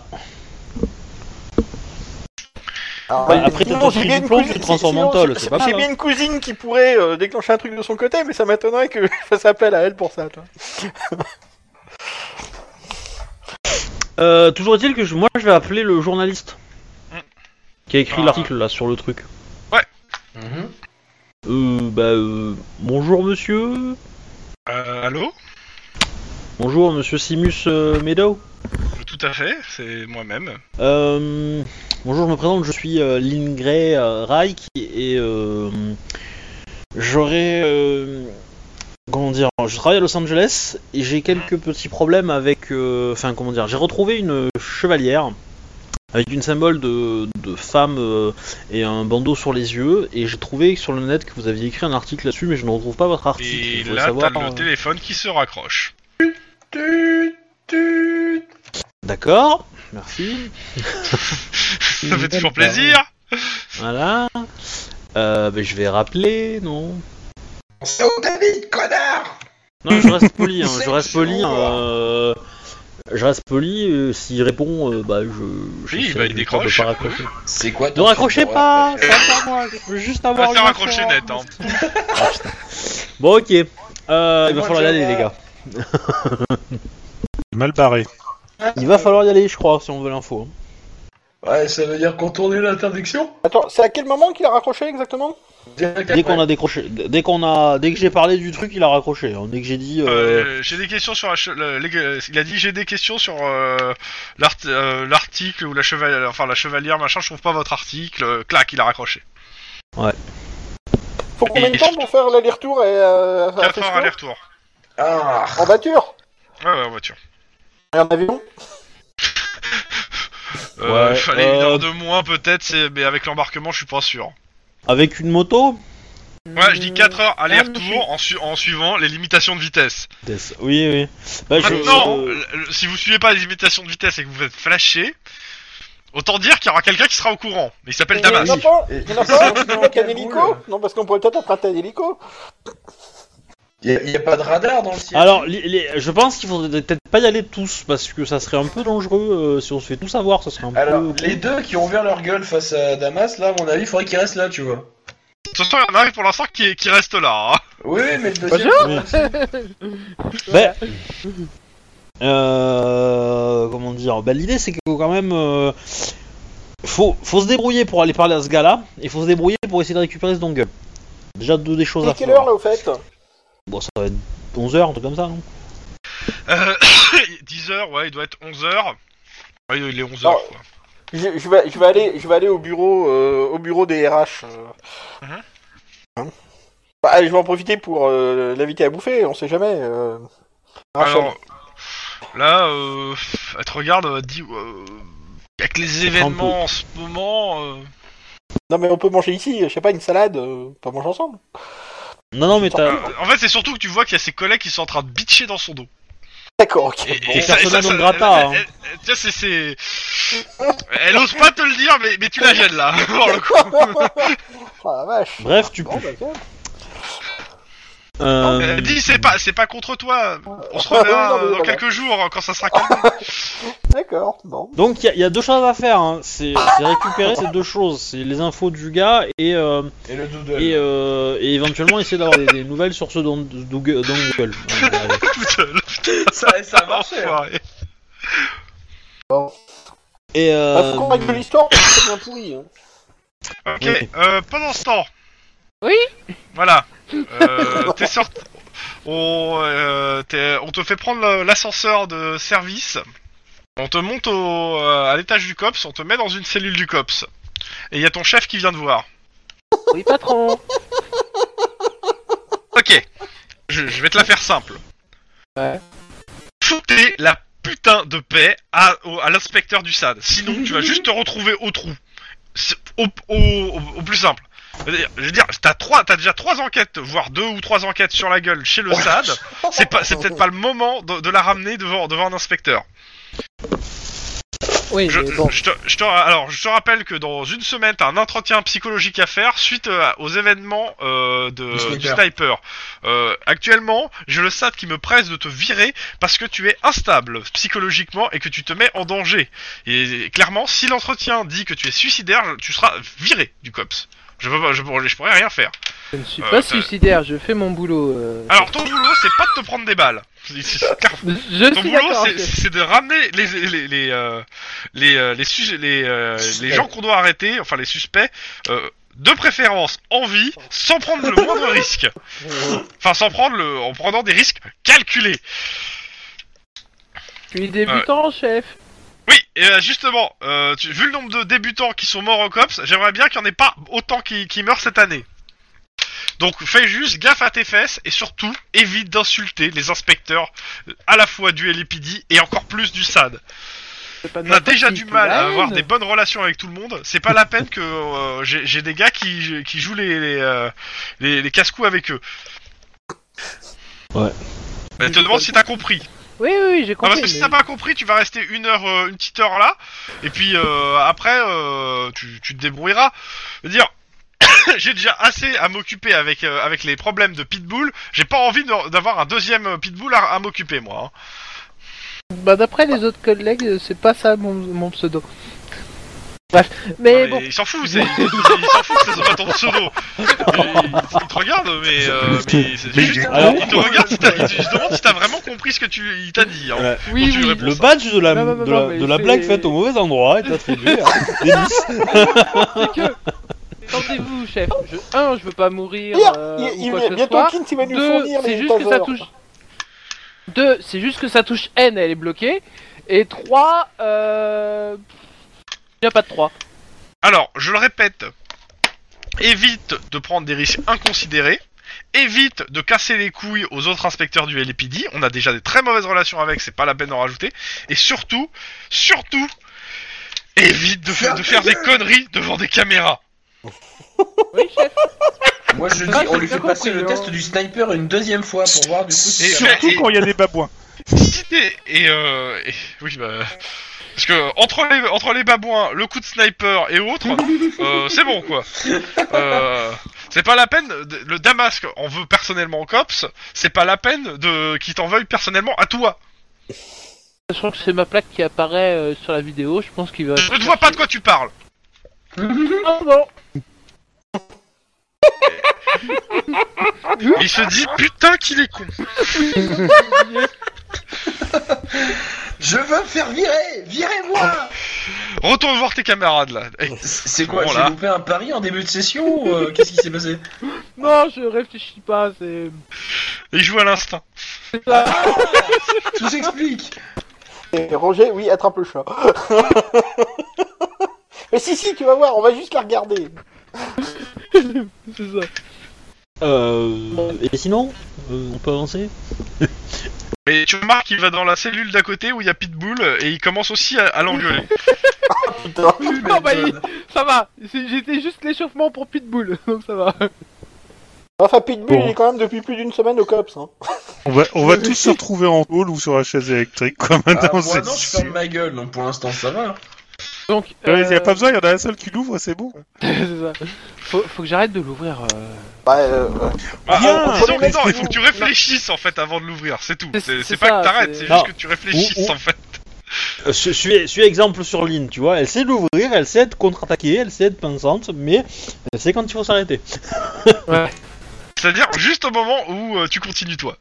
Alors, bah, euh, après, sinon, t'as ton j'ai bien une diplôme, tu cousine- te transformes sinon, en tôle, j'ai- c'est pas J'ai mal, bien hein. une cousine qui pourrait euh, déclencher un truc de son côté, mais ça m'étonnerait que je fasse appel à elle pour ça, toi. Euh, toujours est-il que je- moi, je vais appeler le journaliste Mm. qui a écrit Ah. l'article, là, sur le truc. Mhm. Euh, bah, euh... Bonjour, monsieur. Euh, allô Bonjour, monsieur Simus euh, Meadow. Tout à fait, c'est moi-même. Euh, bonjour, je me présente, je suis euh, Lingray euh, Reich et euh, j'aurais, euh, comment dire, je travaille à Los Angeles et j'ai quelques petits problèmes avec, euh, enfin comment dire, j'ai retrouvé une chevalière avec une symbole de, de femme euh, et un bandeau sur les yeux et j'ai trouvé sur le net que vous aviez écrit un article là-dessus mais je ne retrouve pas votre article. Et Je voulais là, savoir, t'as le euh, téléphone qui se raccroche. Tut, tut. D'accord, merci. Ça fait toujours plaisir. Voilà. Euh, ben, je vais rappeler, non. C'est où David, connard? Non, je reste poli, hein, C'est je reste poli. chaud. Euh, je reste poli. Euh, S'il répond, euh, bah je. je Oui, sais- bah, il je décroche. De pas raccrocher. C'est quoi Ne ton raccrochez film pas, d'horreur c'est pas moi. Je veux juste On avoir. va faire une raccrocher info. net. Hein. Ah, putain. Bon, ok. Euh, il va Moi, falloir y je aller, vois. les gars. Mal barré. Il va falloir y aller, je crois, si on veut l'info. Ouais, ça veut dire contourner l'interdiction? Attends, c'est à quel moment qu'il a raccroché exactement? Direct Dès qu'on après. a décroché, dès qu'on a, dès que j'ai parlé du truc, il a raccroché. hein. Dès que j'ai dit. Euh... Euh, j'ai des questions sur la che- le- les- il a dit j'ai des questions sur euh, l'art- euh, l'article ou la chevalière, enfin la chevalière machin. Je trouve pas votre article. Euh, clac, il a raccroché. Faut combien de temps pour faire l'aller-retour et euh, à quatre Fresno heures aller-retour. Ah. En voiture Ouais, ouais, en voiture. et en avion? Euh, Ouais, fallait euh, une heure de moins peut-être, c'est- mais avec l'embarquement, je suis pas sûr. Avec une moto. Ouais, je dis quatre heures Ah, aller-retour en, su- en suivant les limitations de vitesse. Oui, oui. Bah, je- Maintenant, euh, le- le- si vous suivez pas les limitations de vitesse et que vous êtes flashé, autant dire qu'il y aura quelqu'un qui sera au courant. Mais il s'appelle Il y en Damas. a pas, Et- il y en a pas un qui Dans pilote un quel hélico? boule Non, parce qu'on pourrait peut-être emprunter un hélico. Il n'y a, a pas de radar dans le ciel. Alors, les, les- je pense qu'il faudrait peut-être pas y aller tous, parce que ça serait un peu dangereux, euh, si on se fait tout savoir, ça serait un Alors, peu... les deux qui ont ouvert leur gueule face à Damas, là, à mon avis, il faudrait qu'ils restent là, tu vois. De toute façon, il y en a un pour l'instant qui, qui reste là. Hein. Oui, mais le deuxième... Oui. Ben, euh, comment dire, ben, l'idée c'est que quand même, euh, faut, faut se débrouiller pour aller parler à ce gars-là, et faut se débrouiller pour essayer de récupérer ce dongle. Déjà deux des choses Et à quelle faire. heure là au fait? Bon, ça va être onze heures, un truc comme ça, non? Euh, dix heures, ouais, il doit être onze heures. Ouais, il est onze heures, Non. quoi. Je, je vais, je vais aller, je vais aller au bureau, euh, au bureau des R H. Euh. Mhm. Hein bah, allez, je vais en profiter pour euh, l'inviter à bouffer. On sait jamais. Euh... Rachel. Alors, là, euh, elle te regarde, elle te dit, euh, avec les fait un événements en ce moment... Euh... Non mais on peut manger ici. Je sais pas, une salade. Euh, on peut manger ensemble. Non, non, mais t'as... euh, en fait, c'est surtout que tu vois qu'il y a ses collègues qui sont en train de bitcher dans son dos. D'accord, ok. Et, bon. et ça, et persona ça, non ça- grata, elle- hein. elle- elle- tu vois, c'est, c'est... Elle ose pas te le dire, mais, mais tu la gênes, là, pour le coup. Oh la vache. Bref, tu Bon, pues. bah, tiens. Euh... Elle dit, c'est pas, c'est pas contre toi. On se Ouais, reverra non, mais euh, dans voilà. quelques jours, quand ça sera calme. D'accord, bon. Donc il y, y a deux choses à faire, hein. c'est, c'est récupérer ces deux choses, c'est les infos du gars et, euh, Et le doodle. et, euh, et éventuellement essayer d'avoir des, des nouvelles sur ce don- Dougle. Dongle. Ouais, allez. Tout seul. Ça, ça a marché. hein. Enfoiré. Et Bah, euh... faut qu'on règle l'histoire, parce que c'est bien pourri. Hein. Ok, Oui. euh, pendant ce temps. Oui. Voilà. Euh, t'es sorti. On, euh, t'es- on te fait prendre le- l'ascenseur de service. On te monte au, euh, à l'étage du COPS, on te met dans une cellule du COPS. Et il y a ton chef qui vient te voir. Oui, patron. Ok. Je, je vais te la faire simple. Ouais. Foutez la putain de paix à, au- à l'inspecteur du S A D. Sinon, tu vas juste te retrouver au trou. C'est Au, au, au, au plus simple. Je veux dire- je veux dire, t'as trois, t'as déjà trois enquêtes, voire deux ou trois enquêtes sur la gueule chez le S A D. C'est pas, c'est peut-être pas le moment de, de la ramener devant, devant un inspecteur. Oui, Je, mais bon. je te, je te- alors, je te rappelle que dans une semaine, t'as un entretien psychologique à faire suite euh, aux événements euh, de, Du sniper. du sniper. Euh, actuellement, j'ai le S A D qui me presse de te virer parce que tu es instable psychologiquement et que tu te mets en danger. Et, clairement, si l'entretien dit que tu es suicidaire, tu seras viré du COPS. Je, peux, pas- je, pourrais- je pourrais rien faire. Je ne suis euh, pas euh, suicidaire, je fais mon boulot. euh. Alors, ton boulot, c'est pas de te prendre des balles. C'est- c'est- clair- Je Ton suis boulot, d'accord. c'est, c'est de ramener les les les euh, les euh, les, sus- les, euh, les gens qu'on doit arrêter, enfin les suspects, euh, de préférence en vie, sans prendre le moindre risque. Enfin, sans prendre le, en prenant des risques calculés. Je suis débutant, chef. Oui, et euh, justement, euh, tu- vu le nombre de débutants qui sont morts au COPS, j'aimerais bien qu'il n'y en ait pas autant qui, qui meurent cette année. Donc fais juste gaffe à tes fesses et surtout évite d'insulter les inspecteurs euh, à la fois du L A P D et encore plus du S A D. C'est pas On a n'importe déjà qui du qui mal à la avoir haine. des bonnes relations avec tout le monde. C'est pas la peine que euh, j'ai, j'ai des gars qui, qui jouent les les, euh, les, les casse-coups avec eux. Ouais. Elle te demande si t'as compris. Oui, oui, oui, j'ai Ah, parce compris. que si mais- t'as pas compris, tu vas rester une heure, euh, une petite heure là, et puis euh, après, euh, tu, tu te débrouilleras. Je veux dire, j'ai déjà assez à m'occuper avec euh, avec les problèmes de Pitbull. J'ai pas envie de- d'avoir un deuxième Pitbull à, à m'occuper, moi. Hein. Bah, d'après les autres collègues, euh, c'est pas ça mon, mon pseudo. Bref, mais Non, bon. mais il s'en fout, c'est, il, il- il s'en fout que ce soit pas ton pseudo. Il, il te regarde, mais, euh, mais c'est Mais juste, du Alors- il te regarde, si t'as- il te il te demande si t'as vraiment compris ce que tu, il t'a dit. Hein. Ouais. Oui, tu oui. réponds. Le badge de la, Non, non, non, de non, la, mais de la c'est- blague faite au mauvais endroit est attribué à Denis. C'est que. Attendez-vous, chef. Je, un, je veux pas mourir. Hier, euh, il, ou il, quoi vient- que ce bientôt soit. Kint il va nous Deux, fournir c'est les juste que ça tasers. touche. Deux, c'est juste que ça touche N, elle est bloquée. Et trois, euh. Il n'y a pas de trois. Alors, je le répète, évite de prendre des risques inconsidérés, évite de casser les couilles aux autres inspecteurs du L A P D, on a déjà des très mauvaises relations avec, c'est pas la peine d'en rajouter, et surtout, surtout, évite de, fa- de faire des conneries devant des caméras. Oui, chef. Moi je dis, Ah, on j'ai lui fait bien passer compris, le hein. test du sniper une deuxième fois pour voir du coup si Et- ça mais- marche. Surtout quand il y a des babouins. Si t'es- Et, euh, et- oui, bah... Parce que entre les, entre les babouins, le coup de sniper et autres, euh, c'est bon quoi. Euh, C'est pas la peine, de, le Damasque en veut personnellement au cops, c'est pas la peine de qu'il t'en veuille personnellement à toi. Sachant que c'est ma plaque qui apparaît euh, sur la vidéo, je pense qu'il va... Je ne vois pas de quoi tu parles. Ah bon. Il se dit putain qu'il est con. Je veux me faire virer. Virez-moi. Retourne voir tes camarades là. C'est quoi, Bon, j'ai là. loupé un pari en début de session ou euh, qu'est-ce qui s'est passé? Non, je réfléchis pas, c'est... Il joue à l'instinct. Tout s'explique. Et Roger, oui, attrape le chat. Mais si, si, tu vas voir, on va juste la regarder. c'est ça. Euh, et sinon, euh, on peut avancer. Mais tu remarques qu'il va dans la cellule d'à côté où il y a Pitbull et il commence aussi à, à l'engueuler. Putain. Non, bah, il- ça va, c'est- j'étais juste l'échauffement pour Pitbull, donc ça va. Enfin, Pitbull, Bon. il est quand même depuis plus d'une semaine au cops. Hein. On va, on va tous se retrouver en hall ou sur la chaise électrique, quoi. Ah, Maintenant, moi c'est non, je sûr. ferme ma gueule, donc pour l'instant ça va. Donc, Il n'y euh, a pas besoin, il y en a un seul qui l'ouvre, c'est bon. c'est ça. Faut, faut que j'arrête de l'ouvrir. Euh... Bah, euh, Ah, Bien. en- disons que Prenez- non, il faut que tu réfléchisses en fait avant de l'ouvrir, c'est tout. C'est- C'est c'est c'est pas ça, que t'arrêtes, c'est- c'est Non. juste que tu réfléchisses Ou- ou- en fait. Euh, je, je suis, je suis exemple sur Lynn, tu vois. Elle sait l'ouvrir, elle sait être contre-attaquée, elle sait être pensante, mais elle sait quand il faut s'arrêter. Ouais. C'est-à-dire juste au moment où euh, tu continues toi.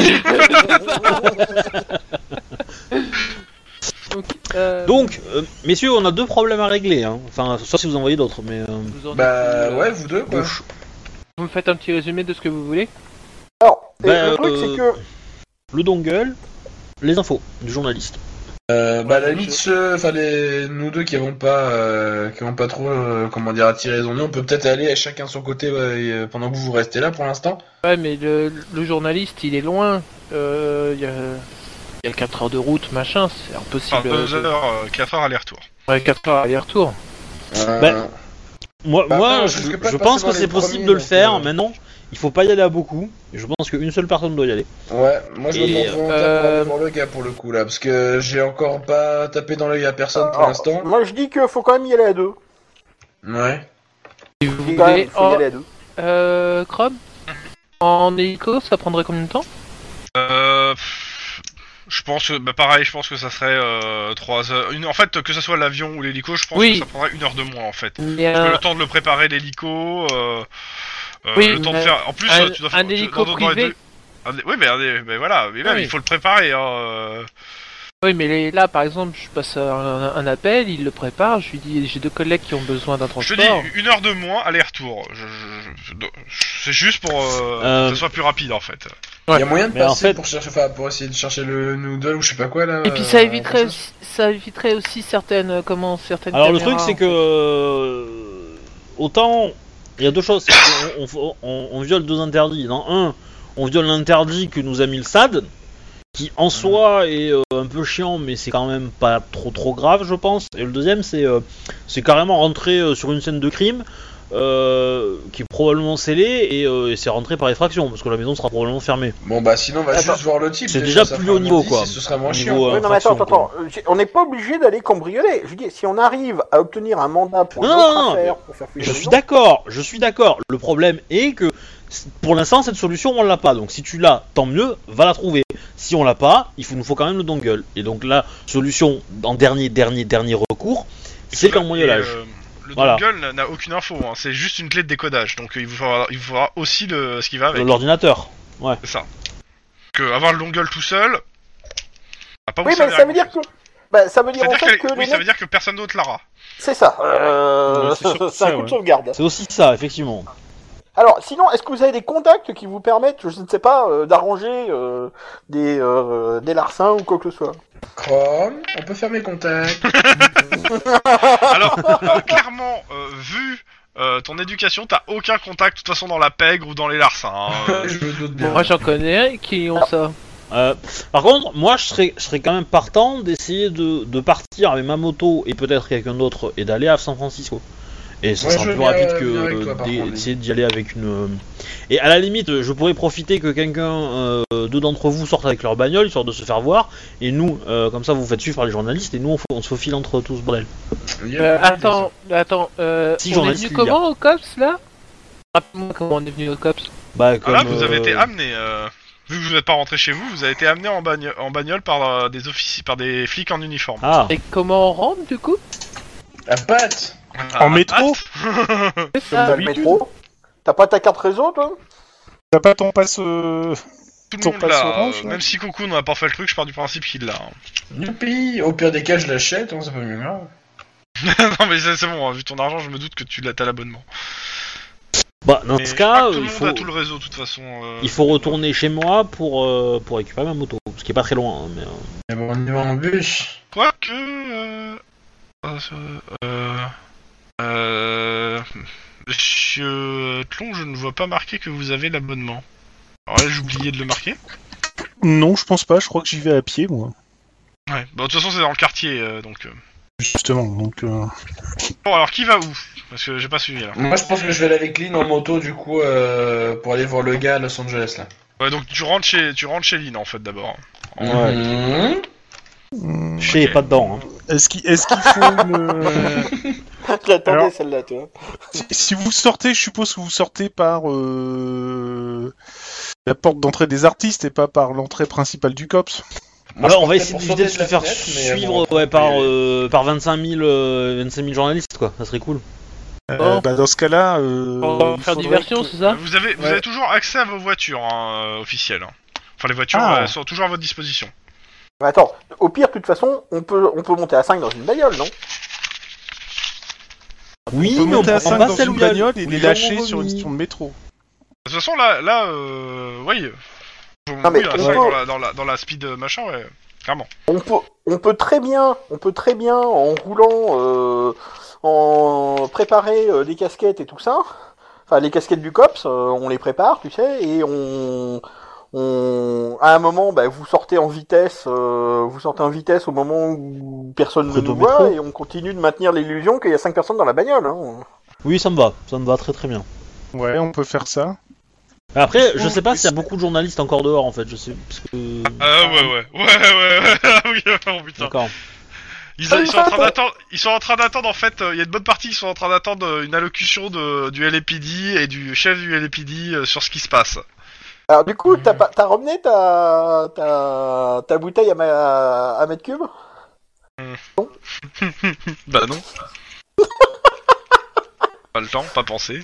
donc, euh, Donc, euh, messieurs, on a deux problèmes à régler. Hein. Enfin, sauf si vous en voyez d'autres, mais. euh, vous en dites, Bah euh, ouais, vous deux quoi. Vous me faites un petit résumé de ce que vous voulez. alors, et Bah, le truc, euh, c'est que... le dongle, les infos du journaliste. Euh, bah à la Ouais, limite, je- ceux- enfin les nous deux qui avons pas, euh, qui avons pas trop, euh, comment dire, attiré les ennuis, on peut peut-être aller à chacun de son côté ouais, et, euh, pendant que vous restez là pour l'instant. Ouais, mais le, le journaliste, il est loin. Euh, Il y a, il y a quatre heures de route, machin, c'est impossible. Enfin, deux heures, euh, quatre heures aller-retour. Ouais, quatre heures aller-retour. Euh, Bah, Moi, Bah, moi après, je, je risque pas je de pense passer dans que les c'est possible premiers, de le donc, faire. euh, Maintenant, il faut pas y aller à beaucoup. Et je pense qu'une seule personne doit y aller. Ouais, moi je me Et, porte volontaire euh, pour aller voir le gars pour le coup là, parce que j'ai encore pas tapé dans l'œil à personne pour alors, l'instant. moi, je dis qu'il faut quand même y aller à deux. Ouais. Si vous Je dis quand même voulez. qu'il faut y Oh, aller à deux. euh, Chrome En hélico, ça prendrait combien de temps? Euh, pff, je pense, que- bah pareil, je pense que ça serait euh, trois heures. Une, en fait, que ça soit l'avion ou l'hélico, je pense Oui. que ça prendrait une heure de moins en fait. Mais Parce que un, le temps de le préparer l'hélico, euh, euh, Oui, le temps de mais faire. En plus, un- euh, tu dois un faire. tu- hélico dans- dans les privé. deux- un hé- oui, mais, un hé- mais voilà, mais même Oui. il faut le préparer. Hein, euh. Oui, mais les- là, par exemple, je passe un, un appel, il le prépare, je lui dis j'ai deux collègues qui ont besoin d'un Je te transport. dis une heure de moins aller-retour. Je, je- je- c'est juste pour euh, Euh, que ce soit plus rapide en fait. Ouais. Il y a moyen de Mais en passer fait- pour chercher, enfin pour essayer de chercher le noodle ou je sais pas quoi là. Et puis ça euh, éviterait, quelque chose. aussi, ça éviterait aussi certaines, euh, comment, certaines. Alors le caméras, truc c'est en que euh, autant il y a deux choses, c'est qu'on- on, on- on viole deux interdits. Dans un, on viole l'interdit que nous a mis le S A D, qui en soi est euh, un peu chiant, mais c'est quand même pas trop trop grave, je pense. Et le deuxième, c'est euh, c'est carrément rentrer euh, sur une scène de crime euh, qui est probablement scellée et, euh, et c'est rentré par effraction parce que la maison sera probablement fermée. Bon bah sinon on va Attends. juste voir le type. C'est déjà, déjà ça plus fera haut un niveau, indice quoi. et ce sera moins Niveau, chiant. euh, Oui, non, mais attends, infraction, attends, attends. euh, j'ai- On n'est pas obligé d'aller cambrioler. Je dis, si on arrive à obtenir un mandat pour Non, une non, autre non, affaire, pour faire fouiller Je la suis maison, d'accord, je suis d'accord. Le problème est que c- pour l'instant cette solution on l'a pas. Donc si tu l'as, tant mieux, va la trouver. Si on l'a pas, il faut, nous faut quand même le dongle. Et donc la solution en dernier, dernier, dernier recours, c'est le cambriolage. Et, euh, le Voilà. dongle n'a- n'a aucune info, hein, c'est juste une clé de décodage. Donc euh, il vous faudra, il vous faudra aussi le, ce qui va avec. L'ordinateur. C'est ça. Que avoir le dongle tout seul, ça va pas vous Oui, mais servir ça à veut dire que. grand-chose. Bah, ça veut dire en C'est-à-dire fait que, que oui, les ça veut mecs. dire que personne d'autre l'aura. C'est ça. Euh... Ouais, c'est surtout c'est un ça, coup de ouais. sauvegarde. C'est aussi ça, effectivement. Alors, sinon, est-ce que vous avez des contacts qui vous permettent, je ne sais pas, euh, d'arranger euh, des, euh, des larcins ou quoi que ce soit? Chrome, on peut faire mes contacts. Alors, euh, clairement, euh, vu euh, ton éducation, t'as aucun contact de toute façon dans la pègre ou dans les larcins. hein. Je me doute bien. Moi j'en connais qui ont ça. Euh, par contre, moi je serais, je serais quand même partant d'essayer de, de partir avec ma moto et peut-être quelqu'un d'autre et d'aller à San Francisco. Et ça Ouais, sera je plus veux rapide bien- que bien avec toi, euh, par d'e- contre. d'essayer d'y aller avec une. euh, Et à la limite, je pourrais profiter que quelqu'un, euh, deux d'entre vous sortent avec leur bagnole, histoire de se faire voir. Et nous, euh, comme ça, vous vous faites suivre par les journalistes et nous, on, f- on se faufile entre tous, bordel. Il y a Euh, pas d'idée, attends, attends, euh, Si, on est journaliste, venu il y a. comment au cops là? Rappelle-moi comment on est venu au COPS. Bah, Ah, comme, là, vous avez euh, été amené. Euh... Vu que vous n'êtes pas rentré chez vous, vous avez été amené en, bagno- en bagnole par euh, des officiers, par des flics en uniforme. Ah, Et comment on rentre du coup? La patte. En métro hâte. C'est T'as ça. le métro. T'as pas ta carte réseau, toi? T'as pas ton passe... euh, Tout le Ton monde passe l'a. orange, euh, là Même si Coco n'a pas fait le truc, je pars du principe qu'il l'a. hein. Youpi. Au pire des cas, je l'achète, hein, c'est pas mieux grave. non mais c'est c'est bon, hein, vu ton argent, je me doute que tu l'as, t'as l'abonnement. bah, dans Mais ce je crois cas, que tout le il monde faut, a tout le réseau de toute façon. euh, il faut retourner chez moi pour, euh, pour récupérer ma moto. Ce qui est pas très loin, hein, mais... euh, Mais bon, on y va en bus. Quoique... Euh... Euh... Euh... Monsieur Tlon, je ne vois pas marqué que vous avez l'abonnement. Alors là, j'ai oublié de le marquer. Non, je pense pas, je crois que j'y vais à pied, moi. Ouais, bah de toute façon c'est dans le quartier, euh, donc... euh. Justement, donc... Euh... Bon alors, qui va où? Parce que j'ai pas suivi, là. Moi, je pense que je vais aller avec Lynn en moto, du coup, euh, pour aller voir le gars à Los Angeles, là. Ouais, donc tu rentres chez, tu rentres chez Lynn, en fait, d'abord. Ouais. Mhm. hum, Je sais, Ok. pas dedans. Hein. Est-ce qu'il est-ce qu'il faut une... Je l'attendais, Alors- celle-là, toi. Si, si vous sortez, je suppose que vous sortez par euh, la porte d'entrée des artistes et pas par l'entrée principale du COPS. Moi, Alors, je on va pensais essayer pour d'éviter de sauter se la faire fenêtre, mais bon, suivre après, ouais, on par, peut y aller. euh, par vingt-cinq mille, euh, vingt-cinq mille journalistes, quoi. Ça serait cool. Euh, Bon. bah, dans ce cas-là... Euh, Pour il faire faudrait diversion, que- c'est ça? Vous avez, vous Ouais. avez toujours accès à vos voitures hein, euh, officielles. hein. Enfin, les voitures Ah. elles sont toujours à votre disposition. Mais attends, au pire, de toute façon, on peut, on peut monter à cinq dans une bagnole, non? Oui, On peut mais on monter à prend cinq pas dans celle une où il y a- bagnole et où les les gens lâcher ont sur une vomi. station de métro. De toute façon, là, là, euh, oui. Faut- Non, mais oui, là, on c'est vrai, peut- dans, la, dans, la, dans la speed euh, machin, ouais. Clairement. On peut, on peut très bien, on peut très bien, en roulant, euh, en préparer euh, des casquettes et tout ça. Enfin, les casquettes du COPS, euh, on les prépare, tu sais, et on, on, à un moment, bah, vous sortez en vitesse, euh, vous sortez en vitesse au moment où personne ne Photo nous voit, métro. et on continue de maintenir l'illusion qu'il y a cinq personnes dans la bagnole. Hein. Oui, ça me va. Ça me va très très bien. Ouais, on peut faire ça. Après, je sais pas s'il y a beaucoup de journalistes encore dehors, en fait. Je sais, parce que... Ah ouais, ouais. Ouais, ouais, ouais. Ah oui, oh putain. D'accord. Ils, ils sont en train d'attendre, ils sont en train d'attendre, en fait, il y a une bonne partie qui sont en train d'attendre euh, une allocution de, du L A P D et du chef du L A P D euh, sur ce qui se passe. Alors, du coup, t'as, pas- t'as ramené ta, ta, ta bouteille à, ma, à mètre cube? Bah non. Pas le temps, pas pensé.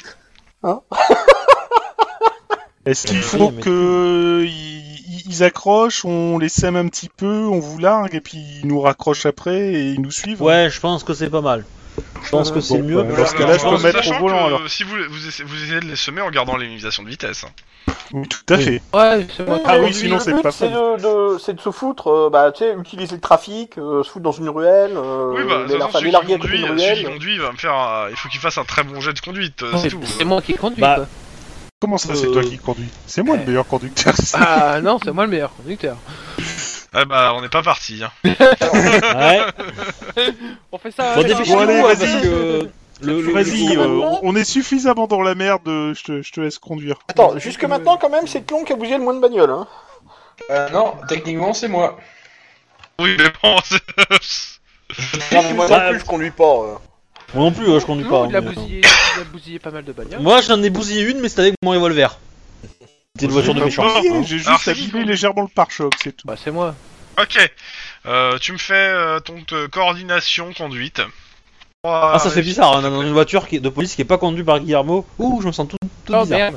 Est-ce qu'il Euh, faut oui, mais- que ils, ils accrochent, on les sème un petit peu, on vous largue et puis ils nous raccrochent après et ils nous suivent? Ouais, je pense que c'est pas mal. Je pense que c'est Bon, mieux. bah, parce ce que cas-là, je Alors, peux mettre sachant au volant, que, alors. Si vous, vous, essayez, vous essayez de les semer en gardant les limitations de vitesse. Oui, tout à Oui. fait. Ouais, c'est moi. Ah Le- oui, sinon le c'est but, pas c'est fun. de, de, c'est de se foutre, euh, bah, tu sais, utiliser le trafic, euh, se foutre dans une ruelle, euh, Oui, bah, de les, toute façon, enfin, celui les qui larguer à côté conduit, d'une celui qui ruelle. conduit, il va me faire, un- il faut qu'il fasse un très bon jet de conduite, euh, c'est C'est tout. c'est moi qui conduis, Bah, quoi. Comment ça, c'est Euh, toi qui conduis? C'est moi le meilleur conducteur. Ah non, c'est moi le meilleur conducteur. Ah bah, on n'est pas parti. Hein. Ouais. On fait ça. Bon, avec dépêchez-vous, Bon, allez, hein, vas-y. parce que... Le, le- Vas-y, le- euh, on- on est suffisamment dans la merde, euh, je te, je te laisse conduire. Attends, jusque maintenant, quand même, c'est Tlon qui a bougé le moins de bagnole, hein. Euh, non, techniquement, c'est moi. Oui, mais bon, c'est... Non, mais moi Bah, non plus, je conduis pas. euh. Moi non plus, euh, je conduis pas. Nous, il a mais, euh, bousillé, il a bousillé pas mal de bagnoles. Moi, j'en ai bousillé une, mais c'était avec mon revolver. C'était une voiture de J'ai méchant. pas oublié, hein. J'ai Alors, juste c'est qui abîmé conduit légèrement le pare-choc, c'est tout. Bah, c'est moi. Ok. Euh, tu me fais euh, ton euh, coordination conduite. Ah, ça fait bizarre, hein, dans une voiture qui est- de police qui est pas conduite par Guillermo. Ouh, je me sens tout, tout Oh bizarre. merde.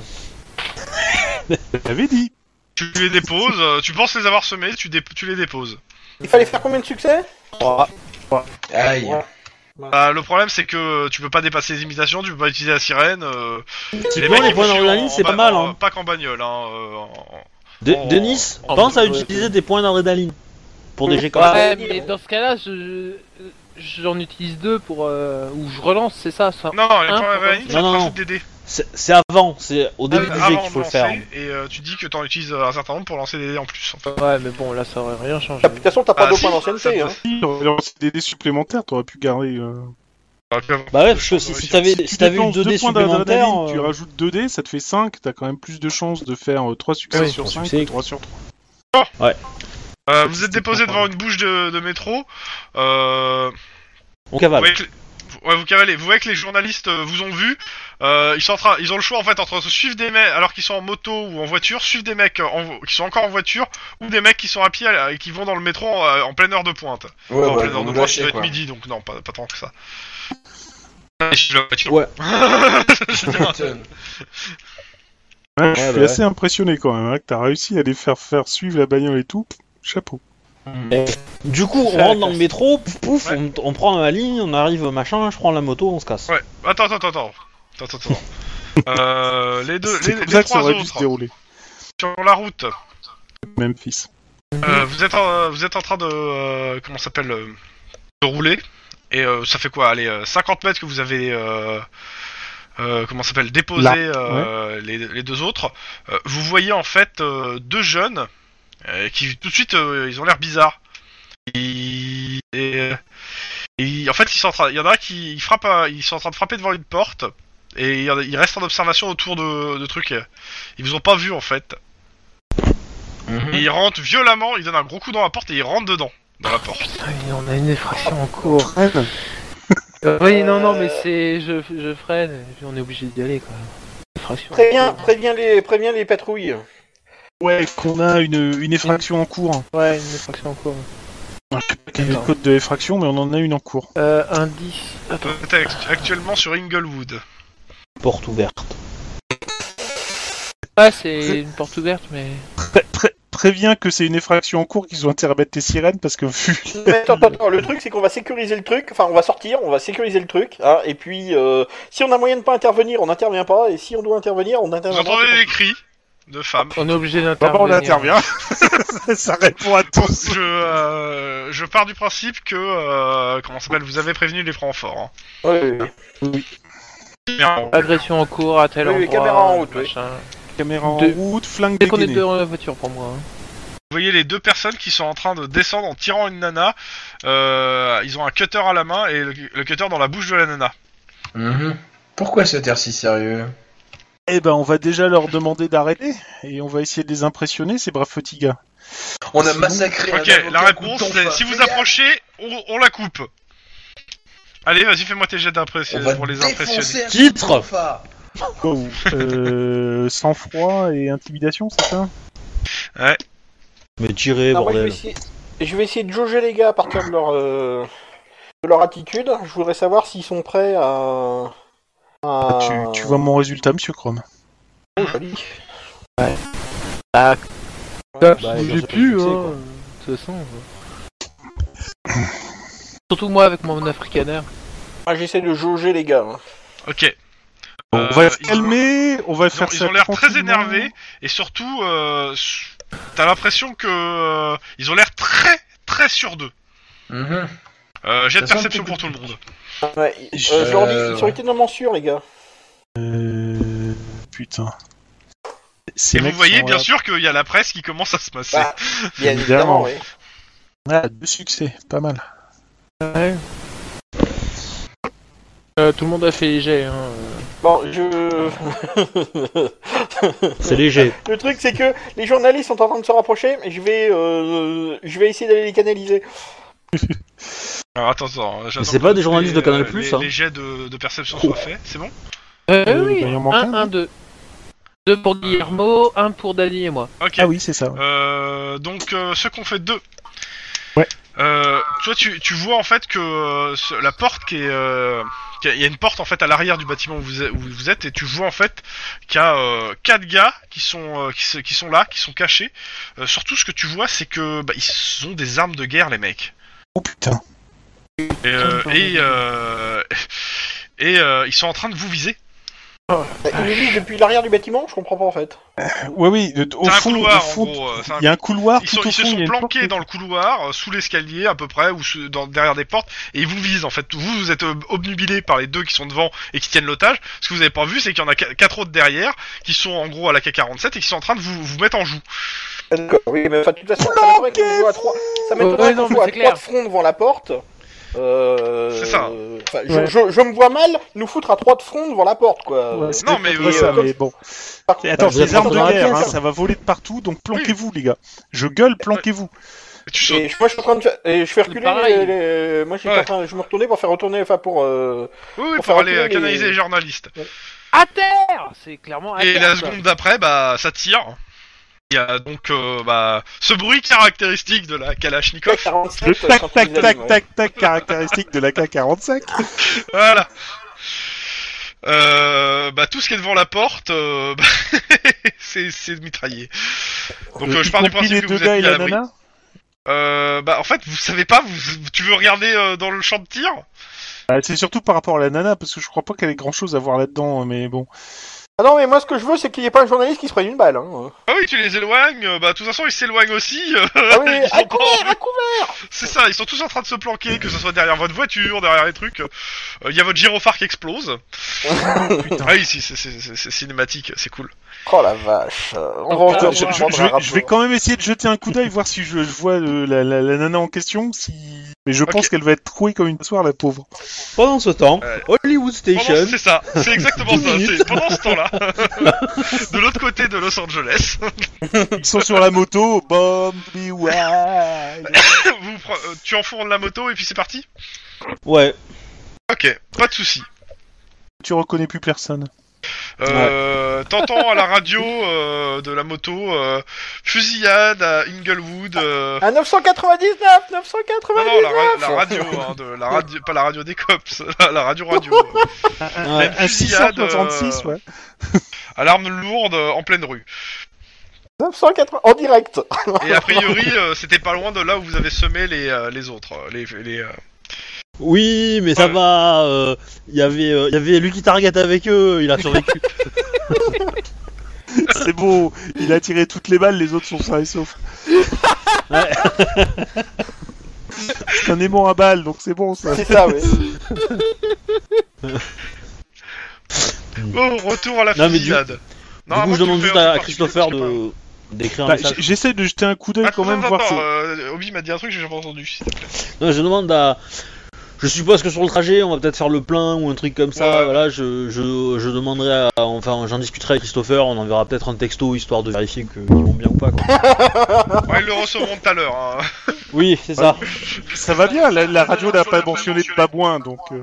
J'avais dit. Tu les déposes, euh, tu penses les avoir semés, tu, dé- tu les déposes. Il fallait faire combien de succès? Aïe. Ouais. Bah, le problème c'est que tu peux pas dépasser les limitations, tu peux pas utiliser la sirène. Euh... Typiquement, les ils points vous suivent d'adrénaline, en- c'est en pas ba- mal. en- Hein. Pas qu'en bagnole. Hein, euh, en- De- Oh. Denis, Oh, pense à ouais, utiliser ouais. des points d'adrénaline pour des jets comme ça. Ouais, mais dans ce cas-là, je j'en utilise deux pour euh, ou je relance, c'est ça, ça. Non, non, les Hein, points d'adrénaline, non, ça te non, rajoute non. des dés. C'est c'est avant, c'est au début Ah, du jet avant qu'il faut de le faire. lancer, Et euh, tu dis que t'en utilises un certain nombre pour lancer des dés en plus. En fait. Ouais, mais bon, là, ça aurait rien changé. De toute façon, t'as pas Ah, de si, points ça d'ancienneté, peut- hein. Si, t'aurais lancé des dés supplémentaires, t'aurais pu garder. Euh... T'aurais pu avoir Bah ouais, plus de parce que chances si, de si réussir. t'avais Si si tu t'avais eu dépenses deux dés points supplémentaires, d'adrénaline, tu euh, rajoutes deux dés, ça te fait cinq, t'as quand même plus de chances de faire euh, trois succès Oui, sur trois cinq succès. que trois sur trois. Euh, vous êtes déposé devant une bouche de, de métro. Euh... on cavale. Vous voyez que, Ouais, vous cavalez. Vous voyez que les journalistes euh, vous ont vu. Euh, ils sont en train, ils ont le choix en fait entre se suivre des mecs alors qu'ils sont en moto ou en voiture, suivre des mecs euh, en, qui sont encore en voiture ou des mecs qui sont à pied euh, et qui vont dans le métro en, en pleine heure de pointe. Ouais, Enfin, en bah, pleine vous heure de nous pointe, lâchez, il doit être quoi. midi, donc non, pas, pas tant que ça. Je suis la voiture. Ouais. Je veux dire, Putain. Ouais, je Ouais, suis bah assez impressionné quand même, hein, que t'as réussi à les faire faire suivre la bagnole et tout. Chapeau. Du coup, on Ça, rentre dans ça, le métro, pouf, pouf, Ouais. on, on prend ma ligne, on arrive machin, je prends la moto, on se casse. Ouais. Attends, attends, attends, attends, attends, attends. euh, les deux, C'est les, comme les ça que ça trois aurait dû se autres dérouler. sur la route. Memphis. Euh, vous êtes, en, vous êtes en train de, euh, comment ça s'appelle, euh, de rouler. Et euh, ça fait quoi, allez, euh, cinquante mètres que vous avez, euh, euh, comment ça s'appelle, déposé Là, euh, les, les deux autres. Euh, vous voyez en fait euh, deux jeunes euh, qui tout de suite, euh, ils ont l'air bizarres. Ils, et, euh, et en fait, ils sont en train, il y en a un qui ils frappe, à- ils sont en train de frapper devant une porte. Et il y en a- ils restent en observation autour de, de trucs. Ils vous ont pas vu en fait. Et ils rentrent violemment, ils donnent un gros coup dans la porte et ils rentrent dedans, dans la porte. Putain, on a une effraction en cours. Euh, oui, non, non, mais c'est. Je, je freine, et puis on est obligé d'y aller, quoi. Effraction. Préviens, préviens les, préviens les patrouilles. Ouais, qu'on a une, une effraction en cours. Ouais, une effraction en cours. Quel est le code de l'effraction, mais on en a une en cours. Euh, indice. Attends. Vous êtes act- actuellement sur Inglewood. Porte ouverte. Ah, c'est une porte ouverte, mais. Pré- pré- préviens que c'est une effraction en cours qu'ils ont intérêt à mettre tes sirènes parce que vu. Mais attends, attends, attends, le truc c'est qu'on va sécuriser le truc, enfin on va sortir, on va sécuriser le truc, hein, et puis euh, si on a moyen de pas intervenir, on n'intervient pas, et si on doit intervenir, on Vous intervient. entendez des cris de femmes. On est obligé Bah, d'intervenir. on intervient. Ça répond à tous. Je, euh, je pars du principe que, euh, comment ça s'appelle, vous avez prévenu les renforts. Hein. Ouais, ouais, ouais. Bien. Agression en cours à tel Oui, oui, endroit. caméra en route, oui. machin. Caméra en De- route, flingue Dès qu'on est dégainé. deux dans la voiture pour moi. hein. Vous voyez les deux personnes qui sont en train de descendre en tirant une nana. Euh, ils ont un cutter à la main et le, le cutter dans la bouche de la nana. Mhm. Pourquoi cet air si sérieux? Eh ben, on va déjà leur demander d'arrêter et on va essayer de les impressionner, ces braves petits gars. On a Sinon- massacré un Ok, avocat la coup de réponse tonfa. c'est si vous Fais gaffe. approchez, on, on la coupe. Allez, vas-y, fais-moi tes jets On d'impression va pour les défoncer impressionner. un Titre. coup de tonfa. Oh, euh, sang-froid et intimidation, c'est ça? Mais tirez, Non, moi, je, vais bordel. essayer... je vais essayer de jauger les gars à partir de leur, euh, de leur attitude. Je voudrais savoir s'ils sont prêts à. à... Tu, tu vois mon résultat, monsieur Chrome. Oh, joli. Ah, Bah, j'ai ils ont plus, succès, hein. quoi. De toute façon. euh. Surtout moi avec mon africaner. Moi, j'essaie de jauger les gars. hein. Ok. On Euh, va se ils- calmer, on va Ils ont, faire ils ça ont l'air très tranquillement. énervés et surtout, euh, t'as l'impression que euh, ils ont l'air très très sûrs d'eux. Mhm. Euh, jet de Ça sent perception un peu pour tout le monde. Ouais, euh, je leur dis, ils sont étonnamment sûrs, les gars. Euh... Putain. Ces Et vous mecs voyez sont bien là- sûr qu'il y a la presse qui commence à se masser. Bah, bien Évidemment. évidemment, oui. Ah, deux succès, pas mal. Ouais. Euh, tout le monde a fait les jets. Hein. Bon, je. C'est léger. Le truc, c'est que les journalistes sont en train de se rapprocher, et je vais, euh, je vais essayer d'aller les canaliser. Alors attends, attends. j'attends c'est que pas des les- journalistes de Canal+, les, hein. les jets de, de perception soient faits, c'est bon? Euh, Euh, oui, bah, il en manque un, un, un, deux. Deux pour Guillermo, un pour Dani et moi. Ok. Ah oui, c'est ça. Euh, donc euh, ceux qu'on fait deux. Ouais. Euh, toi tu, tu vois en fait que euh, ce- la porte qui est, euh, qu'il y a- il y a une porte en fait à l'arrière du bâtiment où vous êtes, où vous êtes et tu vois en fait qu'il y a euh, quatre gars qui sont euh, qui, se- qui sont là, qui sont cachés. Euh, surtout ce que tu vois c'est que bah, ils ont des armes de guerre les mecs. Oh putain. Et euh, et, euh, et euh, ils sont en train de vous viser. Ils me visent depuis l'arrière du bâtiment, je comprends pas en fait. Ouais, oui, de- au C'est un fond, couloir au fond, en gros. euh, c'est un il y a un couloir Ils, tout sont, au ils se fond, il y sont a une planqués porte. dans le couloir, euh, sous l'escalier à peu près, ou sous- dans, derrière des portes, et ils vous visent en fait. Vous, vous êtes euh, obnubilés par les deux qui sont devant et qui tiennent l'otage. Ce que vous avez pas vu, c'est qu'il y en a qu- quatre autres derrière, qui sont en gros à la K quarante-sept et qui sont en train de vous, vous mettre en joue. D'accord, oui, mais enfin, de toute façon, ça m'étonnerait qu'on joue à trois. Ça m'étonnerait Ouais, non, qu'on mais joue à c'est trois clair. de front devant la porte. Euh... C'est ça. enfin, je, Ouais. je, je me vois mal nous foutre à trois de front devant la porte, quoi. Ouais, c'est Non, peut-être mais, pas vrai, euh, ça, comme- mais bon. Par- Et attends, vous êtes des armes de rentrés dans la guerre, pièce. hein, ça va voler de partout, donc planquez-vous, les gars. Je gueule, planquez-vous. Tu sautes. Et je- moi je suis en train de faire, et je fais reculer pareil. les, les- moi je suis Ouais. en train, je me retournais pour faire retourner, enfin pour. Euh... Oui, oui, Pour pour, faire aller euh, reculer les- canaliser les journalistes. À terre. C'est clairement à Et terre. la quoi. seconde d'après, bah, ça tire. Il y a donc euh, bah, ce bruit caractéristique de la Kalachnikov. quarante-sept, Le tac quand tac ils tac allument, ouais. tac tac caractéristique de l'A K quarante-cinq. Voilà. Euh, bah, tout ce qui est devant la porte, euh, bah, c'est, c'est mitraillé. Donc, euh, je Y pars du compris principe les que deux vous gars êtes et mis à la l'abri. nana. Euh, bah, en fait, vous savez pas, vous, tu veux regarder euh, dans le champ de tir? Ah, c'est surtout par rapport à la nana parce que je crois pas qu'elle ait grand chose à voir là-dedans, mais bon. Ah non, mais moi ce que je veux, c'est qu'il n'y ait pas un journaliste qui se prenne une balle. Hein. Ah oui, tu les éloignes, euh, bah, de toute façon, ils s'éloignent aussi. euh, Ah oui, ils sont à pas- couvert, à couvert. C'est ça, ils sont tous en train de se planquer, que ce soit derrière votre voiture, derrière les trucs. Il euh, y a votre gyrophare qui explose. Ah oui, si, c'est, c'est, c'est, c'est cinématique, c'est cool. Oh la vache. euh, On va Donc, encore je, je- prendre je un vais, je vais rapport. quand même essayer de jeter un coup d'œil, voir si je, je vois euh, la, la, la nana en question. Si... Mais je pense Ok. qu'elle va être trouée comme une passoire, la pauvre. Pendant ce temps, Ouais. Hollywood Pendant, Station. c'est ça, c'est exactement dix ça. minutes. C'est pendant ce temps-là, de l'autre côté de Los Angeles, Ils sont sur la moto, bomb, be wild. vous, pre- euh, tu enfournes la moto et puis c'est parti. Ouais. Ok, pas de souci. Tu reconnais plus personne. Euh, T'entends à la radio euh, de la moto euh, fusillade à Inglewood. Euh... À neuf cent quatre-vingt-dix-neuf, neuf cent Non, quatre-vingt-dix-neuf. non, la, ra- la radio, hein, de, la radio, pas la radio des cops, la, la radio radio. euh, Ouais. Un six cent fusillade, soixante-six, euh, ouais. à l'arme lourde euh, en pleine rue. neuf cent quatre-vingts, en direct. Et a priori, euh, c'était pas loin de là où vous avez semé les, euh, les autres. euh, Les, les, euh, Oui, mais ça Ouais. va. euh, Il y avait, euh, il y avait Lucky Target avec eux. Il a survécu. C'est beau. Il a tiré toutes les balles, les autres sont sains et saufs. Ouais. C'est un aimant à balles, donc c'est bon ça. C'est ça, oui. Oh, retour à la Non, mais du- fusillade. Du Normalement, coup, je tu demande fais juste un à truc Christopher particulier, de d'écrire un Bah, message. j- J'essaie de jeter un coup d'œil Attends, quand même, attends, voir attends, si... euh, Obi m'a dit un truc que j'ai pas entendu, s'il te plaît. Non, je demande à. Je suppose que sur le trajet, on va peut-être faire le plein ou un truc comme ça. Ouais. Voilà, je, je, je demanderai à. Enfin, j'en discuterai avec Christopher. On enverra peut-être un texto histoire de vérifier que- qu'ils vont bien ou pas. Quoi. Ouais, ils le recevront tout à l'heure. Hein. Oui, c'est ça. Ça va bien, la, la radio n'a pas mentionné de babouin, donc... euh,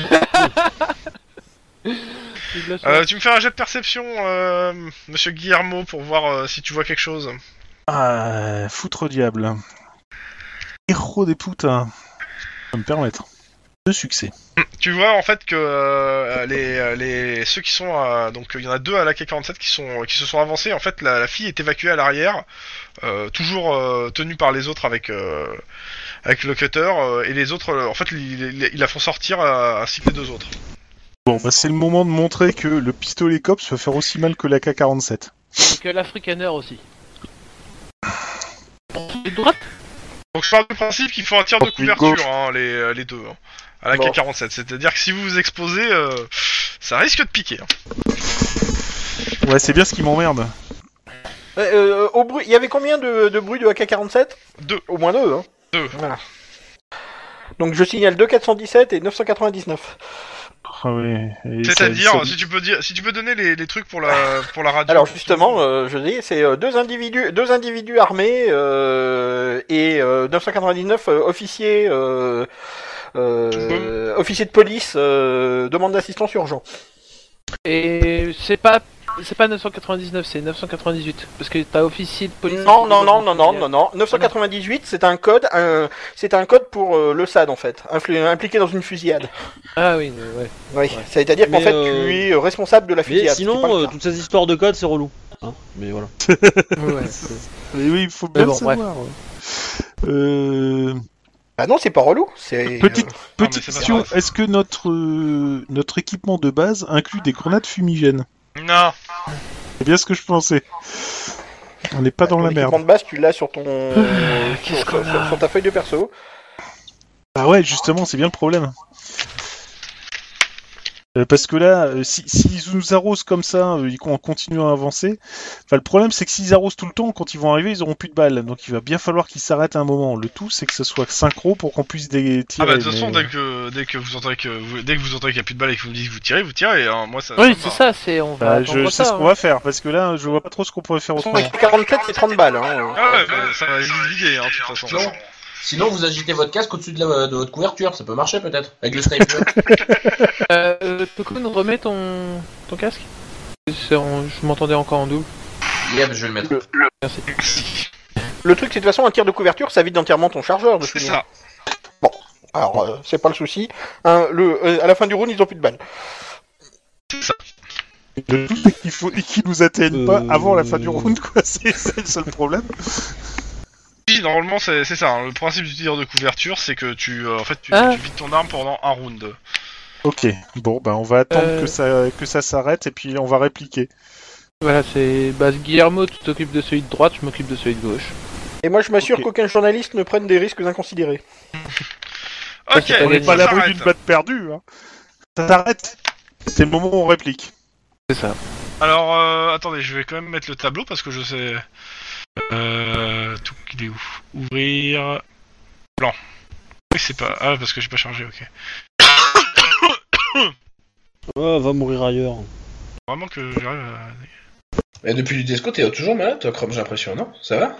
Il le sent. Euh, tu me fais un jet de perception, euh, monsieur Guillermo, pour voir euh, si tu vois quelque chose. Ah, foutre diable. Héros des putains. Ça va me permettre. De succès. Tu vois en fait que euh, les, les ceux qui sont euh, donc il y en a deux à l'A K quarante-sept qui sont qui se sont avancés. En fait, la, la fille est évacuée à l'arrière, euh, toujours euh, tenue par les autres avec euh, avec le cutter euh, et les autres. euh, en fait, ils, ils- ils la font sortir euh, ainsi que les deux autres. Bon, bah c'est le moment de montrer que le pistolet cops peut faire aussi mal que l'A K quarante-sept. Et que l'Afrikaner aussi. Et droite. Donc je pars du principe qu'il faut un tir de Oh, puis couverture, gauche. hein, les les deux. Hein, à l'A K Bon. quarante-sept. C'est-à-dire que si vous vous exposez, euh, ça risque de piquer. Hein. Ouais, c'est bien ce qui m'emmerde. Euh, euh, au bruit, il y avait combien de, de bruits de A K quarante-sept? Deux. Au moins deux, hein. Deux. Voilà. Donc je signale deux quatre cent dix-sept et neuf cent quatre-vingt-dix-neuf. Ah ouais. et ça- C'est-à-dire, ça- si tu peux dire, si tu peux donner les, les trucs pour la pour la radio. Alors justement, euh, je dis, c'est euh, deux individus, deux individus armés euh, et euh, neuf cent quatre-vingt-dix-neuf euh, officiers, euh, euh, officiers de police euh, demandent d'assistance urgent. Et c'est pas c'est pas neuf cent quatre-vingt-dix-neuf, c'est neuf cent quatre-vingt-dix-huit parce que t'as officier de police. Non, non, non, non, non, non, non. neuf cent quatre-vingt-dix-huit, c'est un code, un, c'est un code pour euh, le S A D en fait, influ- impliqué dans une fusillade. Ah oui, mais ouais. Oui, c'est-à-dire qu'en Mais, fait, euh, tu es euh, responsable de la Mais fusillade. ce qui est pas sinon, le euh, cas. toutes ces histoires de code, c'est relou. Hein, mais voilà. ouais. Mais oui, il faut bien bon, le savoir. Euh... Bah non, c'est pas relou. C'est Petite, Non, mais petite c'est pas question, grave. est-ce que notre, euh, notre équipement de base inclut des grenades fumigènes? Non. C'est bien ce que je pensais. On n'est pas dans ton la équipement merde. de base, tu l'as sur ton, qu'est-ce sur, qu'on sur- a sur ta feuille de perso. Ah ouais, justement, c'est bien le problème. Euh, parce que là, euh, si- s'ils nous arrosent comme ça, euh, ils- en continuant à avancer, enfin, le problème c'est que s'ils arrosent tout le temps, quand ils vont arriver, ils auront plus de balles. Donc il va bien falloir qu'ils s'arrêtent à un moment. Le tout, c'est que ce soit synchro pour qu'on puisse dé- Ah tirer. bah de toute façon, mais- dès que dès que vous entendez que vous, dès que vous entendez qu'il y a plus de balles et que vous me dites que vous tirez, vous tirez. Hein. Moi ça. Oui, ça c'est me va. ça, c'est on va Bah, attendre je sais ça. ce qu'on hein. va faire, parce que là, je vois pas trop ce qu'on pourrait faire autrement. quarante-quatre, c'est trente balles. Hein. Ah ouais, bah, ça va vite vider, hein, de toute façon. Sinon, sinon, vous agitez votre casque au-dessus de, la- de votre couverture, ça peut marcher peut-être, avec le sniper. Euh, Tokun, remets ton, ton casque. C'est en- Je m'entendais encore en double. Yep, je vais le mettre. Merci. Le truc, c'est de toute façon, un tir de couverture, ça vide entièrement ton chargeur. De C'est souvenir. ça. Alors, euh, c'est pas le souci. Hein, le, euh, à la fin du round, ils ont plus de balles. Le tout, c'est qu'il faut qu'ils nous atteignent pas Euh, avant la fin du round, quoi. C'est c'est le seul problème. Oui, normalement c'est c'est ça. Hein. Le principe du tir de couverture, c'est que tu euh, en fait tu, Ah. tu vides ton arme pendant un round. Ok, bon, bah on va attendre Euh. que ça que ça s'arrête et puis on va répliquer. Voilà, c'est. Bah, Guillermo, tu t'occupes de celui de droite, je m'occupe de celui de gauche. Et moi, je m'assure Ok. qu'aucun journaliste ne prenne des risques inconsidérés. Ok, c'est pas On n'est gagné. pas à ça l'abri s'arrête. d'une batte perdue. Hein. Ça s'arrête. C'est le moment où on réplique. C'est ça. Alors, euh, attendez, je vais quand même mettre le tableau parce que je sais. Euh. Tout, il est où? Ouvrir. Blanc. Oui, c'est pas. Ah, parce que j'ai pas chargé, ok. Ouais, va mourir ailleurs. Vraiment que j'arrive à. Et depuis du disco, t'es toujours malade, toi, Chrome, j'ai l'impression, non? Ça va?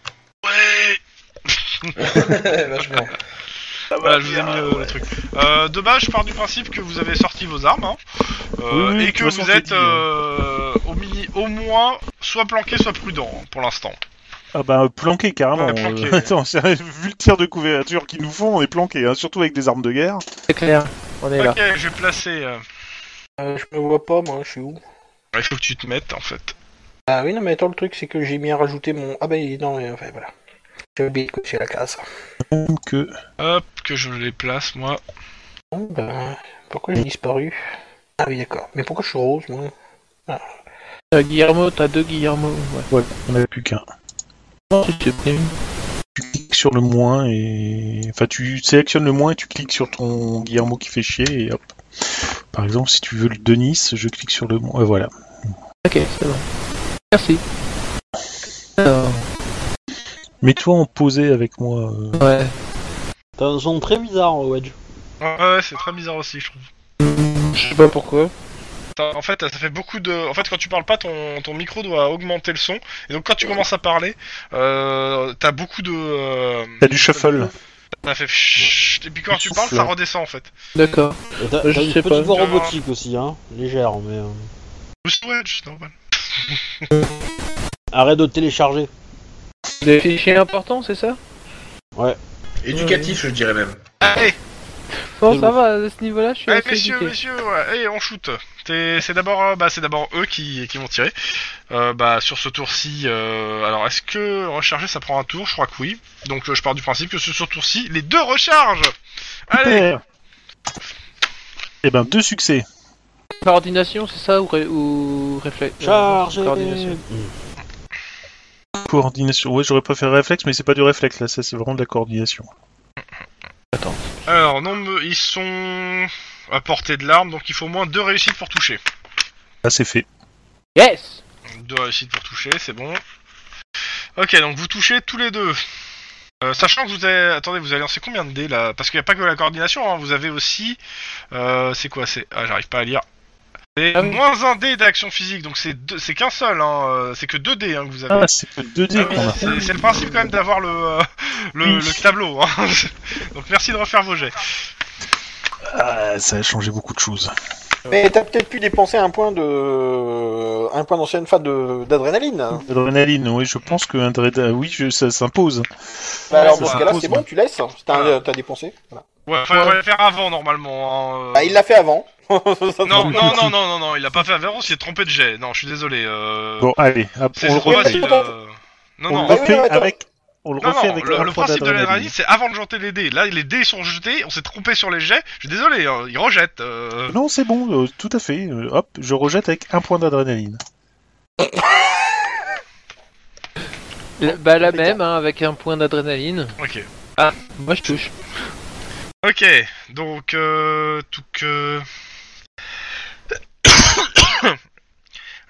Ouais. Vachement. Voilà, je vous ai mis le, le truc. Euh, de base, je pars du principe que vous avez sorti vos armes, hein, euh, Oui, oui, et de que toute façon, vous je l'ai êtes dit, hein. euh, au, mini, au moins soit planqué, soit prudent hein, pour l'instant. Ah bah planqué carrément. Ouais, planqué. Euh, Attends, c'est- vu le tir de couverture qu'ils nous font, on est planqué, hein, surtout avec des armes de guerre. C'est clair, on est là. Ok, je vais placer. Euh... Euh, je me vois pas, moi, je suis où? Il faut que tu te mettes en fait. Ah oui, non, mais attends, le truc, c'est que j'ai bien rajouté mon... Ah bah non, mais enfin, voilà. J'ai oublié de cocher la case. Que Hop, que je les place moi. Bon, ben, pourquoi j'ai disparu? Ah oui, d'accord. Mais pourquoi je suis rose, moi? Euh, Guillermo, t'as deux Guillermo. Ouais. ouais, on n'avait plus qu'un. Non, c'est bien. Tu cliques sur le moins et enfin tu sélectionnes le moins et tu cliques sur ton Guillermo qui fait chier et hop. Par exemple, si tu veux le Denis, je clique sur le moins. Ouais, voilà. Ok, c'est bon. Merci. Alors, Mets-toi en posé avec moi. euh. ouais. T'as un son très bizarre, Wedge. Ouais, ouais, c'est très bizarre aussi, je trouve. Je sais pas pourquoi. Ça- En fait, ça fait beaucoup de. En fait, quand tu parles pas, ton, ton micro doit augmenter le son. Et donc, quand tu commences à parler, euh, t'as beaucoup de. Euh... T'as du shuffle. Ça fait. chut, Et puis quand tu parles, ça redescend en fait. D'accord. Et T'as Je t'as une sais petite pas. voix Non. robotique aussi, hein. Légère, mais. euh, Ouais, c'est normal. Arrête de télécharger. Des fichiers importants, c'est ça? Éducatif, je dirais même. Allez, Bon, C'est ça bon. va, à ce niveau-là, je suis allez assez messieurs, éduqué. messieurs, ouais, allez, on shoot. C'est c'est d'abord, euh, bah, c'est d'abord eux qui, qui vont tirer. Euh, bah, sur ce tour-ci, euh, alors est-ce que recharger ça prend un tour? Je crois que oui. Donc euh, je pars du principe que sur ce tour-ci, les deux rechargent. Allez. Et ben deux succès. Coordination, c'est ça? Ou, ré... ou réflexe? euh, Chargez. Coordination. Coordination. Ouais, j'aurais préféré réflexe, mais c'est pas du réflexe là, ça c'est vraiment de la coordination. Alors non, me- ils sont à portée de l'arme, donc il faut au moins deux réussites pour toucher. Là c'est fait. Yes! Deux réussites pour toucher, c'est bon. Ok, donc vous touchez tous les deux. Euh, sachant que vous avez... Attendez, vous avez lancé combien de dés là? Parce qu'il n'y a pas que la coordination, hein, vous avez aussi... Euh, c'est quoi? C'est... Ah, j'arrive pas à lire. C'est Ah oui. moins un dé d'action physique, donc c'est deux... c'est qu'un seul, hein, euh, c'est que deux dés hein, que vous avez. Ah, c'est que deux dés Ah oui, qu'on a. c'est, c'est le principe quand même d'avoir le, euh, le, Oui. le tableau. Hein. Donc merci de refaire vos jets. Ah, ça a changé beaucoup de choses. Mais t'as peut-être pu dépenser un point de... un point d'ancienne phase de... d'adrénaline. hein. Adrénaline, oui, je pense que Adrénaline, oui, je- ça s'impose. Bah alors, ça dans ce cas-là, s'impose, c'est moi. bon, tu laisses. Si t'as, Voilà. t'as dépensé. Voilà. Ouais, faudrait le faire avant normalement. Hein, euh. Bah, il l'a fait avant. Non, non, non, non, non, non, il a pas fait avant, il s'est trompé de jet. Non, je suis désolé. Euh... Bon, allez, hop, c'est on le trop refait. facile. euh. Non, On non, le Ah oui, refait non, attends. avec. On le non, refait non, avec le, un le point principe de d'adrénaline. l'adrénaline, c'est avant de jeter les dés. Là, les dés sont jetés, on s'est trompé sur les jets. Je suis désolé, hein, ils rejettent. Euh... Non, c'est bon, euh, tout à fait. Euh, hop, je rejette avec un point d'adrénaline. La- Bah, la même, hein, avec un point d'adrénaline. Ok. Moi, je touche. Ok, donc, euh, tout que...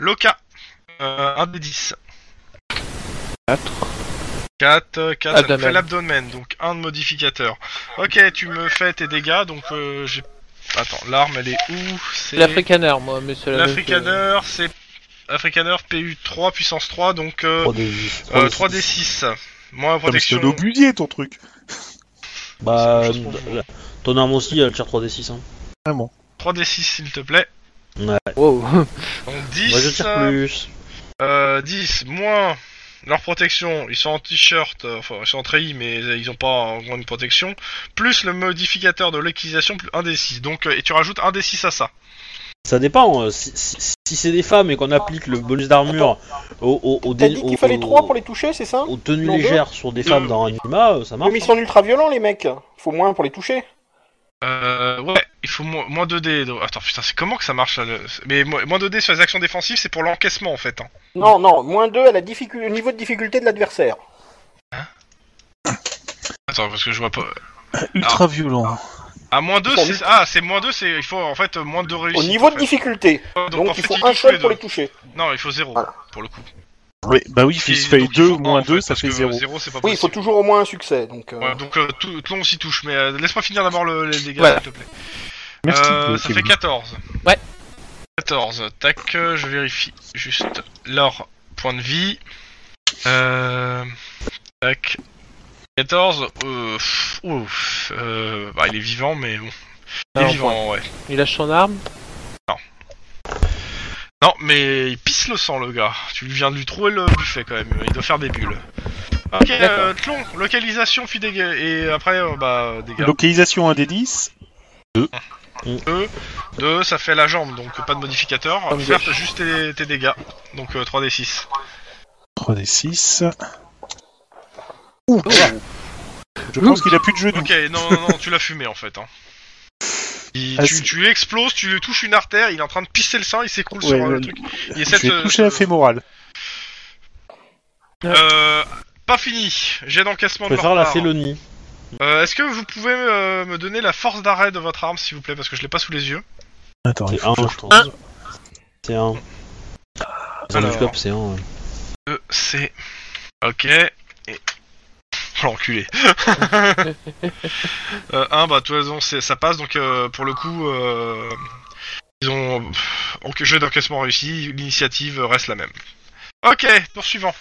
Loka, euh, un des dix. quatre. quatre, quatre, ça nous Abdomen. fait l'abdomen, donc un de modificateur. Ok, tu me fais tes dégâts, donc euh, j'ai... Attends, l'arme elle est où? C'est L'Africaner, moi, mais c'est la même l'Africaner, c'est... Africaner P U trois, puissance trois, donc euh, trois D euh, trois D six. Moins Comme c'est protection... l'obusier ton truc. Bah, C'est une chose pour vous. la- ton arme aussi, elle tire trois D six. Hein. Vraiment. trois D six s'il te plaît. Ouais. chose. Wow. Donc dix, Moi, je tire plus. euh, dix, moins leur protection, ils sont en t-shirt, euh, enfin ils sont en treillis mais ils ont pas vraiment une protection, plus le modificateur de l'utilisation, plus un D six. Donc, euh, et tu rajoutes un D six à ça. Ça dépend. euh, Si, si- si c'est des femmes et qu'on applique le bonus d'armure au, au, au T'as dé- dit au- qu'il fallait au- trois pour les toucher, c'est ça? aux tenues Non, deux. légères sur des Deux. femmes dans Anima, euh, ça marche. Mais ils sont ultra violents, les mecs. Faut moins pour les toucher. Euh, ouais, il faut mo- moins deux D. donc- Attends, putain, c'est comment que ça marche là, le- Mais mo- moins deux D sur les actions défensives, c'est pour l'encaissement en fait. Hein. Non, non, moins deux à la difficul- au niveau de difficulté de l'adversaire. Attends, parce que je vois pas. Ultra violent. À moins deux, Ils sont c'est... ultra- Ah, c'est moins deux, c'est... il faut en fait euh, moins de réussite. Au niveau en de fait. difficulté. Donc, Donc en il fait, faut il un touche seul les pour deux. les toucher. Non, il faut zéro, Voilà. pour le coup. Oui, bah oui, Et il fait donc, il deux, faut un, moins en deux, fait, ça parce fait que zéro. zéro, c'est pas Oui, il faut possible. toujours au moins un succès. Donc, euh, Ouais, donc euh, tout, Tlon s'y touche, mais euh, laisse-moi finir d'abord le, les dégâts, Voilà. s'il te plaît. Merci. Euh, euh, ça Kevin. fait quatorze. Ouais. quatorze, tac, euh, je vérifie juste leur point de vie. Euh... Tac. quatorze, euh... pff, ouf, euh... Bah, il est vivant, mais bon. Il est Alors, vivant, ouais. Il lâche son arme. Non, mais il pisse le sang, le gars. Tu viens de lui trouver le buffet, quand même. Il doit faire des bulles. Ok, euh, Tlon, localisation, puis dégâts. Et après, euh, bah, dégâts. Localisation un des dix. deux, deux, ça fait la jambe, donc pas de modificateur. Jambe Faire gauche. juste tes, tes dégâts. Donc euh, trois D six. trois d six. Ouh, je pense qu'il a plus de genoux. Ok, non, non, non, tu l'as fumé en fait. Hein. Il- Ah, tu, c'est- tu lui exploses, tu lui touches une artère, il est en train de pisser le sang, il s'écroule Ouais, sur euh, le ouais. truc. Il Je essaie de vais se- toucher la fémorale. Euh, pas fini. J'ai d'encaissement Je de peux leur faire la part. félonie. Euh, Est-ce que vous pouvez euh, me donner la force d'arrêt de votre arme, s'il vous plaît, parce que je l'ai pas sous les yeux. Attends, il C'est faut un, que je pense. C'est un. C'est un Alors. du scope, c'est un. ouais. E, C. Ok. Et... Oh, l'enculé. euh, un, bah, de toute façon, c'est- ça passe, donc euh, pour le coup, euh, ils ont. Donc, jeu d'encaissement réussi, l'initiative reste la même. Ok, poursuivant.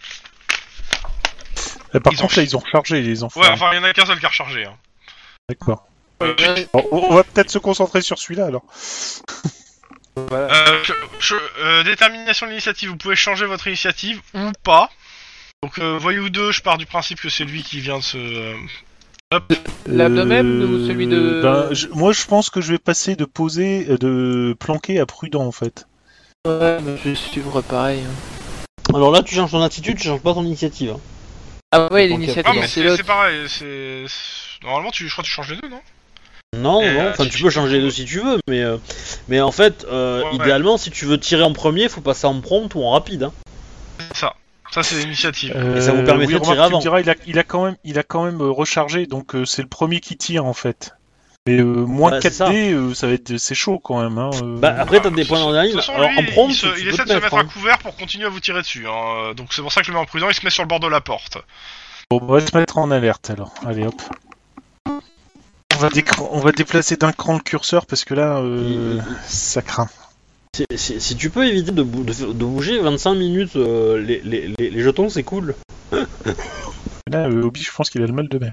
Euh, Par Ils contre, ont- là, ils ont rechargé les enfants. Ouais, enfin, il y en a qu'un seul qui a rechargé. Hein. D'accord. Euh, Bon, on on va peut-être se concentrer sur celui-là alors. Voilà. Euh, je- je- euh, détermination de l'initiative, vous pouvez changer votre initiative ou pas. Donc, euh, voyou deux, je pars du principe que c'est lui qui vient de se. euh, Hop. L'abdomen ou celui de- ben, je- moi, je pense que je vais passer de poser, euh, de planquer à prudent en fait. Ouais, mais je vais suivre pareil. hein. Alors là, tu changes ton attitude, tu changes pas ton initiative. hein. Ah ouais, Donc, l'initiative, Ah, mais c'est c'est l'autre. c'est pareil, c'est. c'est- Normalement, tu, je crois que tu changes les deux, non? Non, Euh, non, enfin tu- tu tu- peux changer les deux si tu veux, mais euh, mais en fait, euh, Ouais, ouais. idéalement, si tu veux tirer en premier, faut passer en prompt ou en rapide. Hein. Ça. Ça, c'est l'initiative. Et ça vous permettrait oui, de remarque, tirer tu me avant. diras, il a, il a quand même, il a quand même euh, rechargé, donc euh, c'est le premier qui tire en fait. Mais euh, moins Ouais, c'est quatre D, euh, ça va être, c'est chaud quand même. Hein, euh. Bah après, t'as Ah, des de points toute d'adrénaline. façon, Alors lui, en prompt, il, se- tu il peux essaie te de se mettre. mettre hein. à couvert pour continuer à vous tirer dessus. Hein. Donc c'est pour ça que je le mets en prudent, il se met sur le bord de la porte. Bon, on va se mettre en alerte alors. Allez hop. On va, décra- on va déplacer d'un cran le curseur parce que là, euh, ça craint. Si, si- si tu peux éviter de, bou- de, de bouger vingt-cinq minutes euh, les, les, les, les jetons, c'est cool. Là, euh, Obi, je pense qu'il a le mal de mer.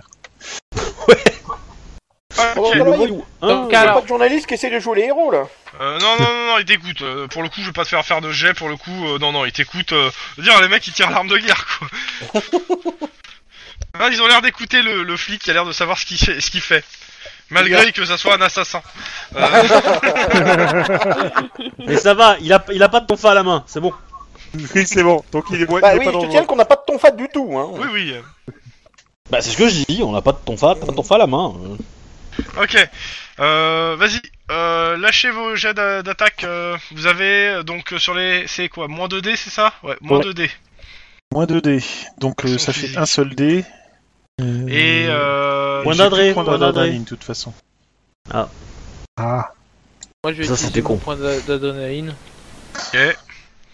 Ah, Oh, ok. bah, Le ouais, voyou. Donc, Hein, Il y a alors- pas de journaliste qui essaie de jouer les héros là. Euh, non, non, non, non, il t'écoute. Euh, pour le coup, je vais pas te faire faire de jet. Pour le coup, euh, non, non, il t'écoute. Euh, dire les mecs, ils tirent l'arme de guerre, quoi. Ah, ils ont l'air d'écouter le, le flic qui a l'air de savoir ce qu'il fait, ce qu'il fait. Malgré que ça soit un assassin. Euh, Mais ça va, il a, il a pas de tonfa à la main, c'est bon. Oui, c'est bon. Donc il est, ouais, Bah il est oui, pas je dans te le tiens qu'on n'a pas de tonfa du tout. Hein. oui, oui. Bah c'est ce que je dis, on n'a pas de tonfa, pas de tonfa à la main. Ok. Euh, vas-y. Euh, lâchez vos jets d'a- d'attaque. Euh, vous avez euh, donc euh, sur les, c'est quoi, moins deux D, c'est ça? Ouais, moins Ouais. deux D. moins deux D. Donc euh, Action ça physique. fait un seul dé. Euh, Et euh, Point j'ai d'adré, plus de point point d'adrénaline de toute façon. Ah. Ah. Moi, je vais Ça, utiliser c'était mon con. point d'a- d'adrénaline. ok.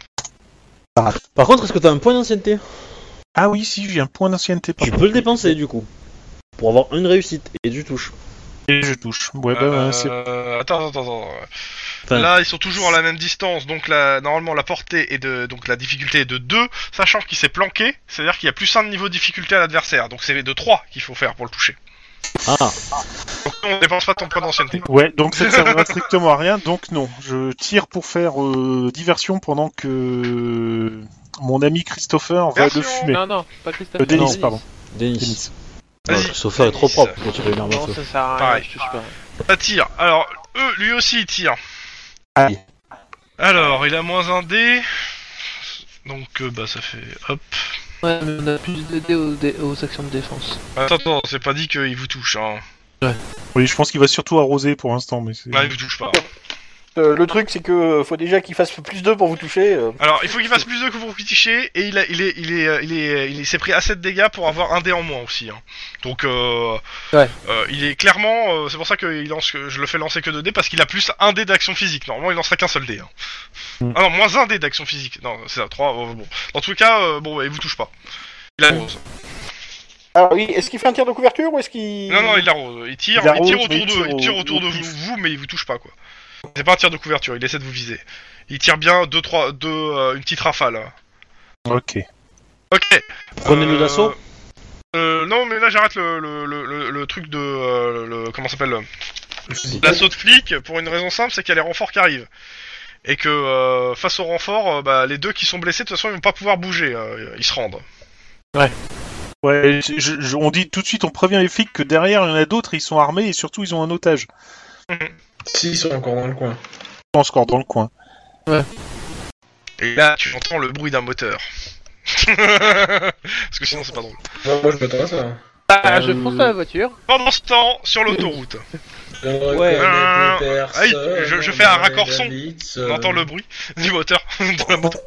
Par contre, est-ce que t'as un point d'ancienneté? Ah oui, si, j'ai un point d'ancienneté. par Tu contre. peux le dépenser du coup. Pour avoir une réussite et tu touches. Et je touche. Ouais, bah, Euh, ouais, c'est... Attends, attends, attends. Enfin, Là, ils sont toujours à la même distance, donc la, normalement la portée est de, donc la difficulté est de deux, sachant qu'il s'est planqué, c'est-à-dire qu'il y a plus un de niveau de difficulté à l'adversaire, donc c'est de trois qu'il faut faire pour le toucher. Ah, Donc on dépense pas ton point d'ancienneté. Ouais, donc ça ne servira strictement à rien, donc non. Je tire pour faire euh, diversion pendant que mon ami Christopher va Diversion. le fumer. Non, non, pas Christophe. Euh, Denis, non, pardon. Denis. Denis. Ouais, Vas-y. Christopher est trop Denis. propre pour tirer une arme à Non, feu. ça sert à rien, Pareil. je touche pas. Ça tire. Alors, eux, lui aussi il tire. Aïe. Alors, il a moins un dé. Donc, euh, bah ça fait... Hop. Ouais, mais on a plus de dés aux, dé- aux actions de défense. Attends, attends, c'est pas dit qu'il vous touche, hein. Oui, je pense qu'il va surtout arroser pour l'instant, mais c'est... Non, il vous touche pas. Euh, le truc, c'est que euh, faut déjà qu'il fasse plus deux pour vous toucher. euh. Alors, il faut qu'il fasse plus de que pour vous toucher, et il, a, il est, il est, euh, il est, il est- s'est pris assez de dégâts pour avoir un dé en moins aussi. Hein. Donc, euh, Ouais. euh, il est clairement, euh, c'est pour ça que il lance, que je le fais lancer que deux dés parce qu'il a plus un dé d'action physique. Normalement, il lancerait qu'un seul dé. Hein. Mm. Ah non, moins un dé d'action physique. Non, c'est ça, trois. euh, bon, dans tous les cas, euh, bon, bah, il vous touche pas. Il arrose. Alors oui, est-ce qu'il fait un tir de couverture ou est-ce qu'il... Non, non, il arrose. Il tire, Il il, arrose, tire mais autour il de, tire il tire au- autour de au vous, pif. vous, mais il vous touche pas quoi. C'est pas un tir de couverture. Il essaie de vous viser. Il tire bien deux, trois, deux, euh, une petite rafale. Hein. Ok. Ok. Prenez-le d'assaut. Euh, non, mais là j'arrête le, le, le, le, le truc de euh, le comment ça s'appelle le- Le fusil. l'assaut de flic pour une raison simple, c'est qu'il y a les renforts qui arrivent et que euh, face aux renforts, euh, bah, les deux qui sont blessés de toute façon ils vont pas pouvoir bouger, euh, ils se rendent. Ouais, je- je- on dit tout de suite, on prévient les flics que derrière, il y en a d'autres, ils sont armés et surtout, ils ont un otage. Si, ils sont encore dans le coin. Ils sont encore dans le coin. Et là tu entends le bruit d'un moteur. Parce que sinon c'est pas drôle. Ouais, moi, je m'attends à ça. Ah, je Euh, fonce à la voiture. Pendant ce temps, sur l'autoroute, Je ne Ouais. reconnais Euh, plus ah oui, personne, je- je fais un on raccord est son. David, on entend le bruit du moteur de la moto.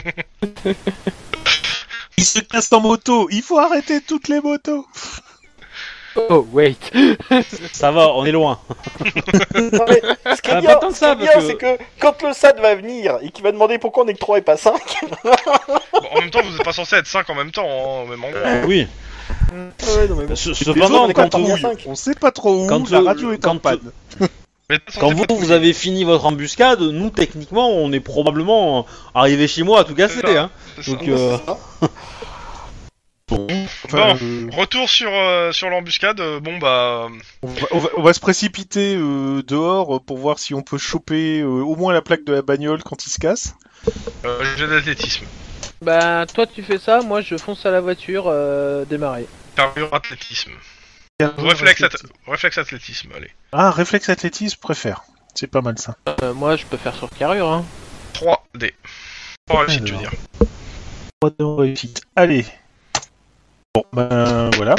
Ils se cassent en moto. Il faut arrêter toutes les motos. Oh, wait. Ça va, on est loin. Non, mais ce qui est Ah, bien, pas tant que ce ça, qui est parce bien, que- c'est que quand le S A D va venir et qu'il va demander pourquoi on est que trois et pas cinq, Bon, en même temps, vous êtes pas censé être cinq en même temps, hein, au même endroit. Oui. ouais, non, mais bon. Ce- Les Cependant, autres, on est quand, pas vous, parmi à cinq. On sait pas trop où. Quand, la euh, radio est en quand, panne. Mais t'es censé quand vous, patrouiller. vous avez fini votre embuscade, nous, techniquement, on est probablement arrivé chez moi à tout casser. C'est ça. Hein. C'est ça. Donc, euh, Enfin, Bon. euh, Retour sur, euh, sur l'embuscade, euh, bon bah... on, va, on va- on va se précipiter euh, dehors pour voir si on peut choper euh, au moins la plaque de la bagnole quand il se casse. Euh, j'ai d'athlétisme. Bah, toi tu fais ça, moi je fonce à la voiture, euh, démarrer. Carrure athlétisme. Réflexe, ath- réflexe athlétisme, allez. Ah, réflexe athlétisme, préfère. C'est pas mal ça. Euh, moi je peux faire sur carrure, hein. trois dés. trois réussites, je veux Alors. dire. trois de réussite. Allez. Bon, ben voilà.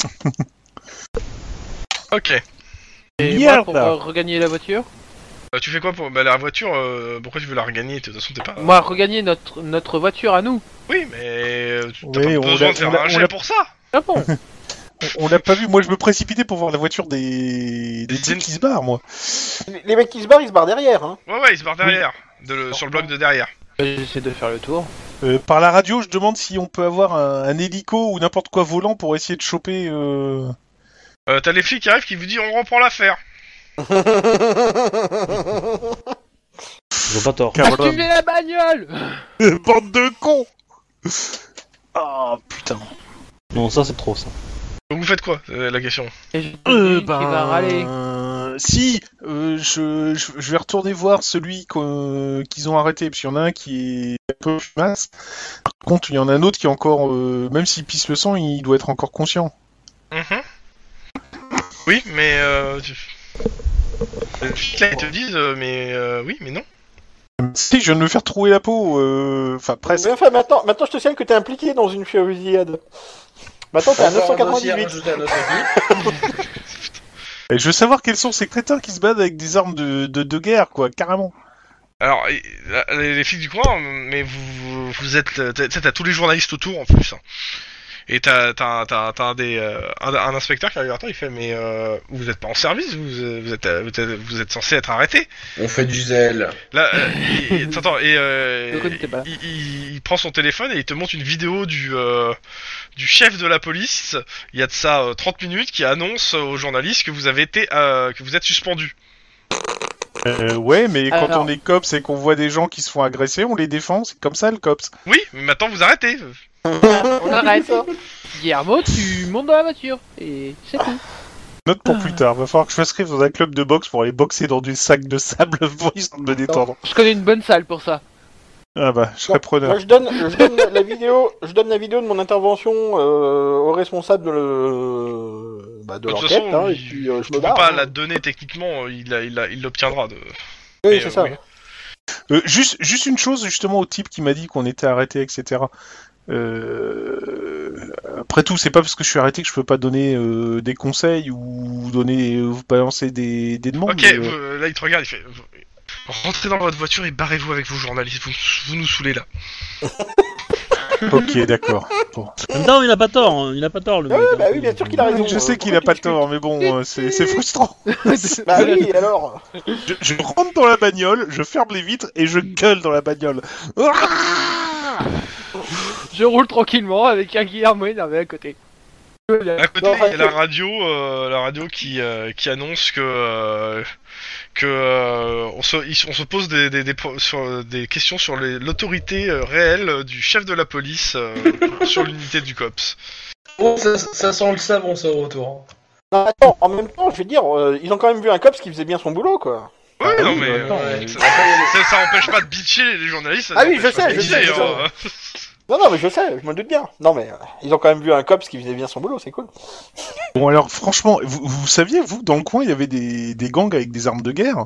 Ok. Et Merde. moi pour euh, regagner la voiture. Euh, tu fais quoi pour... Bah la voiture, euh, pourquoi tu veux la regagner? De toute façon, t'es pas... Moi regagner notre notre voiture à nous. Oui, mais... euh, tu t'as Oui, pas on besoin l'a- de faire on l'a- un on jet l'a- pour ça. Ah bon. On, on l'a pas vu. Moi, je me précipitais pour voir la voiture des, des Des types en- qui se barrent, moi. Les- Les mecs qui se barrent, ils se barrent derrière. Hein. Ouais, ouais, il se barre derrière. De le- Sur le bloc de derrière. Bah, J'essaie de faire le tour. Euh, par la radio, je demande si on peut avoir un, un hélico ou n'importe quoi volant pour essayer de choper. Euh... Euh, t'as les flics qui arrivent qui vous disent on reprend l'affaire. ils ont pas tort. Caroline. Activez la bagnole. Bande de cons. Ah putain. Non, ça c'est trop ça. Donc vous faites quoi, euh, la question? Et je Euh, qui va râler. euh, si, euh, je, je, je vais retourner voir celui qu'o- qu'ils ont arrêté, parce qu'il y en a un qui est un peu masse. Par contre, il y en a un autre qui est encore, euh, même s'il pisse le sang, il doit être encore conscient. Mhm. Oui, mais... Euh, tu... Les flics là, ils te disent, euh, mais... Euh, oui, mais non. Si, je viens de me faire trouer la peau, euh, enfin presque. Mais enfin, maintenant, maintenant, je te signale que t'es impliqué dans une fusillade. Maintenant, t'es à neuf cent quatre-vingt-dix-huit. Rajouter à notre équipe. Et je veux savoir quels sont ces crétins qui se battent avec des armes de, de, de guerre, quoi, carrément. Alors, et- là, les, les flics du coin, mais vous, vous êtes... T'as t'as tous les journalistes autour, en plus. Hein. Et t'as, t'as, t'as, t'as un, des, euh, un, un inspecteur qui arrive vers toi, il fait mais euh, vous êtes pas en service, vous, vous, êtes, vous, êtes, vous êtes censé être arrêté. On fait du zèle. Là, euh, et, et, attends, et euh, Le code n'était pas là. il, il, il prend son téléphone et il te montre une vidéo du, euh, du chef de la police, il y a de ça euh, trente minutes, qui annonce aux journalistes que vous avez été, euh, que vous êtes suspendu. Euh, ouais, mais quand Alors- on est cops et qu'on voit des gens qui se font agresser, on les défend, c'est comme ça le cops. Oui, mais maintenant vous arrêtez. On arrête. Guillermo, tu montes dans la voiture et c'est tout. Note pour plus tard, va falloir que je m'inscrive dans un club de boxe pour aller boxer dans du sac de sable pour histoire de me détendre. Je connais une bonne salle pour ça. Ah bah, je serais preneur. Moi, je donne, je donne la vidéo, je donne la vidéo de mon intervention euh, au responsable de, le, bah, de De toute l'enquête, façon, hein, et il- puis euh, je Tu me peux barre. pas hein. la donner techniquement, il la- il la- il l'obtiendra. De... Oui, mais, c'est euh, ça. oui. Euh, juste, juste une chose justement au type qui m'a dit qu'on était arrêté, et cetera. Euh... Après tout, c'est pas parce que je suis arrêté que je peux pas donner euh, des conseils ou donner, euh, vous balancer des, des demandes. Ok, mais, euh, vous- là il te regarde, il fait rentrez dans votre voiture et barrez-vous avec vos journalistes, vous, vous nous saoulez là. Ok, d'accord. Bon. En même temps, il a pas tort, hein, il a pas tort le Ah mec. ouais, hein. bah oui, bien sûr qu'il a raison. Je euh, sais qu'il pourquoi a pas tu tort, mais bon, euh, c'est c'est frustrant. discutes Bah oui, alors. Je, je rentre dans la bagnole, je ferme les vitres et je gueule dans la bagnole. Je roule tranquillement avec un Guillermo énervé à côté. Tout va bien. À côté, Non, il y a enfin, la radio, euh, la radio qui euh, qui annonce que euh, que euh, on se ils- on se pose des des, des, pro- sur, des questions sur les- l'autorité euh, réelle du chef de la police euh, sur l'unité du cops. Oh, ça, ça sent le savon, ça, au retour. Non, attends, en même temps, je veux dire, euh, ils ont quand même vu un cops qui faisait bien son boulot, quoi. Ouais, Ah non oui, mais ouais, euh, non, ça, ouais. ça, ça empêche pas de bitcher les journalistes. ça Ah oui, n'empêche je pas sais, de je sais, bitcher, je hein. Non, non, mais je sais, je me doute bien. Non, mais euh, ils ont quand même vu un cops qui faisait bien son boulot, c'est cool. Bon alors, franchement, vous, vous saviez, vous, dans le coin, il y avait des, des gangs avec des armes de guerre?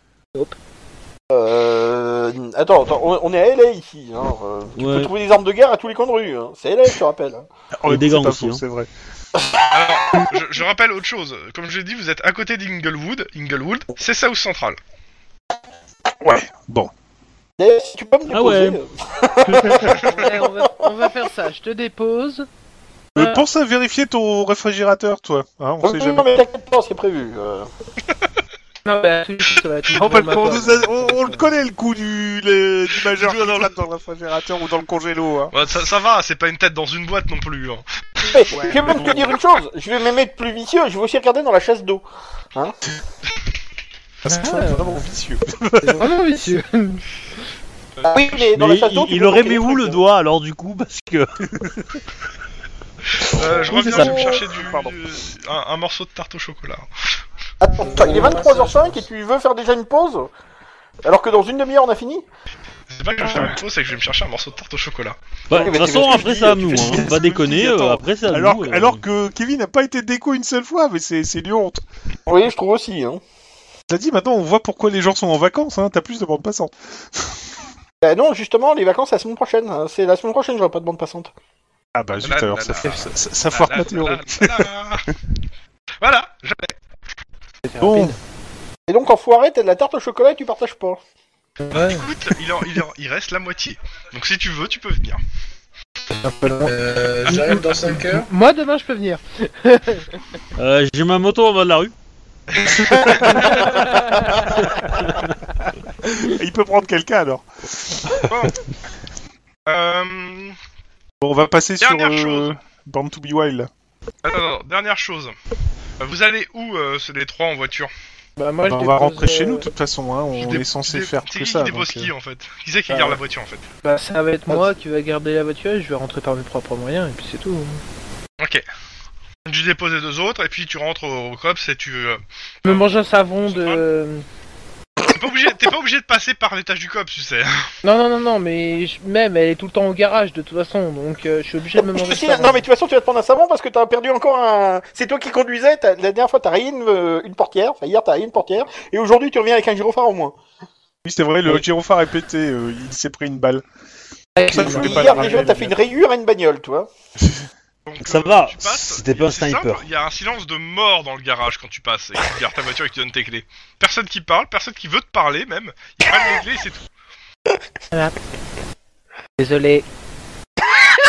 Euh... Attends, attends, on, on est à L A ici, hein. euh, tu Ouais. peux trouver des armes de guerre à tous les coins de rue, hein. C'est L A, je te rappelle. hein. Oh, des c'est gangs pas aussi, faux, hein. c'est vrai. Alors, je, je rappelle autre chose. Comme je l'ai dit, vous êtes à côté d'Inglewood. Inglewood, c'est South Central. Ouais, bon. D'ailleurs, si tu peux me déposer... Ah ouais. euh, Ouais, on, va, on va faire ça. Je te dépose. Euh, Ah. pense à vérifier ton réfrigérateur, toi. Hein, on oui, sait oui, jamais. non, mais t'inquiète pas, c'est prévu. euh. Non, bah, tout de suite, ça va être On, va le- ma on part. nous a- on- on le connaît, le coup du, le- du majeur qui flatte dans le réfrigérateur ou dans le congélo. Hein. Ouais, ça, ça va, c'est pas une tête dans une boîte non plus. Hein. Mais, je vais même te dire une chose, je vais même être plus vicieux, je vais aussi regarder dans la chasse d'eau. Parce que Ah. c'est vraiment vicieux. C'est vraiment vicieux. Ah oui, mais dans Mais la chasse d'eau, il, tu il peux aurait planquer mis des où trucs, le hein. doigt alors du coup parce que Euh, je Oui, reviens, c'est ça. je vais me chercher du, Pardon. du- un, un morceau de tarte au chocolat. Attends, attends, il est vingt-trois heures cinq et tu veux faire déjà une pause alors que dans une demi-heure on a fini. C'est pas que je vais faire une pause, c'est que je vais me chercher un morceau de tarte au chocolat. Bah, de Oui, mais toute tu façon vois ce que après je c'est à dis, nous, tu fais hein. ce que Pas tu déconner, dis, euh, attends. après c'est à Alors, nous. euh. alors que Kevin n'a pas été déco une seule fois, mais c'est c'est lui honte. Oui, je trouve aussi. Hein. T'as dit, maintenant on voit pourquoi les gens sont en vacances, hein. T'as plus de bande passante. Bah non, justement, les vacances c'est la semaine prochaine. hein. C'est la semaine prochaine, j'aurai pas de bande passante. Ah bah zut, Là, alors là, ça, là, fait, là. ça, ça, ça foire Là, ma là, théorie. là, là, là. Voilà, je l'ai. Bon, Et donc, enfoiré, t'as de la tarte au chocolat et tu partages pas. Ouais. Écoute, il, en, il, en- il reste la moitié. Donc si tu veux, tu peux venir. Euh, J'arrive dans cinq heures. Moi, demain, je peux venir. Euh, j'ai ma moto en bas de la rue. il peut prendre quelqu'un alors. Bon. Euh... Bon, on va passer Dernière sur euh, chose. Born to be Wild. Attends, attends, dernière chose. Euh, Vous allez où, euh, c'est les trois en voiture? Bah, moi, Bah, je on va dépose, rentrer chez euh, nous de toute façon, hein. Tu On dé- est censé tu dé- faire c'est que qui ça. qui dépose donc, qui euh. en fait? Qui c'est qui Ah garde ouais. la voiture en fait? Bah, ça va être moi qui va garder la voiture et je vais rentrer par mes propres moyens et puis c'est tout. Ok. Tu déposes les deux autres et puis tu rentres au, au cops et tu... euh, Je me mange un savon de... T'es pas obligé, t'es pas obligé de passer par l'étage du cops, tu sais. Non, non, non, non, mais je- même, elle est tout le temps au garage de toute façon, donc euh, je suis obligé de me manger Si, ça. non, mais de toute façon, tu vas te prendre un savon parce que t'as perdu encore un. C'est toi qui conduisais. t'as- La dernière fois, t'as rayé une, euh, une portière. Enfin, hier, t'as rayé une portière. Et aujourd'hui, tu reviens avec un gyrophare au moins. Oui, c'est vrai, le gyrophare est pété, euh, il s'est pris une balle. ça, je voulais pas Hier, le déjà, rappeler, t'as fait une rayure à une bagnole, toi. Donc, Ça euh, va, tu passes, c'était pas un c'est simple, sniper. Il y a un silence de mort dans le garage quand tu passes et que tu gardes ta voiture et que tu donnes tes clés. Personne qui parle, personne qui veut te parler même. Il prend les clés et c'est tout. Désolé.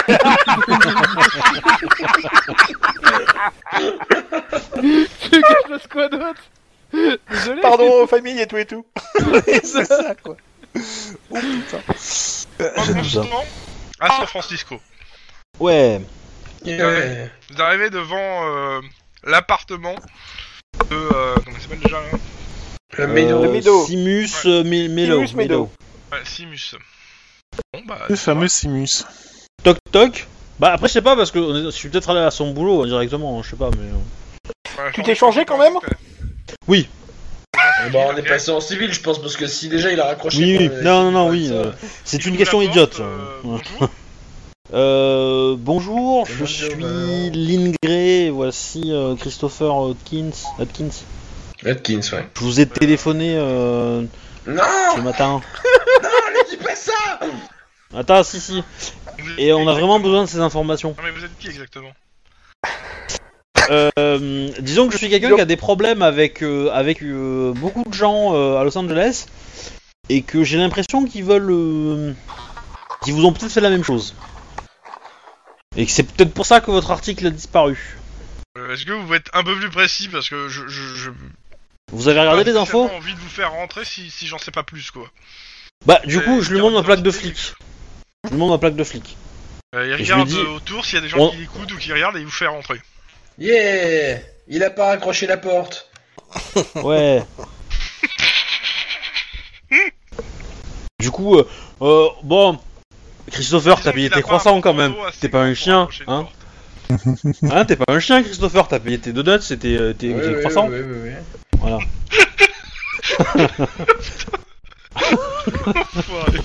Tu gâches le squad d'autre. Désolé. Pardon, famille et tout et tout. C'est ça, quoi. Oh putain. En J'aime ça. continuant, à San Francisco. Ouais. Ouais. Vous arrivez devant euh, l'appartement de... Euh, comment il s'appelle déjà là Le Meadow. Le Meadow. Simus euh, Me- Melo. Simus Meadow. Ouais, Simus. Bon bah... Le fameux Simus. Toc toc. Bah après je sais pas parce que on est- je suis peut-être allé à son boulot directement, je sais pas mais. euh. Ouais, Tu j'en- t'es changé quand même Oui. Eh ben, on est passé en civil, je pense, parce que si déjà il a raccroché. Oui, oui. euh, Non, non, c'est non, pas oui. ça. euh, C'est Il une ouvre question la porte, idiote. euh, Ouais. bonjour. Euh, bonjour, je Bonjour, suis bah. Lingré, voici euh, Christopher Hodkins. Hodkins. Atkins, ouais. Je vous ai téléphoné euh, Non. ce matin. Non, ne dis pas ça. Attends, si, si. Vous êtes Et qui on a vraiment exactement besoin de ces informations. Non mais vous êtes qui exactement? Euh, disons que je suis quelqu'un qui a des problèmes avec, euh, avec euh, beaucoup de gens euh, à Los Angeles et que j'ai l'impression qu'ils veulent. Euh, qu'ils vous ont peut-être fait la même chose. Et que c'est peut-être pour ça que votre article a disparu. Euh, Est-ce que vous pouvez être un peu plus précis parce que je... je, je... Vous avez regardé j'ai les infos? J'ai envie de vous faire rentrer si, si j'en sais pas plus quoi. Bah, du coup, Euh, je lui demande ma plaque de identité. flic. Je lui demande ma plaque de flic. Euh, il je regarde lui dis- euh, autour s'il y a des gens On- qui l'écoutent ou qui regardent et il vous fait rentrer. Yeah. Il a pas raccroché la porte. Ouais. Du coup, euh, euh, bon, Christopher, Disons t'as payé qu'il a tes pas croissants un quand même. photo assez T'es pas un grand chien, pour accrocher une hein porte. Hein, t'es pas un chien, Christopher. T'as payé tes donuts, c'était euh, tes, Oui, tes oui, croissants. oui, oui, oui. Voilà. Enfoiré.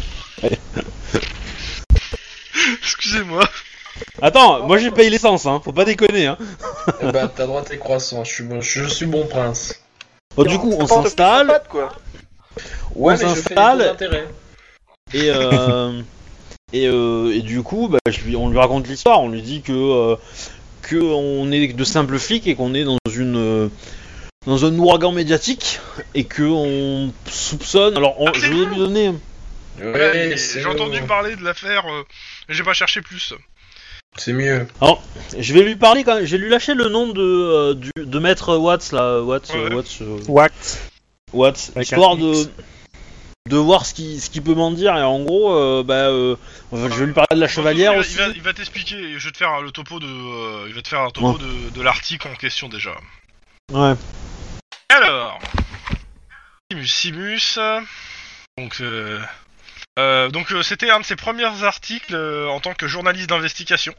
Excusez-moi. Attends, moi j'ai payé l'essence, hein. Faut pas déconner, hein. Eh bah, t'as droit à tes croissants. Je suis bon, je suis bon prince. Bon, du coup, on Ça porte plus s'installe sympathique, quoi. Ouais, On mais je fais les s'installe. taux d'intérêt. et euh, et, euh, et du coup, bah, je lui, on lui raconte l'histoire. On lui dit que euh, que on est de simples flics et qu'on est dans une euh, dans un ouragan médiatique et que on soupçonne. Alors, on- je vais lui donner. Ouais, Ouais, mais c'est j'ai entendu parler de l'affaire, euh, mais j'ai pas cherché plus. C'est mieux. Je vais lui parler quand même. Je vais lui lâcher le nom de euh, du, de maître Watts là, Watts, Ouais. euh, Watts, euh, Wax. Watts, Avec histoire un de X. de voir ce qu'il ce qu'il peut m'en dire et en gros, euh, bah, euh, enfin, je vais lui parler de la chevalière il va, aussi. Il va, il va t'expliquer, je vais te faire le topo de, euh, il va te faire un topo Ouais. de, de l'article en question déjà. Ouais. Alors, Simus, Simus, donc, euh, euh, donc euh, c'était un de ses premiers articles euh, en tant que journaliste d'investigation.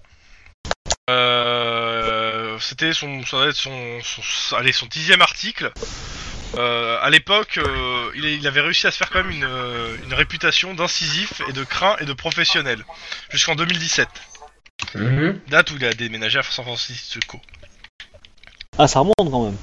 Euh, c'était son, ça doit être son, son, allez, son dixième article. Euh, à l'époque, euh, il, il avait réussi à se faire quand même une, euh, une réputation d'incisif et de craint et de professionnel jusqu'en deux mille dix-sept, Mhm. date où il a déménagé à San Francisco. Ah, ça remonte quand même.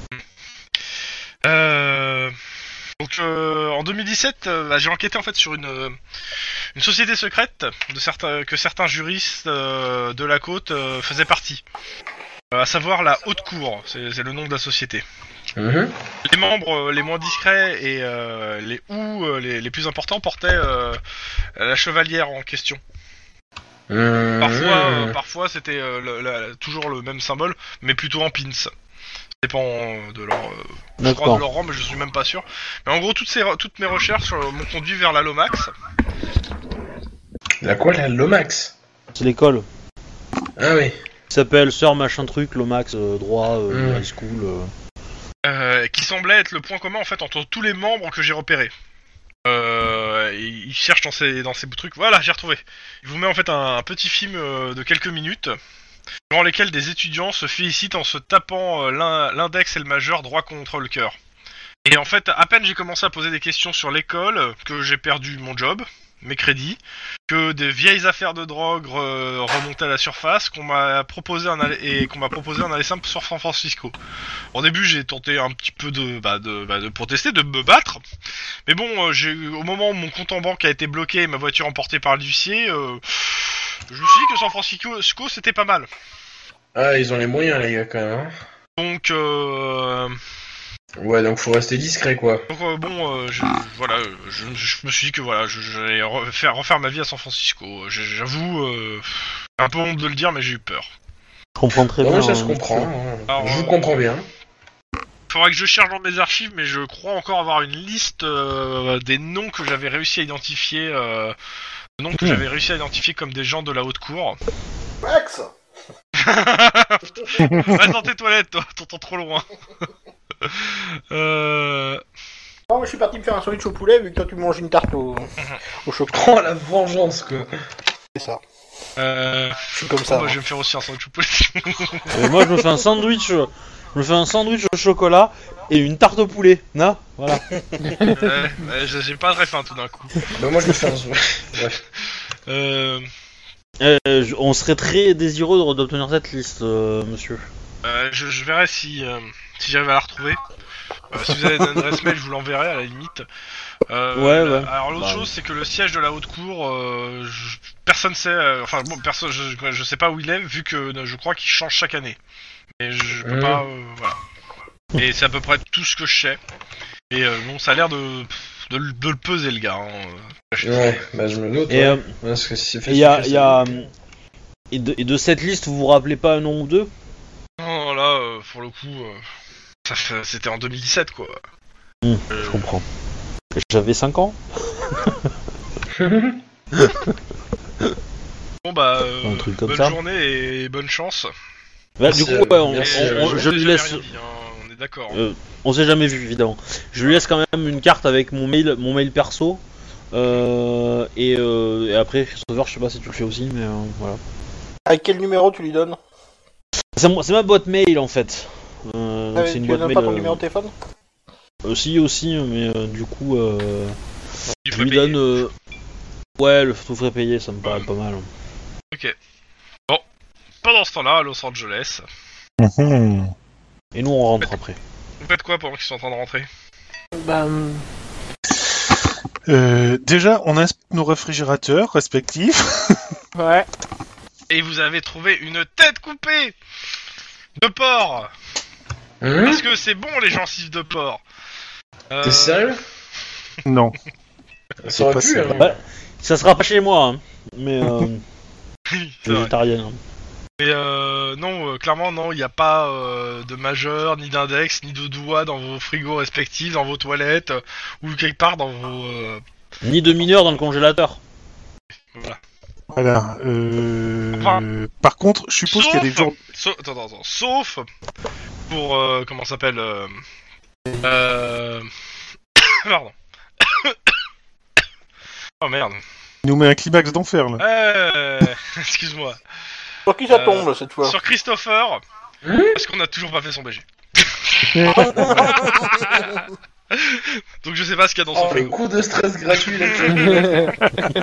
Euh, donc euh, en deux mille dix-sept, euh, bah, j'ai enquêté en fait sur une, euh, une société secrète de certains, que certains juristes euh, de la côte euh, faisaient partie. Euh, à savoir la Haute Cour, c'est c'est le nom de la société. Mhm. Les membres euh, les moins discrets et euh, les ou euh, les, les plus importants portaient euh, la chevalière en question. Mhm. Parfois, euh, parfois c'était euh, le- la- toujours le même symbole, mais plutôt en pins. Ça dépend euh, de leur, euh, je crois D'accord. de leur rang, mais je suis même pas sûr. Mais en gros, toutes, ces, toutes mes recherches euh, m'ont conduit vers la Lomax. La quoi, la Lomax? C'est l'école. Ah oui. Il s'appelle Sœur machin truc, Lomax, euh, droit, euh, Mm. high school. euh. Euh, qui semblait être le point commun en fait entre tous les membres que j'ai repérés. Euh, il il cherche dans ces dans ces trucs. Voilà, j'ai retrouvé. Il vous met en fait un, un petit film euh, de quelques minutes durant lesquels des étudiants se félicitent en se tapant euh, l'in- l'index et le majeur droit contre le cœur. Et en fait, à peine j'ai commencé à poser des questions sur l'école euh, que j'ai perdu mon job, mes crédits, que des vieilles affaires de drogue euh, remontaient à la surface, qu'on m'a proposé un aller- et qu'on m'a proposé un aller simple sur San Francisco. Au début, j'ai tenté un petit peu de bah, de, bah, de protester, de me battre, mais bon, euh, j'ai au moment où mon compte en banque a été bloqué et ma voiture emportée par l'huissier, euh, je me suis dit que San Francisco c'était pas mal. Ah, ils ont les moyens, les gars, quand même. Hein. Donc, euh, Ouais, donc faut rester discret, quoi. Donc euh, bon, euh, je, voilà, euh, je, je me suis dit que voilà, je- j'allais refaire, refaire ma vie à San Francisco. Je- J'avoue, euh, un peu honte de le dire, mais j'ai eu peur. Je comprends très Ouais, bien. ça se hein. comprend. hein. Alors, je vous euh, comprends bien. Faudrait que je cherche dans mes archives, mais je crois encore avoir une liste euh, des noms que j'avais réussi à identifier, euh, noms que Hmm. j'avais réussi à identifier comme des gens de la haute cour. Max. Va dans tes toilettes, toi, t'entends trop loin. euh... Non, moi je suis parti me faire un sandwich au poulet vu que toi tu manges une tarte au, au chocolat. Oh la vengeance, quoi. C'est ça. Euh... Je suis comme ça. Moi, hein. je vais me faire aussi un sandwich au poulet. Et moi, je me fais un sandwich, je me fais un sandwich au chocolat et une tarte au poulet. Non, voilà. euh, euh, j'ai pas très faim tout d'un coup. Bah, moi je me fais un. Bref. Euh... Euh, je- on serait très désireux de- d'obtenir cette liste, euh, monsieur. Euh, je, je verrai si, euh, si j'arrive à la retrouver. Euh, si vous avez une adresse mail, je vous l'enverrai à la limite. Euh, Ouais, la- ouais. Alors l'autre Bah, chose, c'est que le siège de la haute cour, euh, je- personne sait. euh, enfin bon, personne, je, je sais pas où il est, vu que euh, je crois qu'il change chaque année. Mais je, je peux Mmh. pas, euh, voilà. Et c'est à peu près tout ce que je sais. Et euh, bon, ça a l'air de, de, le- de le peser le gars. Hein. Ouais, bah je me note. Et ouais. euh, Parce que si c'est fait il y a, sucrer, il y ça- a euh, et, de, et de cette liste, vous vous rappelez pas un nom ou deux? Non, là, euh, pour le coup, euh, ça fait- c'était en deux mille dix-sept quoi. Hmm, Euh, Je comprends. J'avais cinq ans. Bon bah, euh, Un truc comme bonne ça. journée et bonne chance. Bah, du Merci, coup, ouais, on- merci, Et, on- euh, on- je t'ai lui jamais laisse. rien dit, hein, on est d'accord. hein. Euh, on s'est jamais vu évidemment. Je lui laisse quand même une carte avec mon mail, mon mail perso. Euh, et, euh, et après, Christopher, je sais pas si tu le fais aussi, mais euh, voilà. Avec quel numéro tu lui donnes? C'est mon- c'est ma boîte mail en fait. Euh, Ah, c'est tu une lui boîte donnes mail. pas ton euh, numéro de téléphone? aussi, aussi, mais euh, du coup, euh, Il je faut lui payer. donne. euh, Ouais, le tout frais payé, ça me paraît pas mal. Ok. Bon. Pendant ce temps-là, à Los Angeles, Mhm. Et nous, on rentre après. vous faites quoi pendant qu'ils sont en train de rentrer? Bah, hum, Euh, déjà, on inspecte nos réfrigérateurs respectifs. ouais. Et vous avez trouvé une tête coupée de porc. Hum Parce que c'est bon les gencives de porc. Euh, T'es sérieux? Non. Ça aurait pas pu, sérieux. hein. Bah, ça sera pas chez moi, hein, mais euh, oui, c'est vrai. végétarienne. hein. Mais euh, non, euh, clairement non, il n'y a pas euh, de majeur, ni d'index, ni de doigt dans vos frigos respectifs, dans vos toilettes, euh, ou quelque part dans vos... euh, Ni de mineurs dans le congélateur. voilà. Voilà. Euh... Enfin, Par contre, je suppose qu'il y a des Sauf- jours. Sauf, attends, attends, attends, sauf pour euh, comment ça s'appelle euh, euh, pardon. Oh merde. Il nous met un climax d'enfer là. Euh, excuse-moi. Sur qui ça Euh, tombe cette fois? Sur Christopher, Hein parce qu'on a toujours pas fait son B G. Donc je sais pas ce qu'il y a dans son Oh, le frigo. coup de stress gratuit là.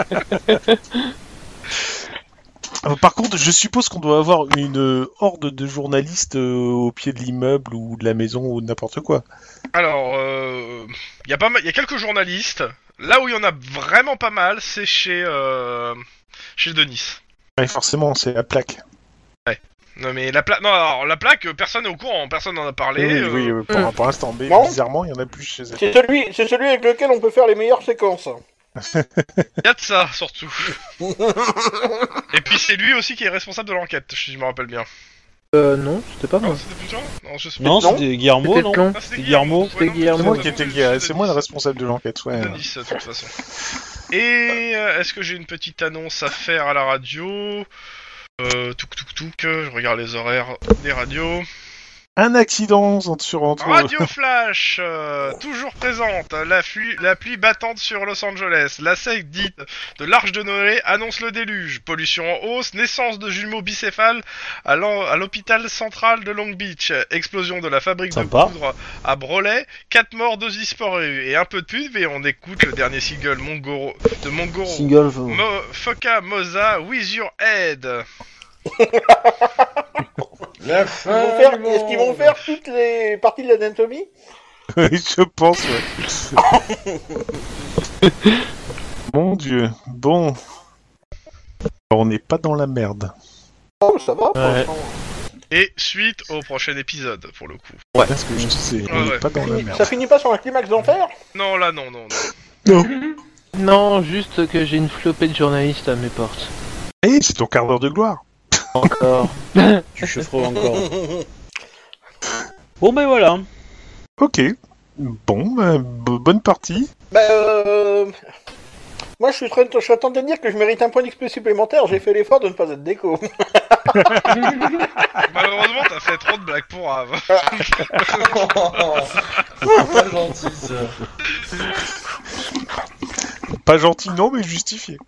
Euh, Par contre, je suppose qu'on doit avoir une euh, horde de journalistes euh, au pied de l'immeuble ou de la maison ou n'importe quoi. Alors, il euh, y a pas mal, il y a quelques journalistes. Là où il y en a vraiment pas mal, c'est chez euh, chez Denis. Ouais, forcément, c'est la plaque. Non mais la plaque, non alors la plaque, euh, personne n'est au courant, personne n'en a parlé. oui, euh, oui, euh, pour, pour l'instant, mais Non. bizarrement, il y en a plus chez eux. C'est celui, c'est celui avec lequel on peut faire les meilleures séquences. Il y a de ça surtout. Et puis c'est lui aussi qui est responsable de l'enquête, si je me rappelle bien. Euh, non, c'était pas Non, moi. c'était plus Jean Non, je sais pas. Non, Non. c'était Guillermo, C'était non Tlon. Ah, c'était Guillermo. C'était non, Guillermo. C'est moi c'est qui étais Denis, Guy- c'est moi le Denis. responsable de l'enquête, ouais. Denis, de toute façon. Et euh, est-ce que j'ai une petite annonce à faire à la radio? Euh, touk touk touk, je regarde les horaires des radios. Un accident sur entre. Radio Flash, euh, toujours présente. La, flu- la pluie battante sur Los Angeles. La secte dite de l'Arche de Noé annonce le déluge. Pollution en hausse. Naissance de jumeaux bicéphales à l'en- à l'hôpital central de Long Beach. Explosion de la fabrique Sympa. de poudre à Brolet. Quatre morts, deux disparus. Et un peu de pub. Et on écoute le dernier single Mongoro, de Mongoro. Single. Mo- Foka Moza, With Your Head. La Ils fin vont faire- du Est-ce qu'ils vont monde. faire toutes les parties de l'anatomie? Je pense, ouais. Mon Dieu. Bon. Alors, on n'est pas dans la merde. Oh, ça va. pour Ouais. l'instant. Et suite au prochain épisode, pour le coup. Ouais, parce que je sais, on Ouais, est ouais. pas dans la merde. Ça finit pas sur un climax d'enfer? Non, là, non, non, non. Non, juste que j'ai une flopée de journalistes à mes portes. Eh, c'est ton quart d'heure de gloire. Encore. Tu chaufferas encore. Bon ben voilà. Ok. Bon, bah, b- bonne partie. Bah, euh... Moi, je suis, très... je suis en train de dire que je mérite un point d'X P supplémentaire. J'ai fait l'effort de ne pas être déco. Malheureusement, t'as fait trop de blagues pour Ave. C'est pas gentil ça. Pas gentil, non, mais justifié.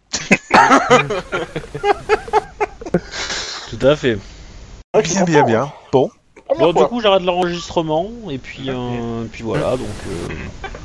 Tout à fait. Ouais, je suis Bien, content, bien, hein. bien. Bon. Première Bon, du fois. coup, j'arrête l'enregistrement et puis, euh, puis voilà. Donc, euh,